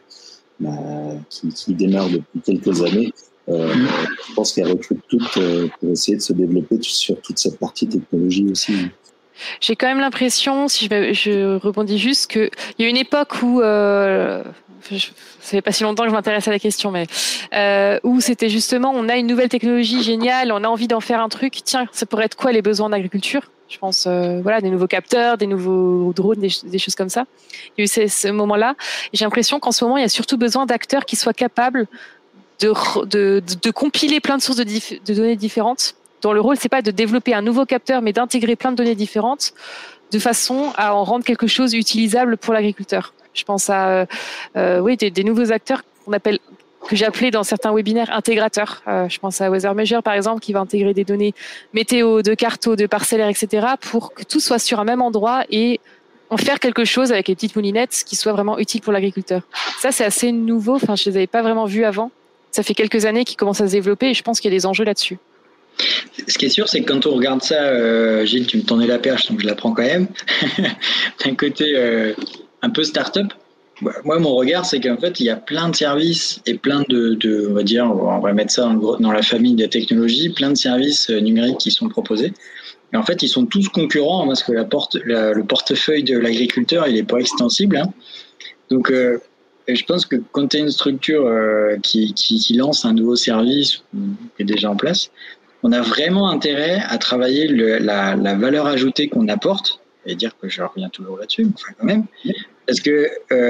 démarrent depuis quelques années, je pense qu'elles recrutent toutes pour essayer de se développer sur toute cette partie technologie aussi. J'ai quand même l'impression, si je rebondis juste, qu'il y a une époque où, ça fait pas si longtemps que je m'intéresse à la question, mais où c'était justement, on a une nouvelle technologie géniale, on a envie d'en faire un truc, tiens, ça pourrait être quoi les besoins d'agriculture ? Je pense, des nouveaux capteurs, des nouveaux drones, des choses comme ça. Il y a eu ce moment-là. Et j'ai l'impression qu'en ce moment, il y a surtout besoin d'acteurs qui soient capables de compiler plein de sources de données différentes, dont le rôle, c'est pas de développer un nouveau capteur, mais d'intégrer plein de données différentes de façon à en rendre quelque chose utilisable pour l'agriculteur. Je pense à des nouveaux acteurs que j'ai appelés dans certains webinaires intégrateurs. Je pense à Weather Measure, par exemple, qui va intégrer des données météo, de carto, de parcellaire, etc., pour que tout soit sur un même endroit et en faire quelque chose avec les petites moulinettes qui soit vraiment utile pour l'agriculteur. Ça, c'est assez nouveau. Enfin, je les avais pas vraiment vus avant. Ça fait quelques années qu'ils commencent à se développer et je pense qu'il y a des enjeux là-dessus. Ce qui est sûr, c'est que quand on regarde ça, Gilles, tu me tendais la perche, donc je la prends quand même. D'un côté un peu start-up, moi, mon regard, c'est qu'en fait, il y a plein de services et plein on va dire, on va mettre ça dans la famille des technologies, plein de services numériques qui sont proposés. Et en fait, ils sont tous concurrents parce que le portefeuille de l'agriculteur, il n'est pas extensible. Hein. Donc, je pense que quand tu as une structure qui lance un nouveau service qui est déjà en place, on a vraiment intérêt à travailler la valeur ajoutée qu'on apporte, et dire que je reviens toujours là-dessus, mais enfin quand même, parce que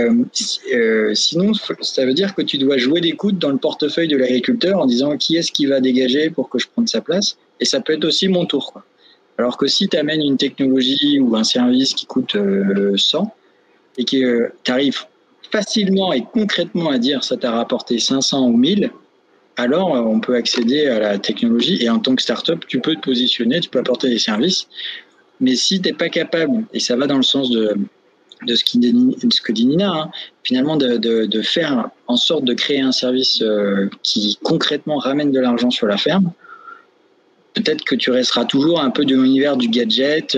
sinon, ça veut dire que tu dois jouer des coudes dans le portefeuille de l'agriculteur en disant qui est-ce qui va dégager pour que je prenne sa place, et ça peut être aussi mon tour, quoi. Alors que si tu amènes une technologie ou un service qui coûte 100 et que tu arrives facilement et concrètement à dire ça t'a rapporté 500 ou 1000, alors on peut accéder à la technologie et en tant que start-up, tu peux te positionner, tu peux apporter des services. Mais si tu n'es pas capable, et ça va dans le sens de ce que dit Nina, hein, finalement de faire en sorte de créer un service qui concrètement ramène de l'argent sur la ferme, peut-être que tu resteras toujours un peu de l'univers du gadget,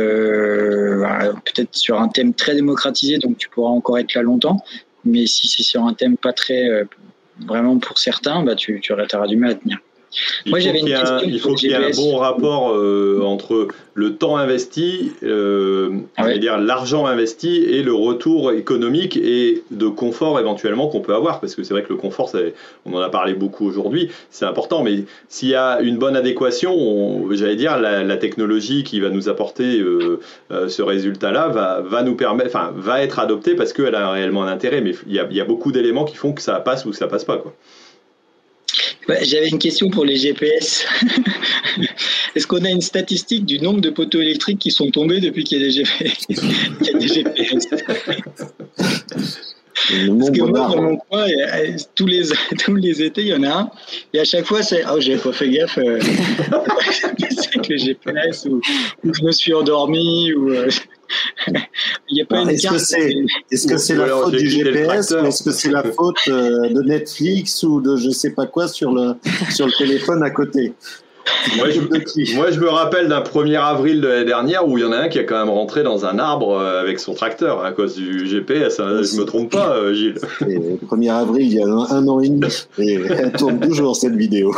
peut-être sur un thème très démocratisé, donc tu pourras encore être là longtemps. Mais si c'est sur un thème pas très vraiment pour certains, tu auras du mal à tenir. Il faut qu'il y ait un bon rapport entre le temps investi, dire l'argent investi et le retour économique et de confort éventuellement qu'on peut avoir, parce que c'est vrai que le confort, on en a parlé beaucoup aujourd'hui, c'est important, mais s'il y a une bonne adéquation, la technologie qui va nous apporter ce résultat-là va nous permettre, va être adoptée parce qu'elle a réellement un intérêt, mais il y a beaucoup d'éléments qui font que ça passe ou que ça passe pas, quoi. J'avais une question pour les GPS. Est-ce qu'on a une statistique du nombre de poteaux électriques qui sont tombés depuis qu'il y a des GPS? Parce que moi, dans mon coin, tous les étés, il y en a un. Et à chaque fois, c'est « Oh, j'avais pas fait gaffe. C'est avec le GPS ou je me suis endormi. » Il n'y a pas une carte. Est-ce que c'est la faute du GPS ou est-ce que c'est la faute de Netflix ou de je sais pas quoi sur le téléphone à côté? Moi, je me rappelle d'un 1er avril de l'année dernière où il y en a un qui a quand même rentré dans un arbre avec son tracteur à cause du GPS. Je me trompe pas, Gilles. Le 1er avril, il y a un an et demi. Et elle tourne toujours cette vidéo.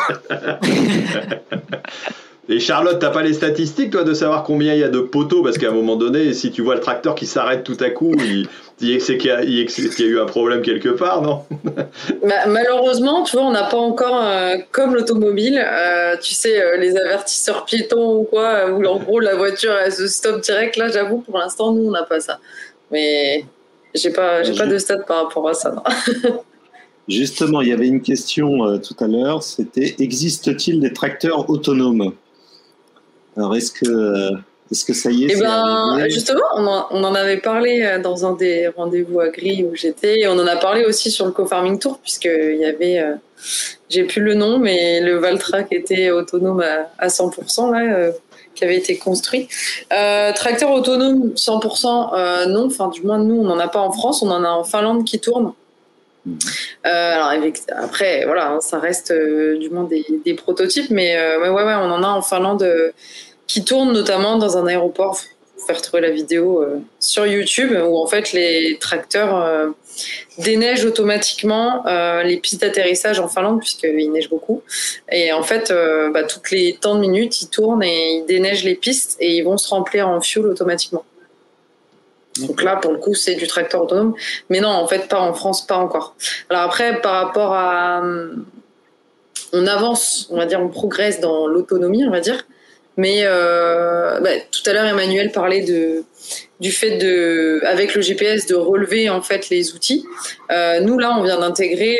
Et Charlotte, t'as pas les statistiques, toi, de savoir combien il y a de poteaux? Parce qu'à un moment donné, si tu vois le tracteur qui s'arrête tout à coup, qu'il y a eu un problème quelque part, non? Malheureusement, tu vois, on n'a pas encore, comme l'automobile, tu sais, les avertisseurs piétons ou quoi, où en gros la voiture elle se stoppe direct. Là, j'avoue, pour l'instant, nous, on n'a pas ça. Mais j'ai pas de stats par rapport à ça. Non. Justement, il y avait une question tout à l'heure, c'était existe-t-il des tracteurs autonomes? Alors, est-ce que ça y est? Justement, on en avait parlé dans un des rendez-vous agri où j'étais, et on en a parlé aussi sur le Co-Farming Tour, puisqu'il y avait, j'ai plus le nom, mais le Valtra qui était autonome à 100%, là, qui avait été construit. Tracteur autonome 100%, non. Enfin, du moins, nous, on n'en a pas en France. On en a en Finlande qui tourne. Alors, après, voilà, ça reste du moins des prototypes, mais ouais, on en a en Finlande qui tournent notamment dans un aéroport. Vous faire trouver la vidéo sur YouTube où en fait les tracteurs déneigent automatiquement les pistes d'atterrissage en Finlande puisqu'il neige beaucoup. Et en fait, toutes les temps de minutes, ils tournent et ils déneigent les pistes et ils vont se remplir en fuel automatiquement. Donc là, pour le coup, c'est du tracteur autonome. Mais non, en fait, pas en France, pas encore. Alors après, par rapport à... On avance, on va dire, on progresse dans l'autonomie, on va dire. Mais tout à l'heure, Emmanuel parlait du fait avec le GPS, de relever en fait les outils. Nous, là, on vient d'intégrer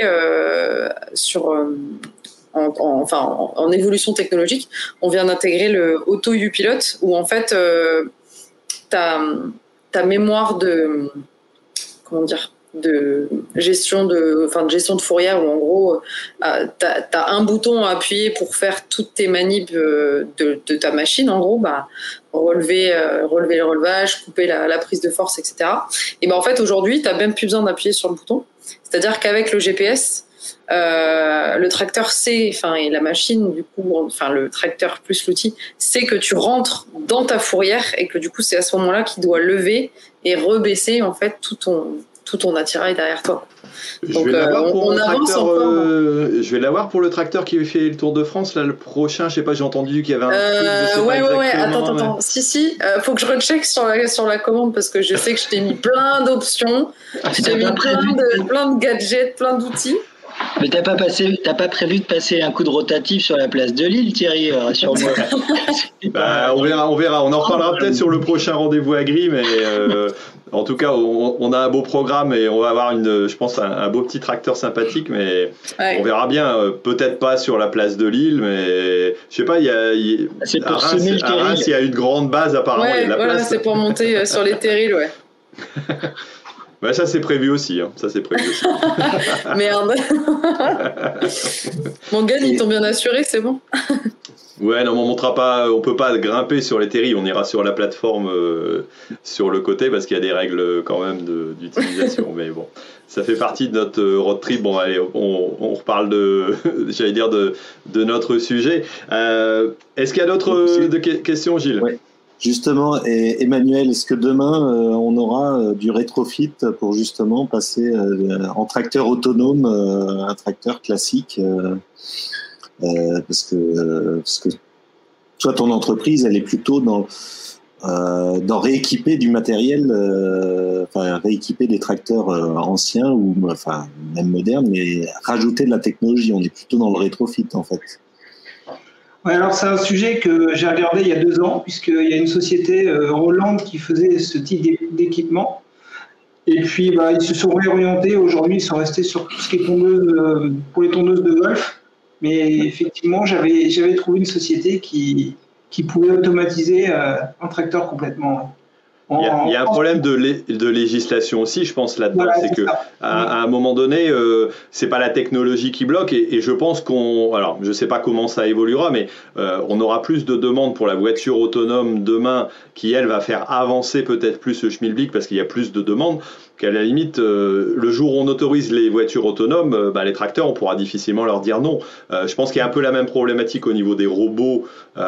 en évolution technologique, on vient d'intégrer le Auto U-Pilot où en fait, ta mémoire de gestion de fourrière où en gros t'as un bouton à appuyer pour faire toutes tes manips de ta machine, en gros relever le relevage, couper la prise de force, etc. Et en fait aujourd'hui t'as même plus besoin d'appuyer sur le bouton, c'est-à-dire qu'avec le GPS le tracteur sait, et la machine du coup, le tracteur plus l'outil sait que tu rentres dans ta fourrière et que du coup c'est à ce moment-là qu'il doit lever et rebaisser en fait tout ton attirail derrière toi. Donc je vais l'avoir pour le tracteur qui fait le Tour de France là, le prochain. Je sais pas, j'ai entendu qu'il y avait un ouais. Attends. Si. Faut que je recheck sur la commande parce que je sais que je t'ai mis plein d'options. Je t'ai mis plein de gadgets, plein d'outils. Mais t'as pas prévu de passer un coup de rotatif sur la place de Lille, Thierry, rassure-moi. On verra. On en reparlera peut-être sur le prochain rendez-vous Agri, mais en tout cas, on a un beau programme et on va avoir je pense un beau petit tracteur sympathique, mais on verra bien. Peut-être pas sur la place de Lille, mais je sais pas. À Reims, il y a une grande base apparemment. Ouais, il y a de la place. C'est pour monter sur les terrils, ouais. Ça c'est prévu aussi. Merde. Mon gars, ils t'ont bien assuré, c'est bon. Ouais, non, on peut pas grimper sur les terrils. On ira sur la plateforme sur le côté parce qu'il y a des règles quand même d'utilisation. Mais bon, ça fait partie de notre road trip. Bon, allez, on reparle de notre sujet. Est-ce qu'il y a d'autres questions, Gilles? Ouais. Justement, et Emmanuel, est-ce que demain on aura du rétrofit pour justement passer en tracteur autonome, un tracteur classique, parce que toi, ton entreprise, elle est plutôt dans rééquiper du matériel, rééquiper des tracteurs anciens ou même modernes, mais rajouter de la technologie. On est plutôt dans le rétrofit en fait. Ouais, alors c'est un sujet que j'ai regardé il y a 2 ans, puisqu'il y a une société en Hollande qui faisait ce type d'équipement. Et puis ils se sont réorientés. Aujourd'hui, ils sont restés sur tout ce qui est tondeuse, pour les tondeuses de golf. Mais effectivement, j'avais trouvé une société qui pouvait automatiser un tracteur complètement. Il y a un problème de législation aussi, je pense, là-dedans. Voilà, c'est que à un moment donné, c'est pas la technologie qui bloque. Et je pense alors, je sais pas comment ça évoluera, mais on aura plus de demandes pour la voiture autonome demain qui, elle, va faire avancer peut-être plus le schmilblick parce qu'il y a plus de demandes. Qu'à la limite, le jour où on autorise les voitures autonomes, les tracteurs, on pourra difficilement leur dire non. Je pense qu'il y a un peu la même problématique au niveau des robots,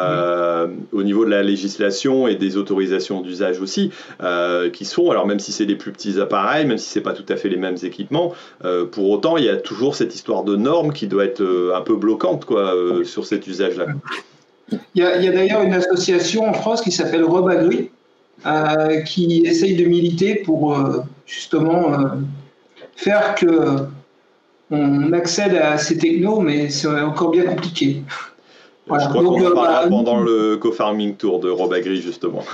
au niveau de la législation et des autorisations d'usage aussi, qui se font. Alors même si c'est des plus petits appareils, même si c'est pas tout à fait les mêmes équipements, pour autant, il y a toujours cette histoire de normes qui doit être un peu bloquante sur cet usage-là. Il y a d'ailleurs une association en France qui s'appelle RobAgri, qui essaye de militer pour justement faire qu'on accède à ces technos, mais c'est encore bien compliqué. Voilà. Je crois qu'on en parlera pendant le co-farming tour de RobAgri, justement.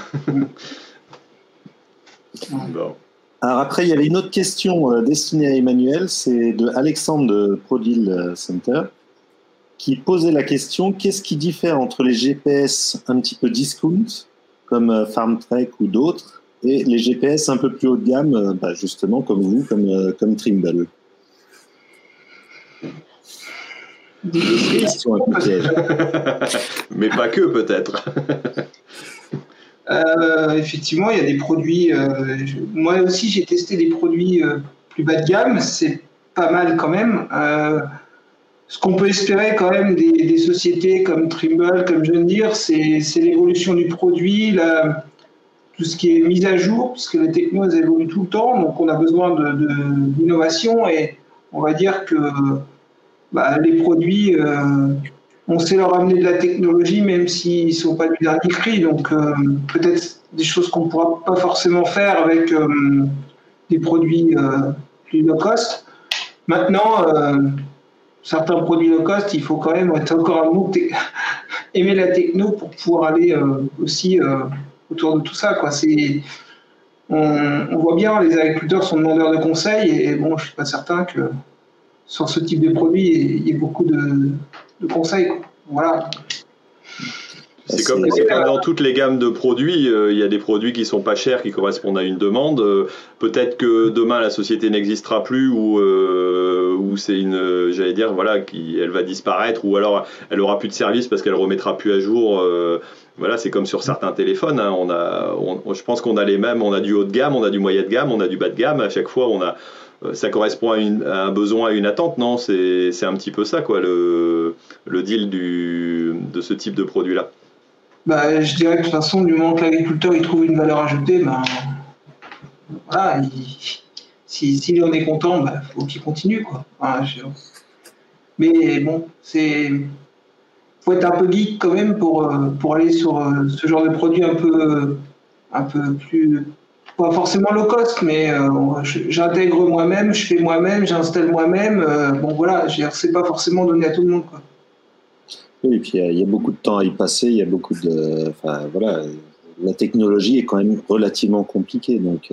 Bon. Alors après, il y avait une autre question destinée à Emmanuel, c'est de Alexandre de ProDeal Center, qui posait la question: qu'est-ce qui diffère entre les GPS un petit peu discount, comme FarmTrek ou d'autres, et les GPS un peu plus haut de gamme, justement comme vous, comme Trimble? Question un peu piège. Mais pas que, peut-être. Effectivement, il y a des produits. Moi aussi, j'ai testé des produits plus bas de gamme. C'est pas mal quand même. Ce qu'on peut espérer quand même des sociétés comme Trimble, comme John Deere, c'est l'évolution du produit, tout ce qui est mise à jour, puisque les technos elles évoluent tout le temps, donc on a besoin d'innovation et on va dire que les produits, on sait leur amener de la technologie même s'ils ne sont pas du dernier cri, donc peut-être des choses qu'on ne pourra pas forcément faire avec des produits plus low cost. Maintenant, certains produits low cost, il faut quand même être encore un mot aimer la techno pour pouvoir aller aussi autour de tout ça, quoi. On voit bien, les agriculteurs sont demandeurs de conseils et bon, je suis pas certain que sur ce type de produit il y ait beaucoup de conseils, quoi. Voilà. C'est comme dans toutes les gammes de produits, il y a des produits qui sont pas chers, qui correspondent à une demande. Peut-être que demain la société n'existera plus ou c'est j'allais dire, elle va disparaître, ou alors elle aura plus de service parce qu'elle remettra plus à jour. Voilà, c'est comme sur certains téléphones. Hein, je pense qu'on a les mêmes. On a du haut de gamme, on a du moyen de gamme, on a du bas de gamme. À chaque fois, ça correspond à un besoin, à une attente. Non, c'est un petit peu ça, quoi, le deal de ce type de produit-là. Je dirais que de toute façon, du moment que l'agriculteur il trouve une valeur ajoutée, voilà, s'il en est content, faut qu'il continue, quoi. Mais bon, faut être un peu geek quand même pour aller sur ce genre de produit un peu plus, pas forcément low cost, mais j'intègre moi-même, je fais moi-même, j'installe moi-même. Bon voilà, c'est pas forcément donné à tout le monde, quoi. Oui, et puis il y a beaucoup de temps à y passer, il y a beaucoup de... Enfin, voilà, la technologie est quand même relativement compliquée, donc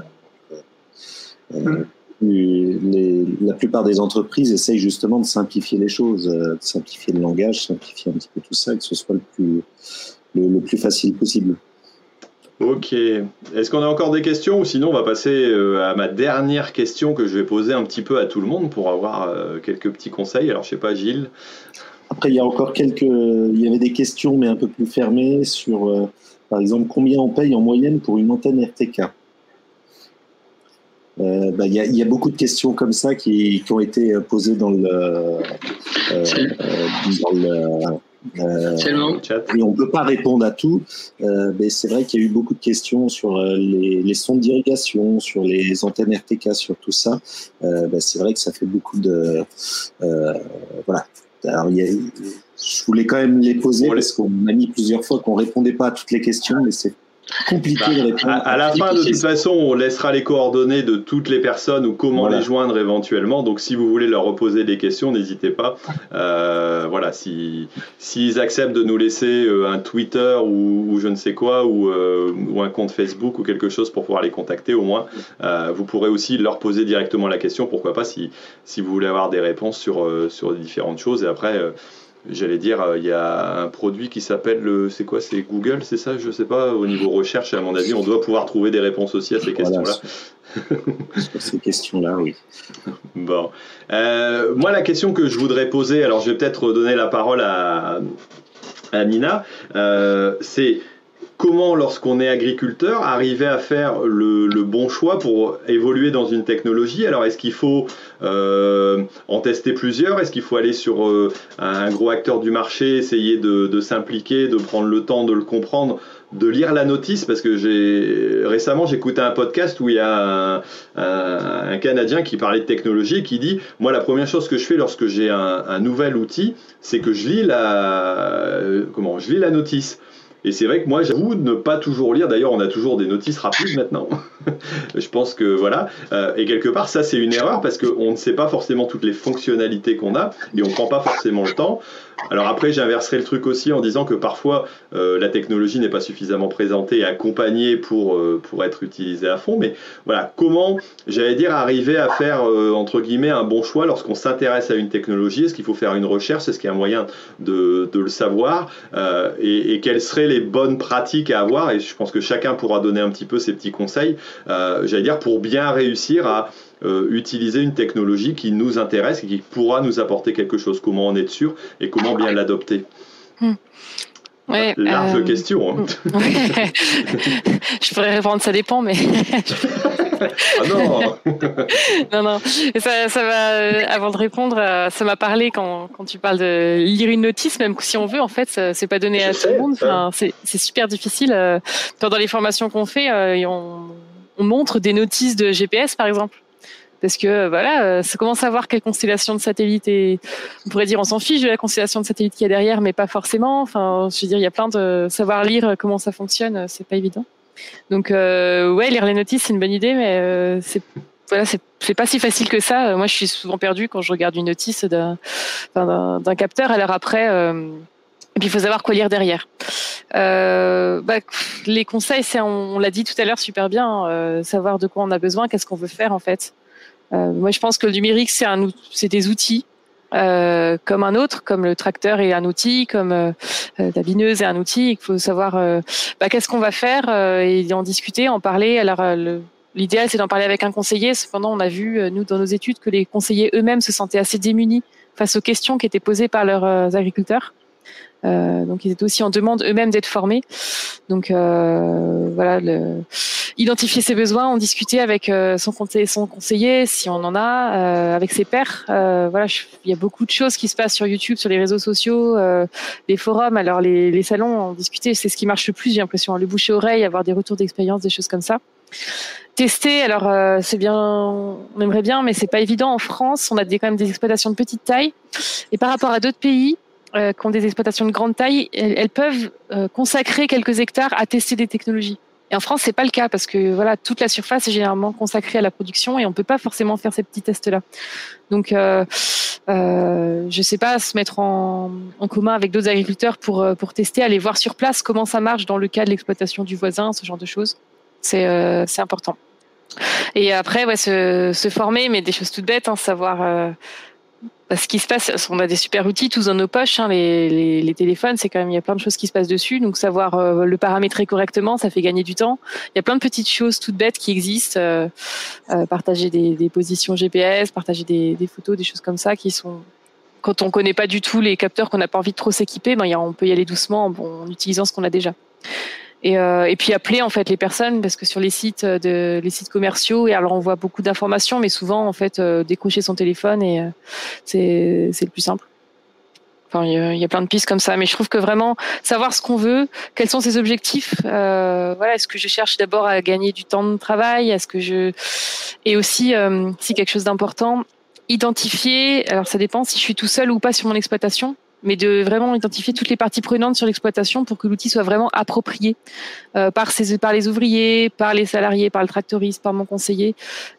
la plupart des entreprises essayent justement de simplifier les choses, de simplifier le langage, simplifier un petit peu tout ça, que ce soit le plus facile possible. Ok. Est-ce qu'on a encore des questions, ou sinon on va passer à ma dernière question que je vais poser un petit peu à tout le monde pour avoir quelques petits conseils. Alors je sais pas, Gilles. Après, il y a encore il y avait des questions, mais un peu plus fermées, sur, par exemple, combien on paye en moyenne pour une antenne RTK. Il y a beaucoup de questions comme ça qui ont été posées dans le chat. Et on ne peut pas répondre à tout, mais c'est vrai qu'il y a eu beaucoup de questions sur les sondes d'irrigation, sur les antennes RTK, sur tout ça. C'est vrai que ça fait beaucoup de... voilà. Alors, je voulais quand même les poser parce qu'on a mis plusieurs fois qu'on ne répondait pas à toutes les questions, mais c'est compliqué de répondre. À la fin, de toute façon, on laissera les coordonnées de toutes les personnes ou comment les joindre éventuellement. Donc, si vous voulez leur reposer des questions, n'hésitez pas. Voilà, s'ils acceptent de nous laisser un Twitter ou je ne sais quoi, ou un compte Facebook ou quelque chose pour pouvoir les contacter, au moins, vous pourrez aussi leur poser directement la question. Pourquoi pas, si vous voulez avoir des réponses sur différentes choses. Et après... j'allais dire, il y a un produit qui s'appelle, c'est quoi, c'est Google, c'est ça, je sais pas, au niveau recherche, à mon avis, on doit pouvoir trouver des réponses aussi à ces questions-là. Sur ces questions-là, oui. Bon. Moi, la question que je voudrais poser, alors je vais peut-être donner la parole à Nina, c'est... Comment, lorsqu'on est agriculteur, arriver à faire le bon choix pour évoluer dans une technologie? Alors, est-ce qu'il faut en tester plusieurs? Est-ce qu'il faut aller sur un gros acteur du marché, essayer de s'impliquer, de prendre le temps de le comprendre, de lire la notice? Parce que récemment, j'écoutais un podcast où il y a un Canadien qui parlait de technologie et qui dit « Moi, la première chose que je fais lorsque j'ai un nouvel outil, c'est que je lis la notice. » Et c'est vrai que moi, j'avoue ne pas toujours lire. D'ailleurs, on a toujours des notices rapides maintenant. Je pense que voilà. Et quelque part, ça, c'est une erreur parce qu'on ne sait pas forcément toutes les fonctionnalités qu'on a et on ne prend pas forcément le temps. Alors après, j'inverserai le truc aussi en disant que parfois, la technologie n'est pas suffisamment présentée et accompagnée pour être utilisée à fond. Mais voilà, comment, j'allais dire, arriver à faire, entre guillemets, un bon choix lorsqu'on s'intéresse à une technologie? Est-ce qu'il faut faire une recherche? Est-ce qu'il y a un moyen de le savoir? Et quelles seraient les bonnes pratiques à avoir? Et je pense que chacun pourra donner un petit peu ses petits conseils, j'allais dire, pour bien réussir à utiliser une technologie qui nous intéresse et qui pourra nous apporter quelque chose. Comment en être sûr et comment bien l'adopter? Ouais, large question. Hein. Je pourrais répondre, ça dépend, mais. Ah non. Non. Et ça va. Avant de répondre, ça m'a parlé quand tu parles de lire une notice, même si on veut, en fait, c'est pas donné à tout le monde. Enfin, c'est super difficile. Pendant les formations qu'on fait, on montre des notices de GPS, par exemple. Parce que voilà, ça commence à voir quelle constellation de satellites on pourrait dire on s'en fiche de la constellation de satellites qu'il y a derrière, mais pas forcément. Enfin, je veux dire, il y a plein de savoir lire comment ça fonctionne, c'est pas évident. Donc ouais, lire les notices c'est une bonne idée, mais c'est pas si facile que ça. Moi, je suis souvent perdue quand je regarde une notice d'un capteur. Alors après, et puis il faut savoir quoi lire derrière. Les conseils, on l'a dit tout à l'heure super bien, savoir de quoi on a besoin, qu'est-ce qu'on veut faire en fait. Moi, je pense que le numérique, c'est des outils comme un autre, comme le tracteur est un outil, comme la bineuse est un outil. Il faut savoir qu'est-ce qu'on va faire et en discuter, en parler. Alors, l'idéal, c'est d'en parler avec un conseiller. Cependant, on a vu, nous, dans nos études, que les conseillers eux-mêmes se sentaient assez démunis face aux questions qui étaient posées par leurs agriculteurs. Donc ils étaient aussi en demande eux-mêmes d'être formés. Donc voilà, identifier ses besoins, en discuter avec son conseiller si on en a, avec ses pairs. Voilà, il y a beaucoup de choses qui se passent sur YouTube, sur les réseaux sociaux, les forums. Alors les salons, en discuter, c'est ce qui marche le plus, j'ai l'impression. Le bouche à oreille, avoir des retours d'expérience, des choses comme ça. Tester, alors c'est bien, on aimerait bien, mais c'est pas évident en France. On a quand même des exploitations de petite taille, et par rapport à d'autres pays qui ont des exploitations de grande taille, elles peuvent consacrer quelques hectares à tester des technologies. Et en France, c'est pas le cas parce que voilà, toute la surface est généralement consacrée à la production et on peut pas forcément faire ces petits tests-là. Donc, je sais pas, se mettre en commun avec d'autres agriculteurs pour tester, aller voir sur place comment ça marche dans le cas de l'exploitation du voisin, ce genre de choses. C'est important. Et après, ouais, se former, mais des choses toutes bêtes, savoir. Ce qui se passe, on a des super outils tous dans nos poches, les téléphones, c'est quand même, il y a plein de choses qui se passent dessus, donc savoir le paramétrer correctement, ça fait gagner du temps. Il y a plein de petites choses toutes bêtes qui existent, partager des positions GPS, partager des photos, des choses comme ça qui sont, quand on connaît pas du tout les capteurs, qu'on n'a pas envie de trop s'équiper, on peut y aller doucement en utilisant ce qu'on a déjà. Et puis appeler en fait les personnes, parce que sur les sites commerciaux, et alors on voit beaucoup d'informations, mais souvent en fait décrocher son téléphone et c'est le plus simple. Enfin, il y a plein de pistes comme ça, mais je trouve que vraiment savoir ce qu'on veut, quels sont ses objectifs. Voilà, est-ce que je cherche d'abord à gagner du temps de travail, et aussi si quelque chose d'important, identifier. Alors ça dépend si je suis tout seul ou pas sur mon exploitation, mais de vraiment identifier toutes les parties prenantes sur l'exploitation pour que l'outil soit vraiment approprié par les ouvriers, par les salariés, par le tractoriste, par mon conseiller,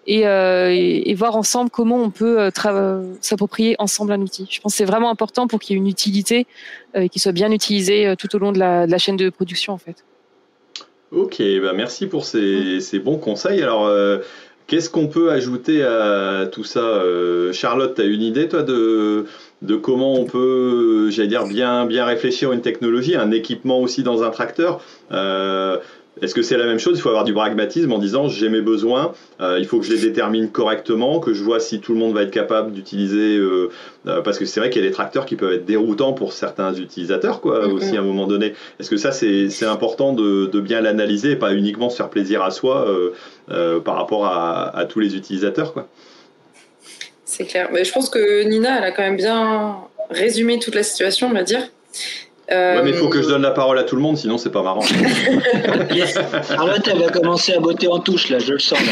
et voir ensemble comment on peut s'approprier ensemble un outil. Je pense que c'est vraiment important pour qu'il y ait une utilité, qu'il soit bien utilisé tout au long de la chaîne de production en fait. Ok, merci pour ces bons conseils. Alors, qu'est-ce qu'on peut ajouter à tout ça? Charlotte, tu as une idée, toi, de comment on peut, j'allais dire, bien réfléchir une technologie, un équipement aussi dans un tracteur? Est-ce que c'est la même chose? Il faut avoir du pragmatisme en disant j'ai mes besoins, il faut que je les détermine correctement, que je vois si tout le monde va être capable d'utiliser, parce que c'est vrai qu'il y a des tracteurs qui peuvent être déroutants pour certains utilisateurs, quoi, aussi à un moment donné. Est-ce que ça c'est important de bien l'analyser et pas uniquement se faire plaisir à soi par rapport à tous les utilisateurs, quoi? C'est clair. Mais je pense que Nina, elle a quand même bien résumé toute la situation, on va dire. Ouais, mais il faut que je donne la parole à tout le monde, sinon c'est pas marrant. Charlotte, elle va commencer à botter en touche, là, je le sens.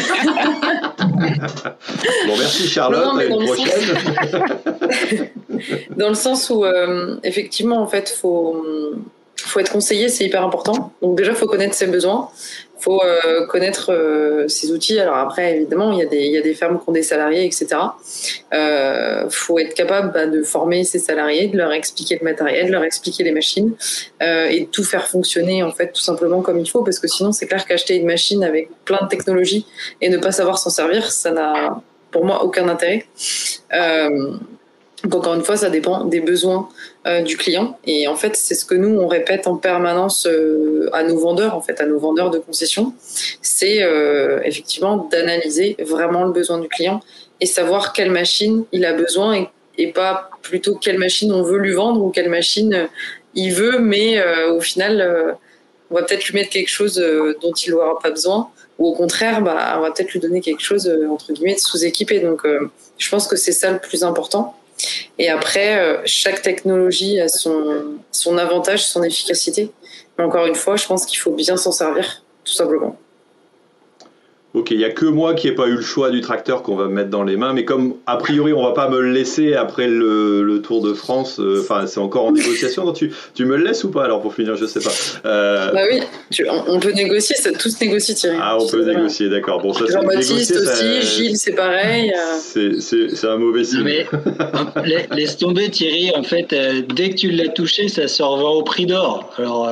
Bon, merci Charlotte, à une prochaine. Dans le sens où, effectivement, en fait, faut être conseillé, c'est hyper important. Donc déjà, il faut connaître ses besoins. Il faut connaître ces outils. Alors après, évidemment, il y a des fermes qui ont des salariés, etc. Faut être capable de former ces salariés, de leur expliquer le matériel, de leur expliquer les machines et de tout faire fonctionner en fait tout simplement comme il faut, parce que sinon, c'est clair qu'acheter une machine avec plein de technologies et ne pas savoir s'en servir, ça n'a pour moi aucun intérêt. Donc encore une fois, ça dépend des besoins du client. Et en fait, c'est ce que nous, on répète en permanence à nos vendeurs, à nos vendeurs de concession. C'est effectivement d'analyser vraiment le besoin du client et savoir quelle machine il a besoin et pas plutôt quelle machine on veut lui vendre ou quelle machine il veut, mais au final, on va peut-être lui mettre quelque chose dont il n'aura pas besoin. Ou au contraire, on va peut-être lui donner quelque chose, entre guillemets, de sous-équipé. Donc, je pense que c'est ça le plus important. Et après, chaque technologie a son avantage, son efficacité. Mais encore une fois, je pense qu'il faut bien s'en servir, tout simplement. Ok, il n'y a que moi qui n'ai pas eu le choix du tracteur qu'on va me mettre dans les mains, mais comme a priori on ne va pas me le laisser après le Tour de France, c'est encore en négociation, donc tu me le laisses ou pas alors pour finir, je ne sais pas. Oui, on peut négocier, tout se négocie Thierry. Ah, on peut négocier, d'accord. Bon, Jean-Baptiste aussi, Gilles c'est pareil. C'est un mauvais signe. Mais laisse tomber Thierry, en fait, dès que tu l'as touché, ça se revend au prix d'or. Alors,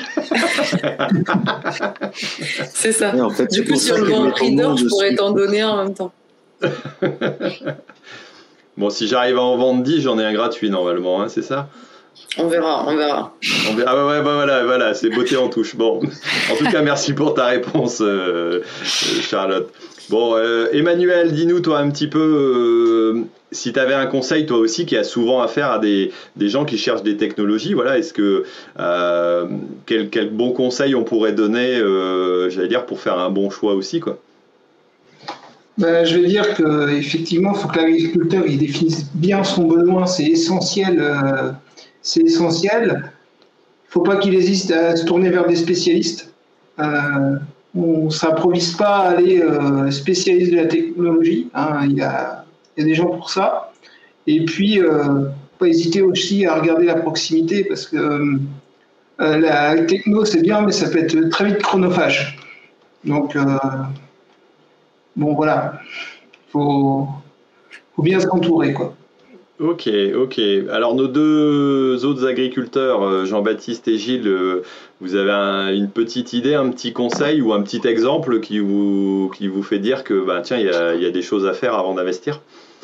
c'est ça. Et en fait, du coup, si on le vend au prix d'or, je pourrais t'en donner un en même temps. Bon, si j'arrive à en vendre 10, j'en ai un gratuit normalement, hein, c'est ça ? On verra. Ah ouais, voilà, c'est beauté en touche. Bon, en tout cas, merci pour ta réponse, Charlotte. Bon, Emmanuel, dis-nous toi un petit peu si tu avais un conseil toi aussi qui a souvent affaire à des gens qui cherchent des technologies. Voilà, est-ce que quel bon conseil on pourrait donner, j'allais dire, pour faire un bon choix aussi, quoi. Je vais dire qu'effectivement, il faut que l'agriculteur il définisse bien son besoin, c'est essentiel. Il ne faut pas qu'il hésite à se tourner vers des spécialistes. On ne s'improvise pas à aller spécialiste de la technologie. Hein, il y a des gens pour ça. Et puis, pas hésiter aussi à regarder la proximité parce que la techno, c'est bien, mais ça peut être très vite chronophage. Donc, bon, voilà. Faut bien s'entourer, quoi. Ok. Alors nos deux autres agriculteurs, Jean-Baptiste et Gilles, vous avez une petite idée, un petit conseil ou un petit exemple qui vous fait dire que tiens, il y a des choses à faire avant d'investir?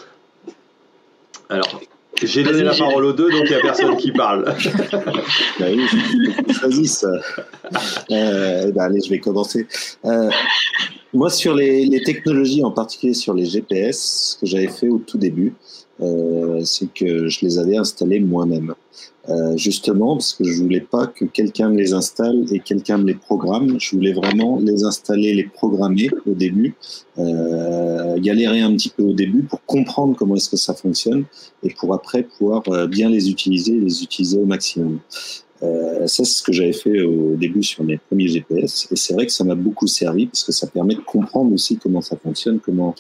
Alors, j'ai donné la parole aux deux, donc il n'y a personne qui parle. Oui, je choisisse. Allez, je vais commencer. Moi, sur les technologies, en particulier sur les GPS, ce que j'avais fait au tout début, c'est que je les avais installés moi-même. Justement, parce que je voulais pas que quelqu'un me les installe et quelqu'un me les programme. Je voulais vraiment les installer, les programmer au début, galérer un petit peu au début pour comprendre comment est-ce que ça fonctionne et pour après pouvoir bien les utiliser au maximum. Ça, c'est ce que j'avais fait au début sur mes premiers GPS, et c'est vrai que ça m'a beaucoup servi parce que ça permet de comprendre aussi comment ça fonctionne,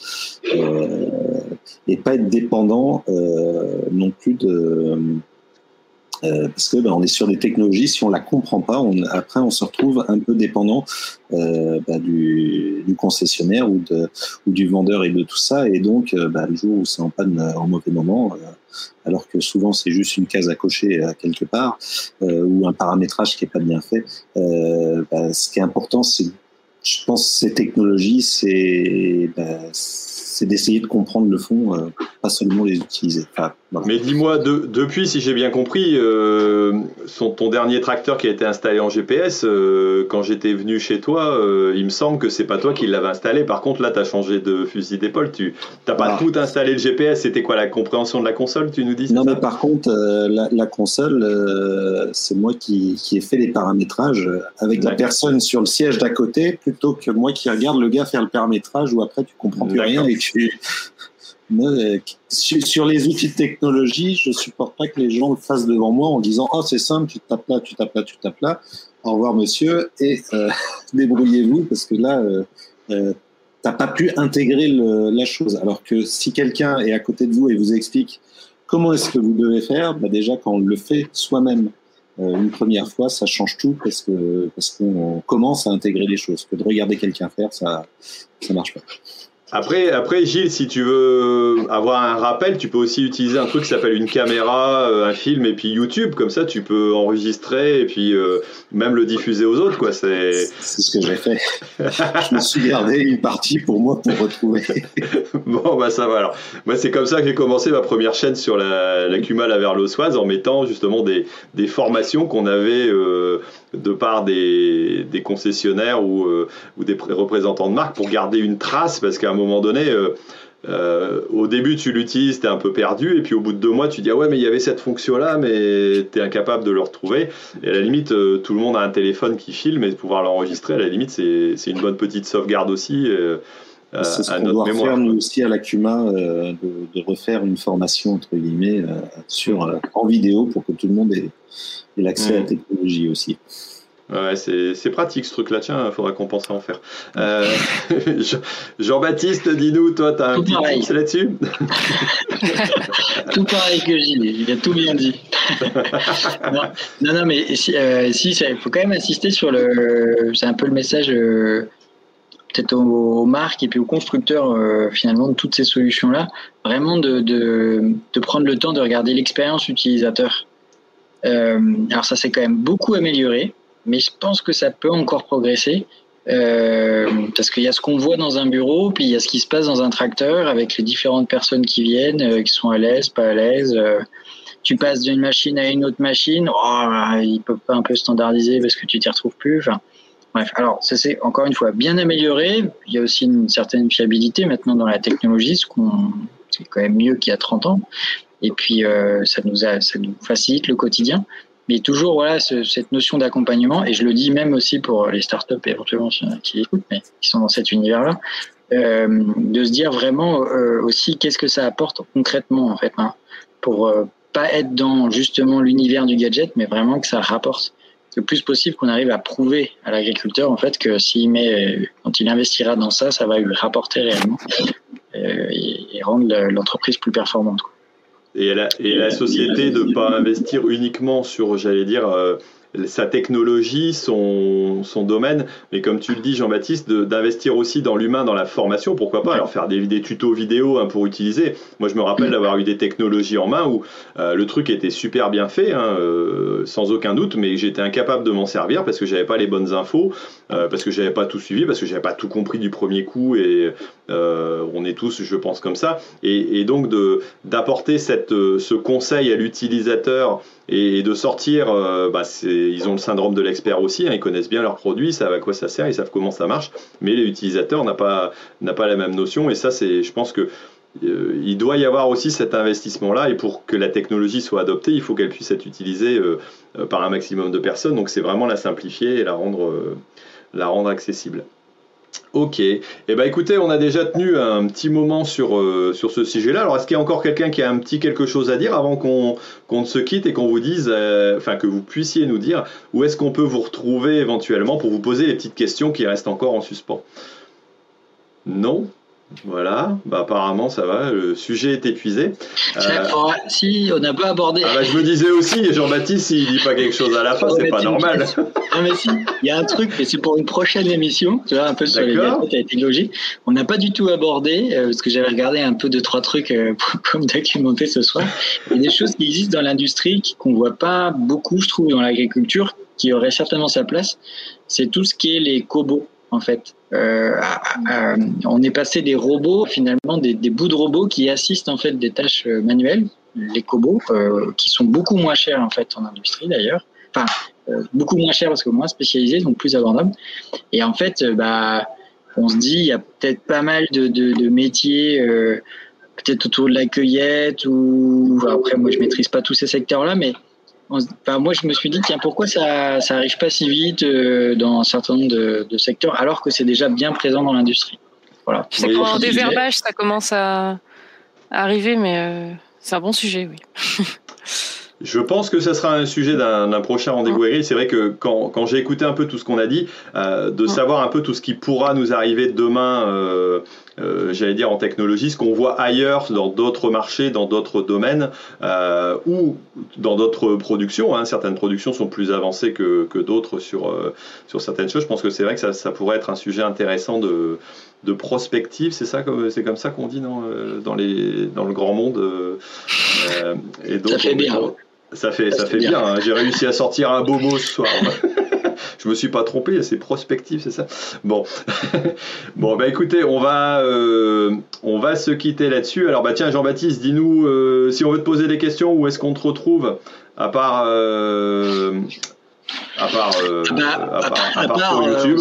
et pas être dépendant non plus parce que on est sur des technologies, si on la comprend pas, après on se retrouve un peu dépendant du concessionnaire ou du vendeur et de tout ça, et donc le jour où c'est en panne au mauvais moment, alors que souvent c'est juste une case à cocher quelque part ou un paramétrage qui est pas bien fait, ce qui est important, c'est, je pense, ces technologies, c'est d'essayer de comprendre le fond, pas seulement les utiliser. Enfin, voilà. Mais dis-moi, depuis, si j'ai bien compris, ton dernier tracteur qui a été installé en GPS, quand j'étais venu chez toi, il me semble que c'est pas toi qui l'avais installé. Par contre, là, tu as changé de fusil d'épaule. Tu n'as pas tout installé le GPS. C'était quoi, la compréhension de la console, tu nous dis? Non, mais par contre, la console, c'est moi qui ai fait les paramétrages avec la personne sur le siège d'à côté, plutôt que moi qui regarde le gars faire le paramétrage où après tu comprends plus rien et Moi, sur les outils de technologie, je supporte pas que les gens le fassent devant moi en disant « Oh, c'est simple, tu tapes là, au revoir monsieur, et débrouillez-vous, parce que là, t'as pas pu intégrer la chose. » Alors que si quelqu'un est à côté de vous et vous explique comment est-ce que vous devez faire, déjà quand on le fait soi-même une première fois, ça change tout, parce qu'on commence à intégrer les choses. Que de regarder quelqu'un faire, ça marche pas. Après, Gilles, si tu veux avoir un rappel, tu peux aussi utiliser un truc qui s'appelle une caméra, un film et puis YouTube. Comme ça, tu peux enregistrer et puis même le diffuser aux autres, quoi. C'est ce que j'ai fait. Je me suis gardé une partie pour moi pour retrouver. Bon, bah ça va alors. Moi, c'est comme ça que j'ai commencé ma première chaîne sur la CUMA Lavernois-Soise, en mettant justement des formations qu'on avait de part des concessionnaires ou des représentants de marque pour garder une trace, parce qu'à un moment donné, au début tu l'utilises, t'es un peu perdu, et puis au bout de 2 mois tu dis ah ouais mais il y avait cette fonction là, mais t'es incapable de le retrouver, et à la limite tout le monde a un téléphone qui filme, et de pouvoir l'enregistrer, à la limite c'est une bonne petite sauvegarde aussi c'est ce qu'on doit faire nous aussi à la CUMA, de refaire une formation entre guillemets en vidéo pour que tout le monde ait l'accès à la technologie aussi. Ouais, c'est pratique ce truc-là. Tiens, il faudra qu'on pense à en faire. Jean-Baptiste, dis-nous, toi, tu as un petit tips là-dessus? Tout pareil que Gilles, il a tout bien dit. non, mais il faut quand même insister sur c'est un peu le message peut-être aux marques et puis aux constructeurs finalement de toutes ces solutions-là, vraiment de prendre le temps de regarder l'expérience utilisateur. Alors ça s'est quand même beaucoup amélioré, mais je pense que ça peut encore progresser parce qu'il y a ce qu'on voit dans un bureau, puis il y a ce qui se passe dans un tracteur avec les différentes personnes qui viennent, qui sont à l'aise, pas à l'aise. Tu passes d'une machine à une autre machine, ils peuvent pas un peu standardiser parce que tu t'y retrouves plus. Enfin, bref, alors ça c'est encore une fois bien amélioré. Il y a aussi une certaine fiabilité maintenant dans la technologie, c'est quand même mieux qu'il y a 30 ans. Et puis ça nous facilite le quotidien. Mais toujours voilà cette notion d'accompagnement, et je le dis même aussi pour les startups éventuellement qui écoutent, mais qui sont dans cet univers-là, de se dire vraiment aussi qu'est-ce que ça apporte concrètement en fait, hein, pour pas être dans justement l'univers du gadget, mais vraiment que ça rapporte le plus possible, qu'on arrive à prouver à l'agriculteur en fait que quand il investira dans ça, ça va lui rapporter réellement et rendre l'entreprise plus performante, quoi. Et la société de ne pas investir uniquement sur, j'allais dire, sa technologie, son domaine, mais comme tu le dis Jean-Baptiste, d'investir aussi dans l'humain, dans la formation, pourquoi pas, alors faire des tutos vidéo pour utiliser. Moi je me rappelle d'avoir eu des technologies en main où le truc était super bien fait, sans aucun doute, mais j'étais incapable de m'en servir parce que j'avais pas les bonnes infos, parce que j'avais pas tout suivi, parce que j'avais pas tout compris du premier coup, et on est tous, je pense, comme ça, et donc d'apporter ce conseil à l'utilisateur et de sortir, ils ont le syndrome de l'expert aussi, ils connaissent bien leurs produits, ils savent à quoi ça sert, ils savent comment ça marche, mais l'utilisateur n'a pas la même notion, et ça, je pense que il doit y avoir aussi cet investissement-là, et pour que la technologie soit adoptée, il faut qu'elle puisse être utilisée par un maximum de personnes, donc c'est vraiment la simplifier et la rendre accessible. Ok, écoutez, on a déjà tenu un petit moment sur ce sujet-là. Alors, est-ce qu'il y a encore quelqu'un qui a un petit quelque chose à dire avant qu'on ne se quitte et qu'on vous dise, que vous puissiez nous dire où est-ce qu'on peut vous retrouver éventuellement pour vous poser les petites questions qui restent encore en suspens? Non? Voilà, apparemment ça va, le sujet est épuisé. Si, on n'a pas abordé. Je me disais aussi, Jean-Baptiste, s'il dit pas quelque chose à la fin, c'est pas normal. Non mais si, il y a un truc, mais c'est pour une prochaine émission, tu vois, un peu sur les gadgets et la technologie. On n'a pas du tout abordé, parce que j'avais regardé un peu 2-3 trucs pour me documenter ce soir. Il y a des choses qui existent dans l'industrie qu'on voit pas beaucoup, je trouve, dans l'agriculture, qui aurait certainement sa place. C'est tout ce qui est les cobots, en fait. On est passé des robots, finalement des bouts de robots qui assistent en fait des tâches manuelles, les cobots, qui sont beaucoup moins chers en fait en industrie d'ailleurs, beaucoup moins chers parce que moins spécialisés, donc plus abordables. Et en fait, on se dit il y a peut-être pas mal de métiers, peut-être autour de la cueillette ou après moi je maîtrise pas tous ces secteurs-là, mais moi, je me suis dit, tiens, pourquoi ça arrive pas si vite dans un certain nombre de secteurs, alors que c'est déjà bien présent dans l'industrie. Voilà. Je sais qu'en désherbage, ça commence à arriver, mais c'est un bon sujet, oui. Je pense que ce sera un sujet d'un prochain rendez-vous agri. C'est vrai que quand j'ai écouté un peu tout ce qu'on a dit, de savoir un peu tout ce qui pourra nous arriver demain j'allais dire en technologie, ce qu'on voit ailleurs dans d'autres marchés, dans d'autres domaines ou dans d'autres productions. Certaines productions sont plus avancées que d'autres sur certaines choses. Je pense que c'est vrai que ça pourrait être un sujet intéressant de prospective, c'est comme ça qu'on dit dans le grand monde. Et donc, ça fait bien. Ça fait bien. J'ai réussi à sortir un beau mot ce soir. Je me suis pas trompé, c'est prospective, c'est ça. Bon, écoutez, on va se quitter là-dessus. Alors tiens, Jean-Baptiste, dis-nous si on veut te poser des questions, où est-ce qu'on te retrouve à part sur YouTube.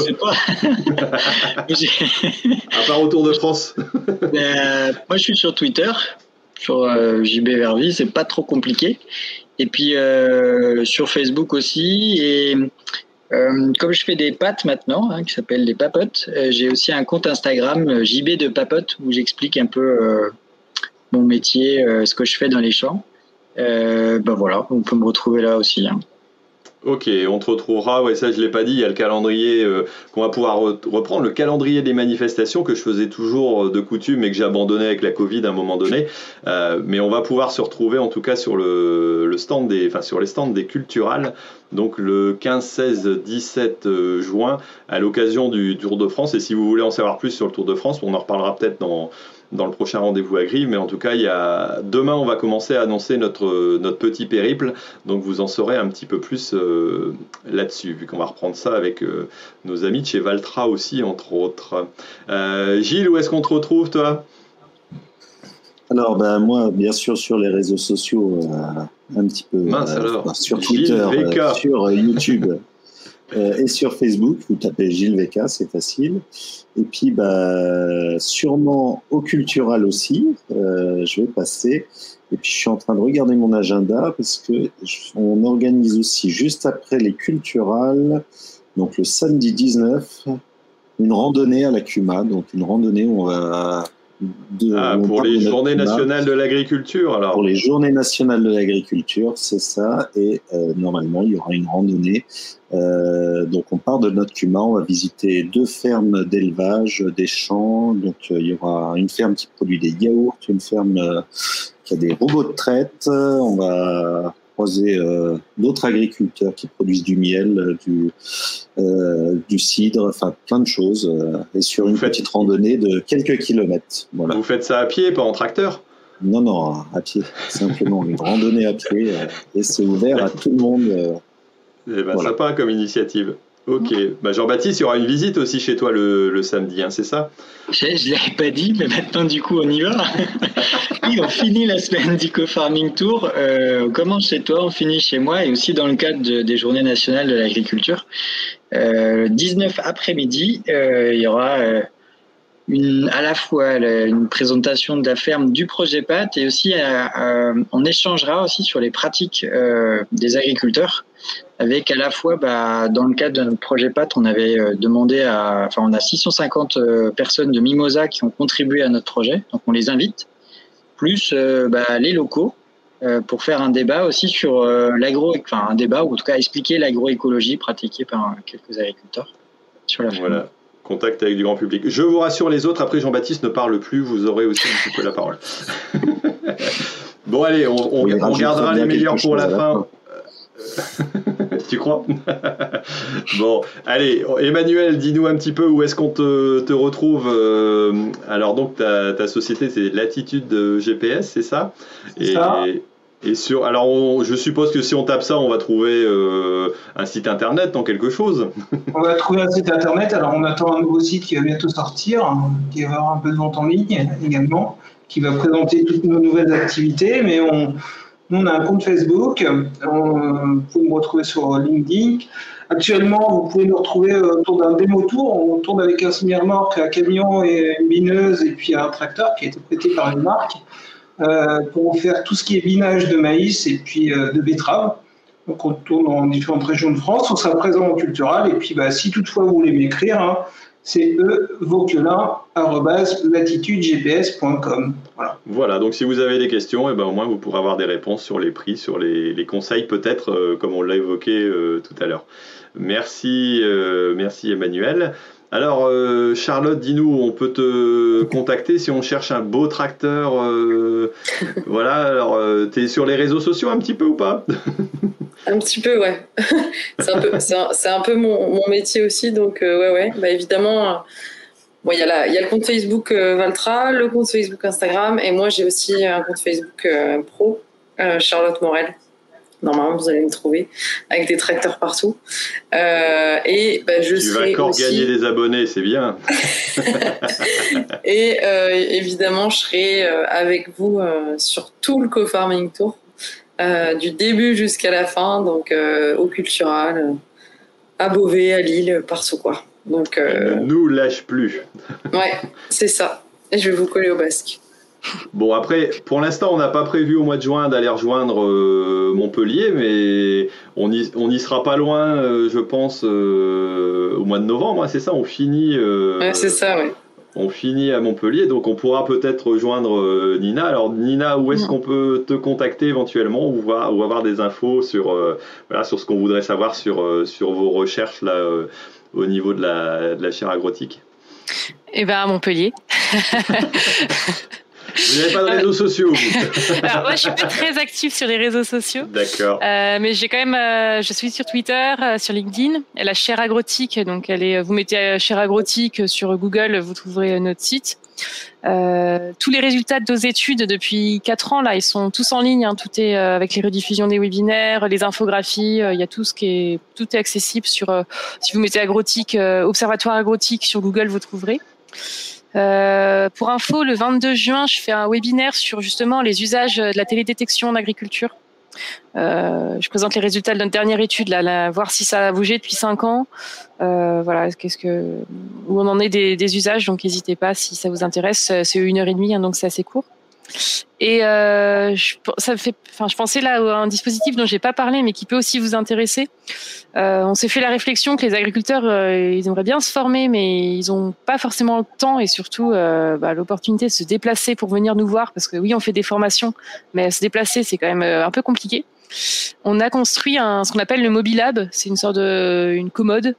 À part au Tour de France. Moi, je suis sur Twitter, sur JB Vervi, c'est pas trop compliqué. Et puis sur Facebook aussi. Et comme je fais des pâtes maintenant, qui s'appelle les papotes, j'ai aussi un compte Instagram JB de papote où j'explique un peu mon métier, ce que je fais dans les champs. Voilà, on peut me retrouver là aussi. Ok, on te retrouvera, ça je l'ai pas dit, il y a le calendrier qu'on va pouvoir reprendre, le calendrier des manifestations que je faisais toujours de coutume et que j'ai abandonné avec la Covid à un moment donné, mais on va pouvoir se retrouver en tout cas sur sur les stands des culturales, donc le 15, 16, 17 juin à l'occasion du Tour de France. Et si vous voulez en savoir plus sur le Tour de France, on en reparlera peut-être dans le prochain rendez-vous Agri, mais en tout cas, demain, on va commencer à annoncer notre petit périple, donc vous en saurez un petit peu plus là-dessus, vu qu'on va reprendre ça avec nos amis de chez Valtra aussi, entre autres. Gilles, où est-ce qu'on te retrouve, toi ? Alors, moi, bien sûr, sur les réseaux sociaux, un petit peu sur Twitter, sur YouTube et sur Facebook, vous tapez Gilles VK, c'est facile. Et puis, sûrement au Cultural aussi, je vais passer. Et puis, je suis en train de regarder mon agenda parce que on organise aussi, juste après les Culturales, donc le samedi 19, une randonnée à la CUMA. Donc, une randonnée où on va... pour les Journées nationales de l'agriculture, alors. Pour les Journées nationales de l'agriculture, c'est ça. Et normalement, il y aura une randonnée. Donc, on part de notre CUMA, on va visiter 2 fermes d'élevage, des champs. Donc, il y aura une ferme qui produit des yaourts, une ferme qui a des robots de traite. On va croiser d'autres agriculteurs qui produisent du miel, du cidre, enfin plein de choses, et sur une petite randonnée de quelques kilomètres. Voilà. Vous faites ça à pied, pas en tracteur ? Non, à pied. Simplement une randonnée à pied, et c'est ouvert à tout le monde. Voilà. Sympa comme initiative. Ok. Jean-Baptiste, il y aura une visite aussi chez toi le samedi, c'est ça ? Je ne l'avais pas dit, mais maintenant, du coup, on y va. Oui, on finit la semaine du Co-Farming Tour. On commence chez toi, on finit chez moi, et aussi dans le cadre des Journées nationales de l'agriculture. 19 après-midi, il y aura à la fois une présentation de la ferme du projet PAT, et aussi on échangera aussi sur les pratiques des agriculteurs, avec à la fois, dans le cadre de notre projet PAT, on avait demandé on a 650 personnes de Mimosa qui ont contribué à notre projet, donc on les invite, plus les locaux, pour faire un débat aussi sur un débat, ou en tout cas expliquer l'agroécologie pratiquée par quelques agriculteurs sur la ferme. Voilà. Contact avec du grand public. Je vous rassure, les autres, après Jean-Baptiste ne parle plus, vous aurez aussi un petit peu la parole. Bon, allez, on gardera les meilleurs pour la fin. Tu crois ? Bon, allez, Emmanuel, dis-nous un petit peu où est-ce qu'on te retrouve. Alors donc, ta société, c'est Latitude GPS, c'est ça ? Et je suppose que si on tape ça, on va trouver un site internet, dans quelque chose. On va trouver un site internet. Alors, on attend un nouveau site qui va bientôt sortir, qui va avoir un peu de vente en ligne également, qui va présenter toutes nos nouvelles activités. Mais nous, on a un compte Facebook. Vous pouvez me retrouver sur LinkedIn. Actuellement, vous pouvez nous retrouver autour d'un démo tour. On tourne avec un semi-remorque, un camion et une bineuse, et puis un tracteur qui a été prêté par une marque, pour faire tout ce qui est binage de maïs et puis de betterave. Donc on tourne dans différentes régions de France, on sera présent au Cultural, et puis si toutefois vous voulez m'écrire, c'est vauquelin@latitudegps.com. Voilà, donc si vous avez des questions, au moins vous pourrez avoir des réponses sur les prix, sur les conseils peut-être, comme on l'a évoqué tout à l'heure. Merci Emmanuel. Alors, Charlotte, dis-nous, on peut te contacter si on cherche un beau tracteur. Voilà, alors, t'es sur les réseaux sociaux un petit peu ou pas? Un petit peu, ouais. C'est un peu mon métier aussi, donc ouais. Bah, évidemment, il y a le compte Facebook Valtra, le compte Facebook Instagram, et moi j'ai aussi un compte Facebook pro, Charlotte Morel. Normalement, vous allez me trouver avec des tracteurs partout. Et tu vas encore gagner des abonnés, c'est bien. Et évidemment, je serai avec vous sur tout le Co-Farming Tour, du début jusqu'à la fin, donc au Cultural, à Beauvais, à Lille, partout quoi. Donc, ne nous lâche plus. Ouais, c'est ça. Et je vais vous coller au basque. Bon, après, pour l'instant, on n'a pas prévu au mois de juin d'aller rejoindre Montpellier, mais on y sera pas loin, je pense, au mois de novembre, hein, c'est ça, on finit... ouais, c'est ça, ouais. On finit à Montpellier, donc on pourra peut-être rejoindre Nina. Alors Nina, où est-ce qu'on peut te contacter éventuellement ou avoir des infos sur ce qu'on voudrait savoir sur vos recherches là, au niveau de la chaire agrotique? Eh bien, à Montpellier. Vous n'avez pas de réseaux sociaux, vous? Alors, moi, je suis pas très active sur les réseaux sociaux. D'accord. Mais j'ai quand même, je suis sur Twitter, sur LinkedIn. La chaire agrotique, donc vous mettez chaire agrotique sur Google, vous trouverez notre site. Tous les résultats de nos études depuis 4 ans, là, ils sont tous en ligne. Hein. Tout est avec les rediffusions des webinaires, les infographies. Il y a tout est accessible sur. Si vous mettez agrotique, observatoire agrotique sur Google, vous trouverez. Pour info, le 22 juin, je fais un webinaire sur justement les usages de la télédétection en agriculture. Je présente les résultats de notre dernière étude, là, voir si ça a bougé depuis 5 ans. Voilà, où on en est des usages, donc n'hésitez pas si ça vous intéresse. C'est 1h30, hein, donc c'est assez court. Et je pensais là à un dispositif dont j'ai pas parlé, mais qui peut aussi vous intéresser. On s'est fait la réflexion que les agriculteurs, ils aimeraient bien se former, mais ils ont pas forcément le temps et surtout l'opportunité de se déplacer pour venir nous voir, parce que oui, on fait des formations, mais se déplacer, c'est quand même un peu compliqué. On a construit ce qu'on appelle le Mobilab. C'est une sorte une commode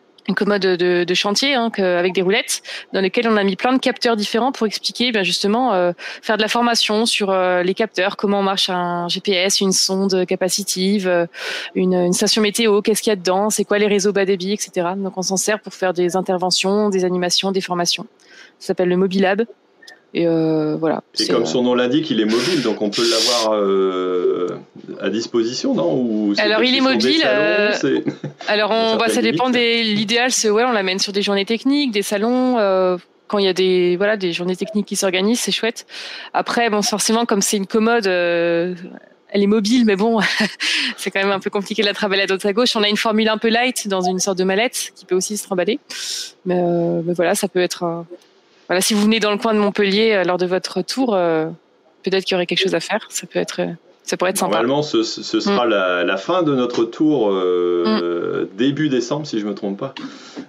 de chantier avec des roulettes dans lesquelles on a mis plein de capteurs différents pour expliquer justement faire de la formation sur les capteurs, comment marche un GPS, une sonde capacitive, une station météo, qu'est-ce qu'il y a dedans, c'est quoi les réseaux bas débit, etc. Donc on s'en sert pour faire des interventions, des animations, des formations. Ça s'appelle le Mobilab. Et voilà. Et comme son nom l'indique, il est mobile, donc on peut l'avoir à disposition, non? Alors il est mobile. Alors ça dépend l'idéal, c'est on l'amène sur des journées techniques, des salons. Quand il y a des journées techniques qui s'organisent, c'est chouette. Après, forcément, comme c'est une commode, elle est mobile, mais bon, c'est quand même un peu compliqué de la travailler à droite à gauche. On a une formule un peu light dans une sorte de mallette qui peut aussi se trimballer. Mais voilà, ça peut être. Voilà, si vous venez dans le coin de Montpellier lors de votre tour, peut-être qu'il y aurait quelque chose à faire. Ça pourrait être sympa. Normalement, ce sera la fin de notre tour début décembre, si je ne me trompe pas.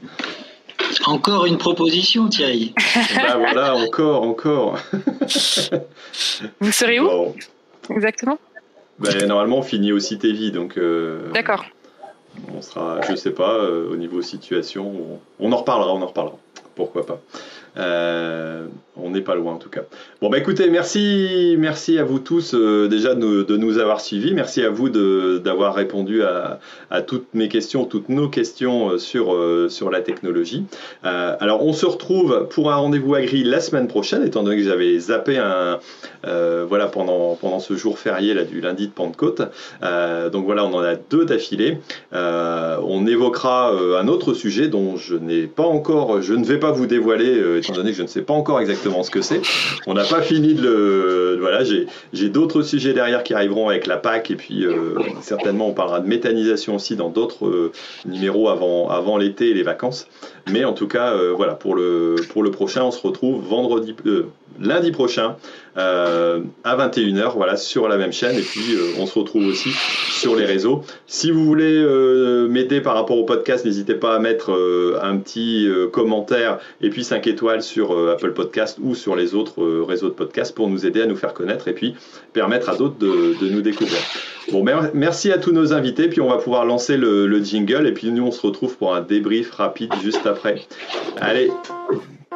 Encore une proposition, Thierry. Voilà, encore. Vous serez où exactement? Normalement, on finit au Citévi, donc. D'accord. On sera, je sais pas, au niveau situation, on en reparlera. Pourquoi pas. On n'est pas loin en tout cas. Bon écoutez, merci à vous tous déjà de nous avoir suivis. Merci à vous d'avoir répondu à toutes mes questions, toutes nos questions sur la technologie. Alors on se retrouve pour un rendez-vous agri la semaine prochaine, étant donné que j'avais zappé pendant ce jour férié là, du lundi de Pentecôte. Donc voilà, on en a 2 d'affilée. On évoquera un autre sujet dont je ne vais pas vous dévoiler, étant donné que je ne sais pas encore exactement ce que c'est. On n'a pas fini j'ai d'autres sujets derrière qui arriveront avec la PAC, et puis certainement on parlera de méthanisation aussi dans d'autres numéros avant l'été et les vacances. Mais en tout cas, pour le prochain, on se retrouve lundi prochain à 21h, voilà, sur la même chaîne. Et puis, on se retrouve aussi sur les réseaux. Si vous voulez m'aider par rapport au podcast, n'hésitez pas à mettre un petit commentaire et puis 5 étoiles sur Apple Podcast ou sur les autres réseaux de podcasts pour nous aider à nous faire connaître et puis permettre à d'autres de nous découvrir. Bon, merci à tous nos invités. Puis, on va pouvoir lancer le jingle. Et puis, nous, on se retrouve pour un débrief rapide juste après. Allez,